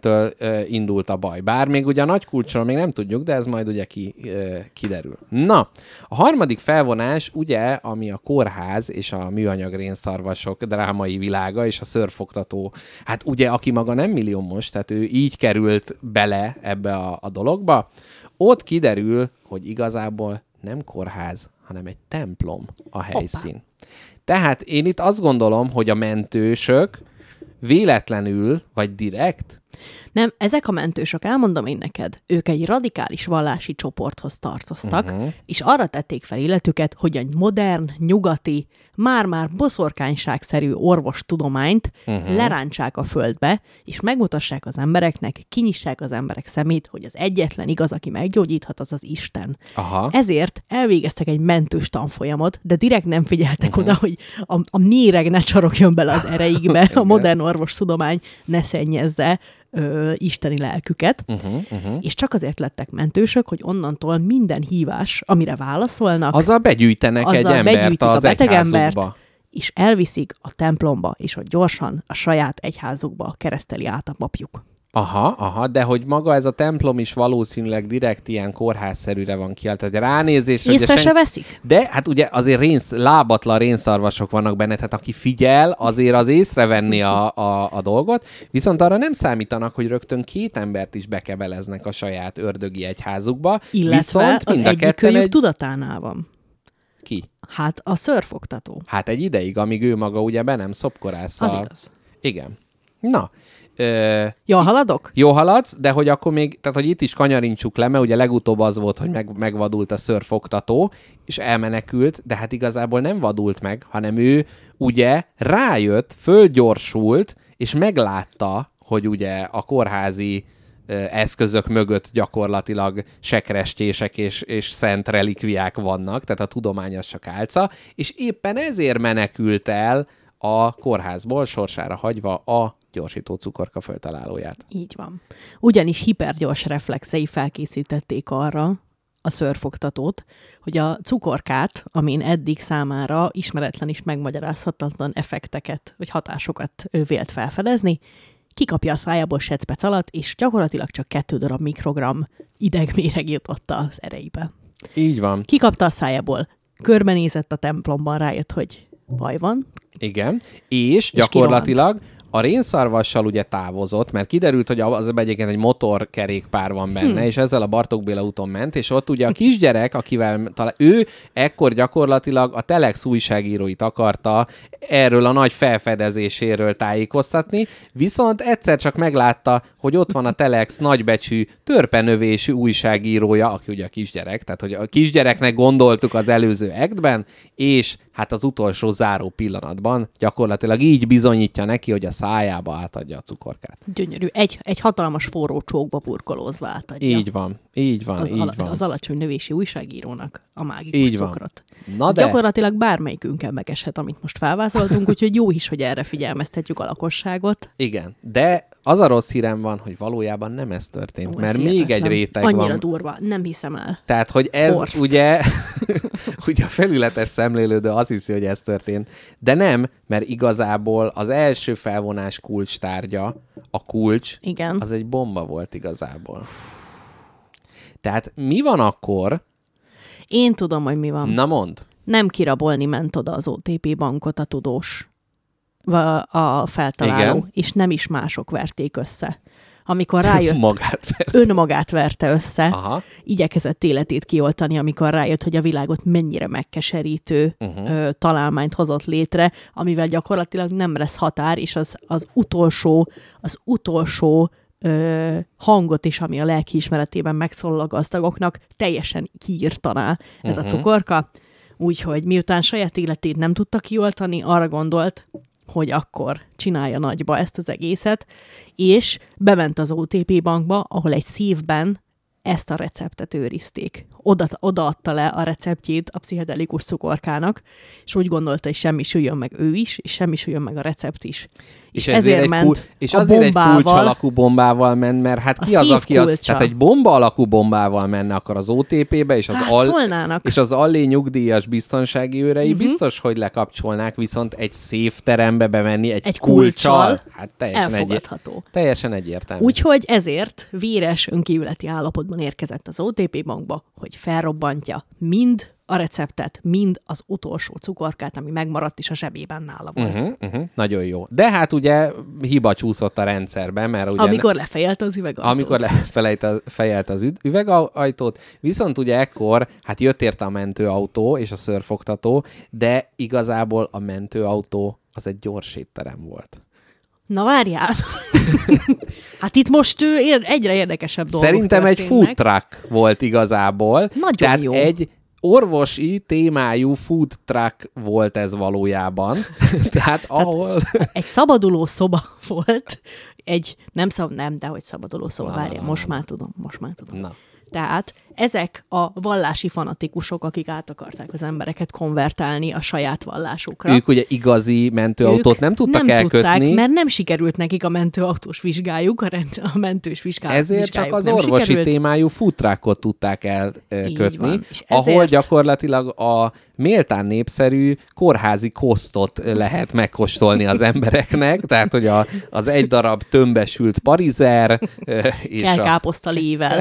indult a baj. Bár még ugye a nagy kulcsról még nem tudjuk, de ez majd ugye kiderül. Na, a harmadik felvonás ugye, ami a kórház és a műanyag rénszarvasok drámai világa, és a szörfogtató, hát ugye, aki maga nem milliómos, tehát ő így került bele ebbe a dologba, ott kiderül, hogy igazából nem kórház, hanem egy templom a helyszín. Hoppá. Tehát én itt azt gondolom, hogy a mentősök véletlenül, vagy direkt... Nem, ezek a mentősök, elmondom én neked, ők egy radikális vallási csoporthoz tartoztak, és arra tették fel életüket, hogy egy modern, nyugati, már-már boszorkányságszerű orvostudományt lerántsák a földbe, és megmutassák az embereknek, kinyissák az emberek szemét, hogy az egyetlen igaz, aki meggyógyíthat, az az Isten. Aha. Ezért elvégeztek egy mentős tanfolyamot, de direkt nem figyeltek oda, hogy a méreg ne csorogjon bele az ereikbe, a modern orvostudomány ne szennyezze isteni lelküket, és csak azért lettek mentősök, hogy onnantól minden hívás, amire válaszolnak, azzal begyűjtenek egy embert az egyházukba. És elviszik a templomba, és hogy gyorsan a saját egyházukba kereszteli át a papjuk. Aha, de hogy maga ez a templom is valószínűleg direkt ilyen kórházszerűre van kiállt. Tehát ránézésre... Észre se veszik? De hát ugye azért lábatlan rénszarvasok vannak benne, tehát aki figyel, azért az észrevenni a dolgot, viszont arra nem számítanak, hogy rögtön 2 embert is bekebeleznek a saját ördögi egyházukba. Illetve viszont az egyikőjük tudatánál van. Ki? Hát a szörfogtató. Hát egy ideig, amíg ő maga ugye be nem szopkorásza. Az igaz. Igen. Na, Jól haladok? Jó haladsz, de hogy akkor még, tehát hogy itt is kanyarintsuk le, mert ugye legutóbb az volt, hogy megvadult a szörfogtató, és elmenekült, de hát igazából nem vadult meg, hanem ő ugye rájött, földgyorsult, és meglátta, hogy ugye a kórházi eszközök mögött gyakorlatilag sekrestések és szent relikviák vannak, tehát a tudomány az csak álca, és éppen ezért menekült el a kórházból, sorsára hagyva a gyorsító cukorka föltalálóját. Így van. Ugyanis hipergyors reflexei felkészítették arra a szörfogtatót, hogy a cukorkát, amin eddig számára ismeretlen és megmagyarázhatatlan effekteket, vagy hatásokat vélt felfedezni, kikapja a szájából secpec alatt, és gyakorlatilag csak 2 darab mikrogram idegméreg jutott az ereibe. Így van. Kikapta a szájából, körbenézett a templomban, rájött, hogy baj van. Igen, és gyakorlatilag a rénszarvassal ugye távozott, mert kiderült, hogy az egyébként egy motorkerékpár van benne, és ezzel a Bartók Béla úton ment, és ott ugye a kisgyerek, akivel ő ekkor gyakorlatilag a Telex újságíróit akarta erről a nagy felfedezéséről tájékoztatni, viszont egyszer csak meglátta, hogy ott van a Telex nagybecsű törpenövésű újságírója, aki ugye a kisgyerek, tehát hogy a kisgyereknek gondoltuk az előző actben, és hát az utolsó záró pillanatban gyakorlatilag így bizonyítja neki, hogy a szájába átadja a cukorkát. Gyönyörű. Egy hatalmas forró csókba burkolózva átadja. Így van. Az alacsony növési újságírónak a mágikus cukrot. Na de... Gyakorlatilag bármelyikünkkel megeshet, amit most felvázoltunk, úgyhogy jó is, hogy erre figyelmeztetjük a lakosságot. Igen, de az a rossz hírem van, hogy valójában nem ez történt, mert még egy réteg annyira van. Annyira durva, nem hiszem el. Tehát, hogy ez ugye a felületes szemlélődő azt hiszi, hogy ez történt, de nem, mert igazából az első felvonás kulcstárgya, a kulcs, igen, az egy bomba volt igazából. Tehát mi van akkor? Én tudom, hogy mi van. Na mondd. Nem kirabolni ment oda az OTP bankot a tudós, a feltaláló, igen. És nem is mások verték össze. Amikor rájött, önmagát verte össze, aha. Igyekezett életét kioltani, amikor rájött, hogy a világot mennyire megkeserítő találmányt hozott létre, amivel gyakorlatilag nem lesz határ, és az utolsó hangot is, ami a lelkiismeretében megszólal a gazdagoknak, teljesen kiírtaná ez a cukorka. Úgyhogy miután saját életét nem tudta kioltani, arra gondolt, hogy akkor csinálja nagyba ezt az egészet, és bement az OTP bankba, ahol egy szívben ezt a receptet őrizték. Odaadta le a receptjét a pszichedelikus cukorkának, és úgy gondolta, hogy semmi süljön meg ő is, és semmi süljön meg a recept is. És ezért ment azért egy kulcs alakú bombával ment, mert hát ki az, aki... Tehát egy bomba alakú bombával menne akkor az OTP-be, és az allé nyugdíjas biztonsági őrei biztos, hogy lekapcsolnák, viszont egy széfterembe bemenni egy kulccsal. Hát teljesen egyértelmű. Úgyhogy ezért véres önkívületi állapotban érkezett az OTP bankba, hogy felrobbantja mind a receptet, mind az utolsó cukorkát, ami megmaradt, és a zsebében nála volt. Nagyon jó. De hát ugye hiba csúszott a rendszerben, mert ugye... Amikor lefejelte az üvegajtót. Amikor lefejelte az üvegajtót, viszont ugye ekkor, hát jött érte a mentőautó és a szörfogtató, de igazából a mentőautó az egy gyors étterem volt. Na várjál! Hát itt most egyre érdekesebb dolgok Szerintem egy food truck volt igazából. Nagyon tehát jó. Egy orvosi témájú food truck volt ez valójában. Tehát ahol... Egy szabaduló szoba volt. Dehogy szabaduló szoba. Várjál, most már tudom. Na. Tehát ezek a vallási fanatikusok, akik át akarták az embereket konvertálni a saját vallásukra. Ők ugye igazi mentőautót nem tudtak elkötni. Tudták, mert nem sikerült nekik a mentőautós vizsgájuk, a mentős vizsgájuk. Ezért csak az orvosi témájú food truckot tudták elkötni, ahol gyakorlatilag a méltán népszerű kórházi kosztot lehet megkóstolni az embereknek, tehát hogy az egy darab tömbesült parizer és kelkáposztalével.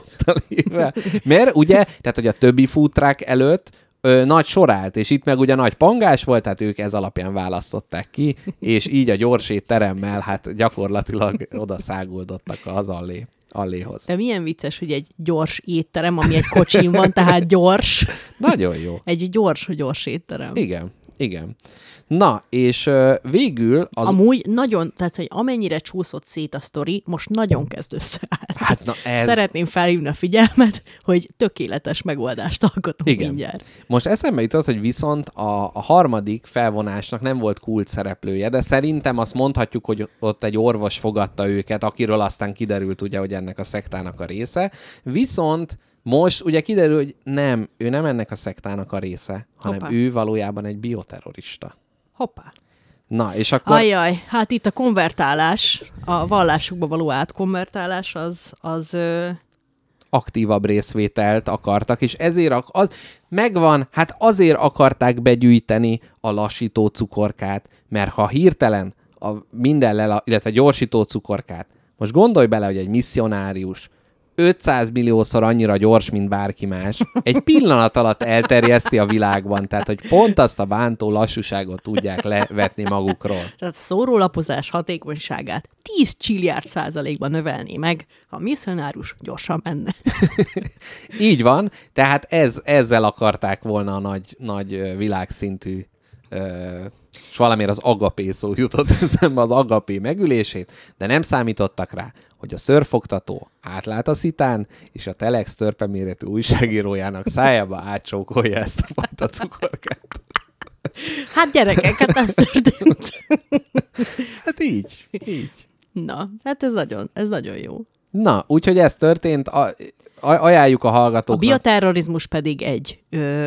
Mert ugye, tehát hogy a többi food truck előtt nagy sor állt, és itt meg ugye nagy pangás volt, tehát ők ez alapján választották ki, és így a gyors étteremmel hát gyakorlatilag oda száguldottak az alléhoz. De milyen vicces, hogy egy gyors étterem, ami egy kocsin van, tehát gyors. Nagyon jó. Egy gyors étterem. Igen. Na, és végül... Amúgy nagyon, tehát hogy amennyire csúszott szét a sztori, most nagyon kezd összeállni. Hát na ez... Szeretném felhívni a figyelmet, hogy tökéletes megoldást alkotunk mindjárt. Most eszembe jutott, hogy viszont a harmadik felvonásnak nem volt kult szereplője, de szerintem azt mondhatjuk, hogy ott egy orvos fogadta őket, akiről aztán kiderült ugye, hogy ennek a szektának a része. Viszont most ugye kiderül, hogy ő nem ennek a szektának a része, hanem ő valójában egy bioterrorista. Hoppá. Na, és akkor... Ajjaj, hát itt a konvertálás, a vallásukba való átkonvertálás az aktívabb részvételt akartak, és ezért megvan, hát azért akarták begyűjteni a lassító cukorkát, mert ha hirtelen illetve gyorsító cukorkát, most gondolj bele, hogy egy misszionárius 500 milliószor annyira gyors, mint bárki más, egy pillanat alatt elterjeszti a világban, tehát hogy pont azt a bántó lassúságot tudják levetni magukról. Tehát a szórólapozás hatékonyságát 10 csilliárd százalékban növelné meg, ha a misszionárus gyorsan menne. Így van, tehát ezzel akarták volna a nagy világszintű és valamiért az agapé szó jutott eszembe, az agapé megülését, de nem számítottak rá, hogy a szörfogtató átlát a szitán, és a Telex törpeméretű újságírójának szájába átcsókolja ezt a fajta cukorkát. Hát gyerekek, hát ez történt. Hát így. Na, hát ez nagyon jó. Na, úgyhogy ez történt, ajánljuk a hallgatóknak. A bioterrorizmus pedig egy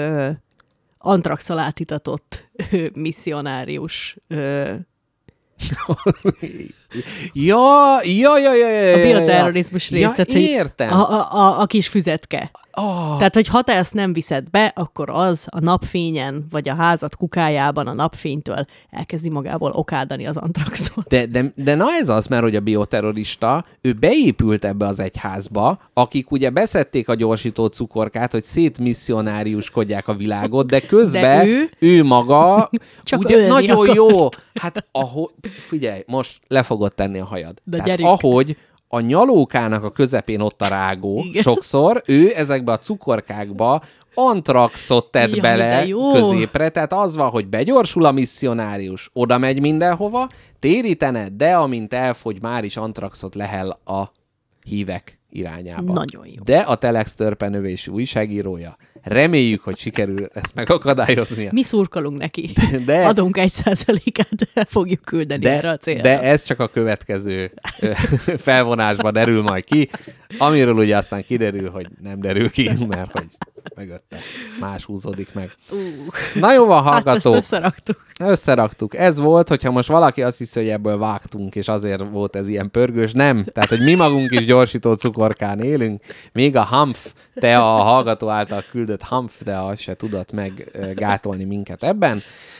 antraxal átitatott misszionárius Ja. A bioterrorizmus részlet, értem. A kis füzetke. Oh. Tehát, hogy ha te ezt nem viszed be, akkor az a napfényen, vagy a házad kukájában a napfénytől elkezdi magából okádani az antraxot. De na ez az, mert hogy a bioterrorista, ő beépült ebbe az egyházba, akik ugye beszedték a gyorsító cukorkát, hogy szétmisszionáriuskodják a világot, de közben ő maga ugye nagyon akar. Jó. Hát figyelj, most le fogod tenni a hajad. De tehát ahogy a nyalókának a közepén ott a rágó, igen. Sokszor ő ezekbe a cukorkákba antraxot tett bele középre, tehát az van, hogy begyorsul a misszionárius, oda megy mindenhova, térítene, de amint elfogy, már is antraxot lehel a hívek irányába. Nagyon jó. De a Telex törpenövési újságírója, reméljük, hogy sikerül ezt megakadályoznia. Mi szurkolunk neki. Adunk 1%-át, el fogjuk küldeni erre a célra. De ez csak a következő felvonásban derül majd ki, amiről ugye aztán kiderül, hogy nem derül ki, mert hogy mögötte más húzódik meg. Na jó van, hallgatók. Hát összeraktuk. Ez volt, hogyha most valaki azt hiszi, hogy ebből vágtunk, és azért volt ez ilyen pörgős. Nem. Tehát, hogy mi magunk is gyorsító cukorkán élünk, még a Humph, te a hallgató által küldött Humph, de azt se tudott meggátolni minket ebben.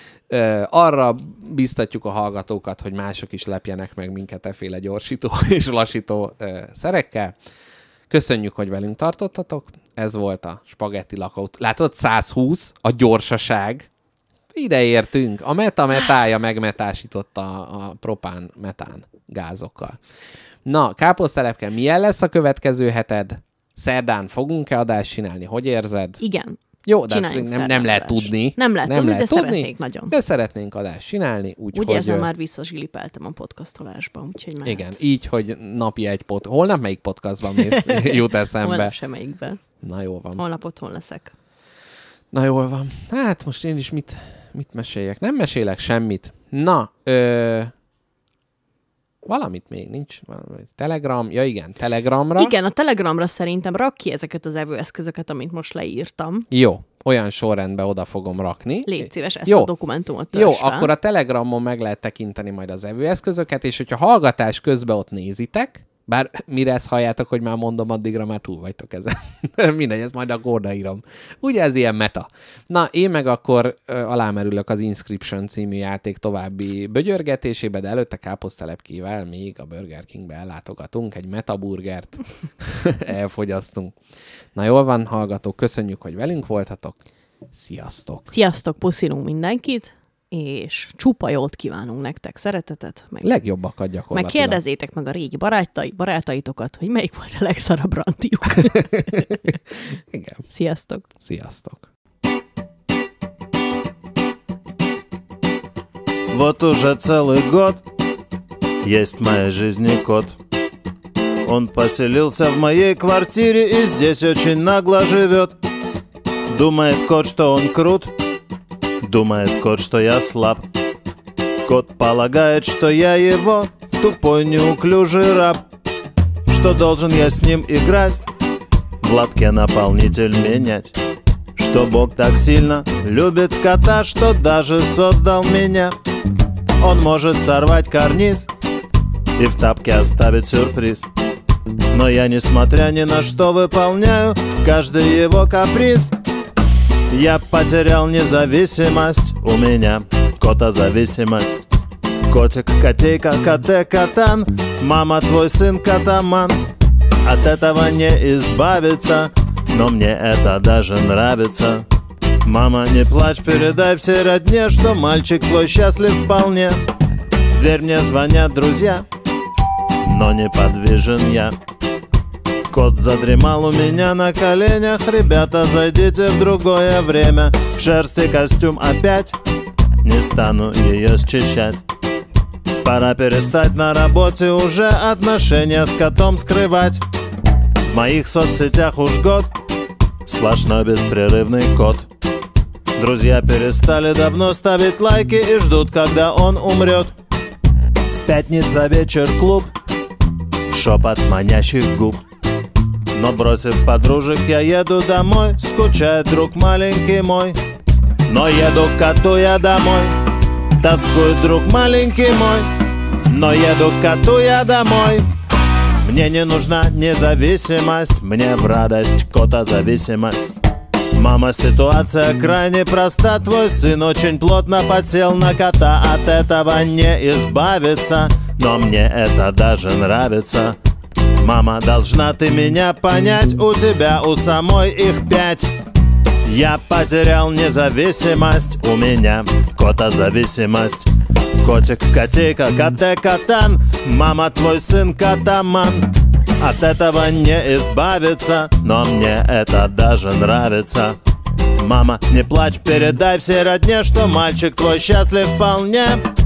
Arra biztatjuk a hallgatókat, hogy mások is lepjenek meg minket efféle gyorsító és lassító szerekkel. Köszönjük, hogy velünk tartottatok. Ez volt a Spagetti Lakaut. Látod, 120, a gyorsaság. Ide értünk. A metája megmetásította a propán-metán gázokkal. Na, káposztelepke, milyen lesz a következő heted? Szerdán fogunk-e adást csinálni? Hogy érzed? Igen. Jó, de nem lehet tudni. Nem lehet tudni, de szeretnénk nagyon. De szeretnénk adást csinálni. Úgy érzem, már visszazsilipeltem a podcastolásba, úgyhogy mehet. Igen, így, hogy napi egy Holnap melyik podcastban mész? Jut eszembe. Holnap semmelyikben. Na jó van. Holnap otthon leszek. Na jól van. Hát most én is mit meséljek? Nem mesélek semmit. Na, valamit még nincs. Telegram. Ja igen, Telegramra. Igen, a Telegramra szerintem rak ki ezeket az evőeszközöket, amit most leírtam. Jó, olyan sorrendben oda fogom rakni. Légy szíves, ezt a dokumentumot törzs Jó, akkor a Telegramon meg lehet tekinteni majd az evőeszközöket, és hogyha hallgatás közben ott nézitek, bár mire ezt halljátok, hogy már mondom, addigra már túl vagytok ezen. Mindegy, ezt majd akkor odaírom. Ugye ez ilyen meta. Na, én meg akkor alámerülök az Inscription című játék további bögyörgetésébe, de előtte káposztelepkével még a Burger Kingbe ellátogatunk, egy metaburgert elfogyasztunk. Na jól van, hallgatók, köszönjük, hogy velünk voltatok. Sziasztok! Sziasztok, puszilunk mindenkit! És csupa jót kívánunk nektek, szeretetet. Legjobbakat gyakorlatilag. Meg kérdezzétek meg a régi barátaitokat, hogy melyik volt a legszarabb randiuk. Igen. Sziasztok. Sziasztok. Вот уже целый год есть в моей жизни кот. Он поселился в моей квартире и здесь очень нагло живет. Думает кот, что он крут. Думает кот, что я слаб. Кот полагает, что я его тупой неуклюжий раб. Что должен я с ним играть, в лотке наполнитель менять. Что Бог так сильно любит кота, что даже создал меня. Он может сорвать карниз и в тапке оставить сюрприз. Но я, несмотря ни на что, выполняю каждый его каприз. Я потерял независимость, у меня котозависимость. Котик, котейка, коте, катан, мама, твой сын катаман. От этого не избавиться, но мне это даже нравится. Мама, не плачь, передай всей родне, что мальчик твой счастлив вполне. В дверь мне звонят друзья, но неподвижен я. Кот задремал у меня на коленях. Ребята, зайдите в другое время. В шерсти костюм опять, не стану ее счищать. Пора перестать на работе уже отношения с котом скрывать. В моих соцсетях уж год сплошной беспрерывный кот. Друзья перестали давно ставить лайки и ждут, когда он умрет. Пятница, вечер, клуб, шепот манящих губ. Но бросив подружек, я еду домой. Скучает друг маленький мой. Но еду к коту я домой. Тоскует друг маленький мой. но еду к коту я домой. Мне не нужна независимость, мне в радость котозависимость. Мама, ситуация крайне проста. Твой сын очень плотно подсел на кота. От этого не избавиться, но мне это даже нравится. Мама, должна ты меня понять, у тебя у самой их 5. Я потерял независимость, у меня котозависимость. Котик, котейка, коте, катан. Мама, твой сын котоман. От этого не избавиться, но мне это даже нравится. Мама, не плачь, передай всей родне, что мальчик твой счастлив вполне.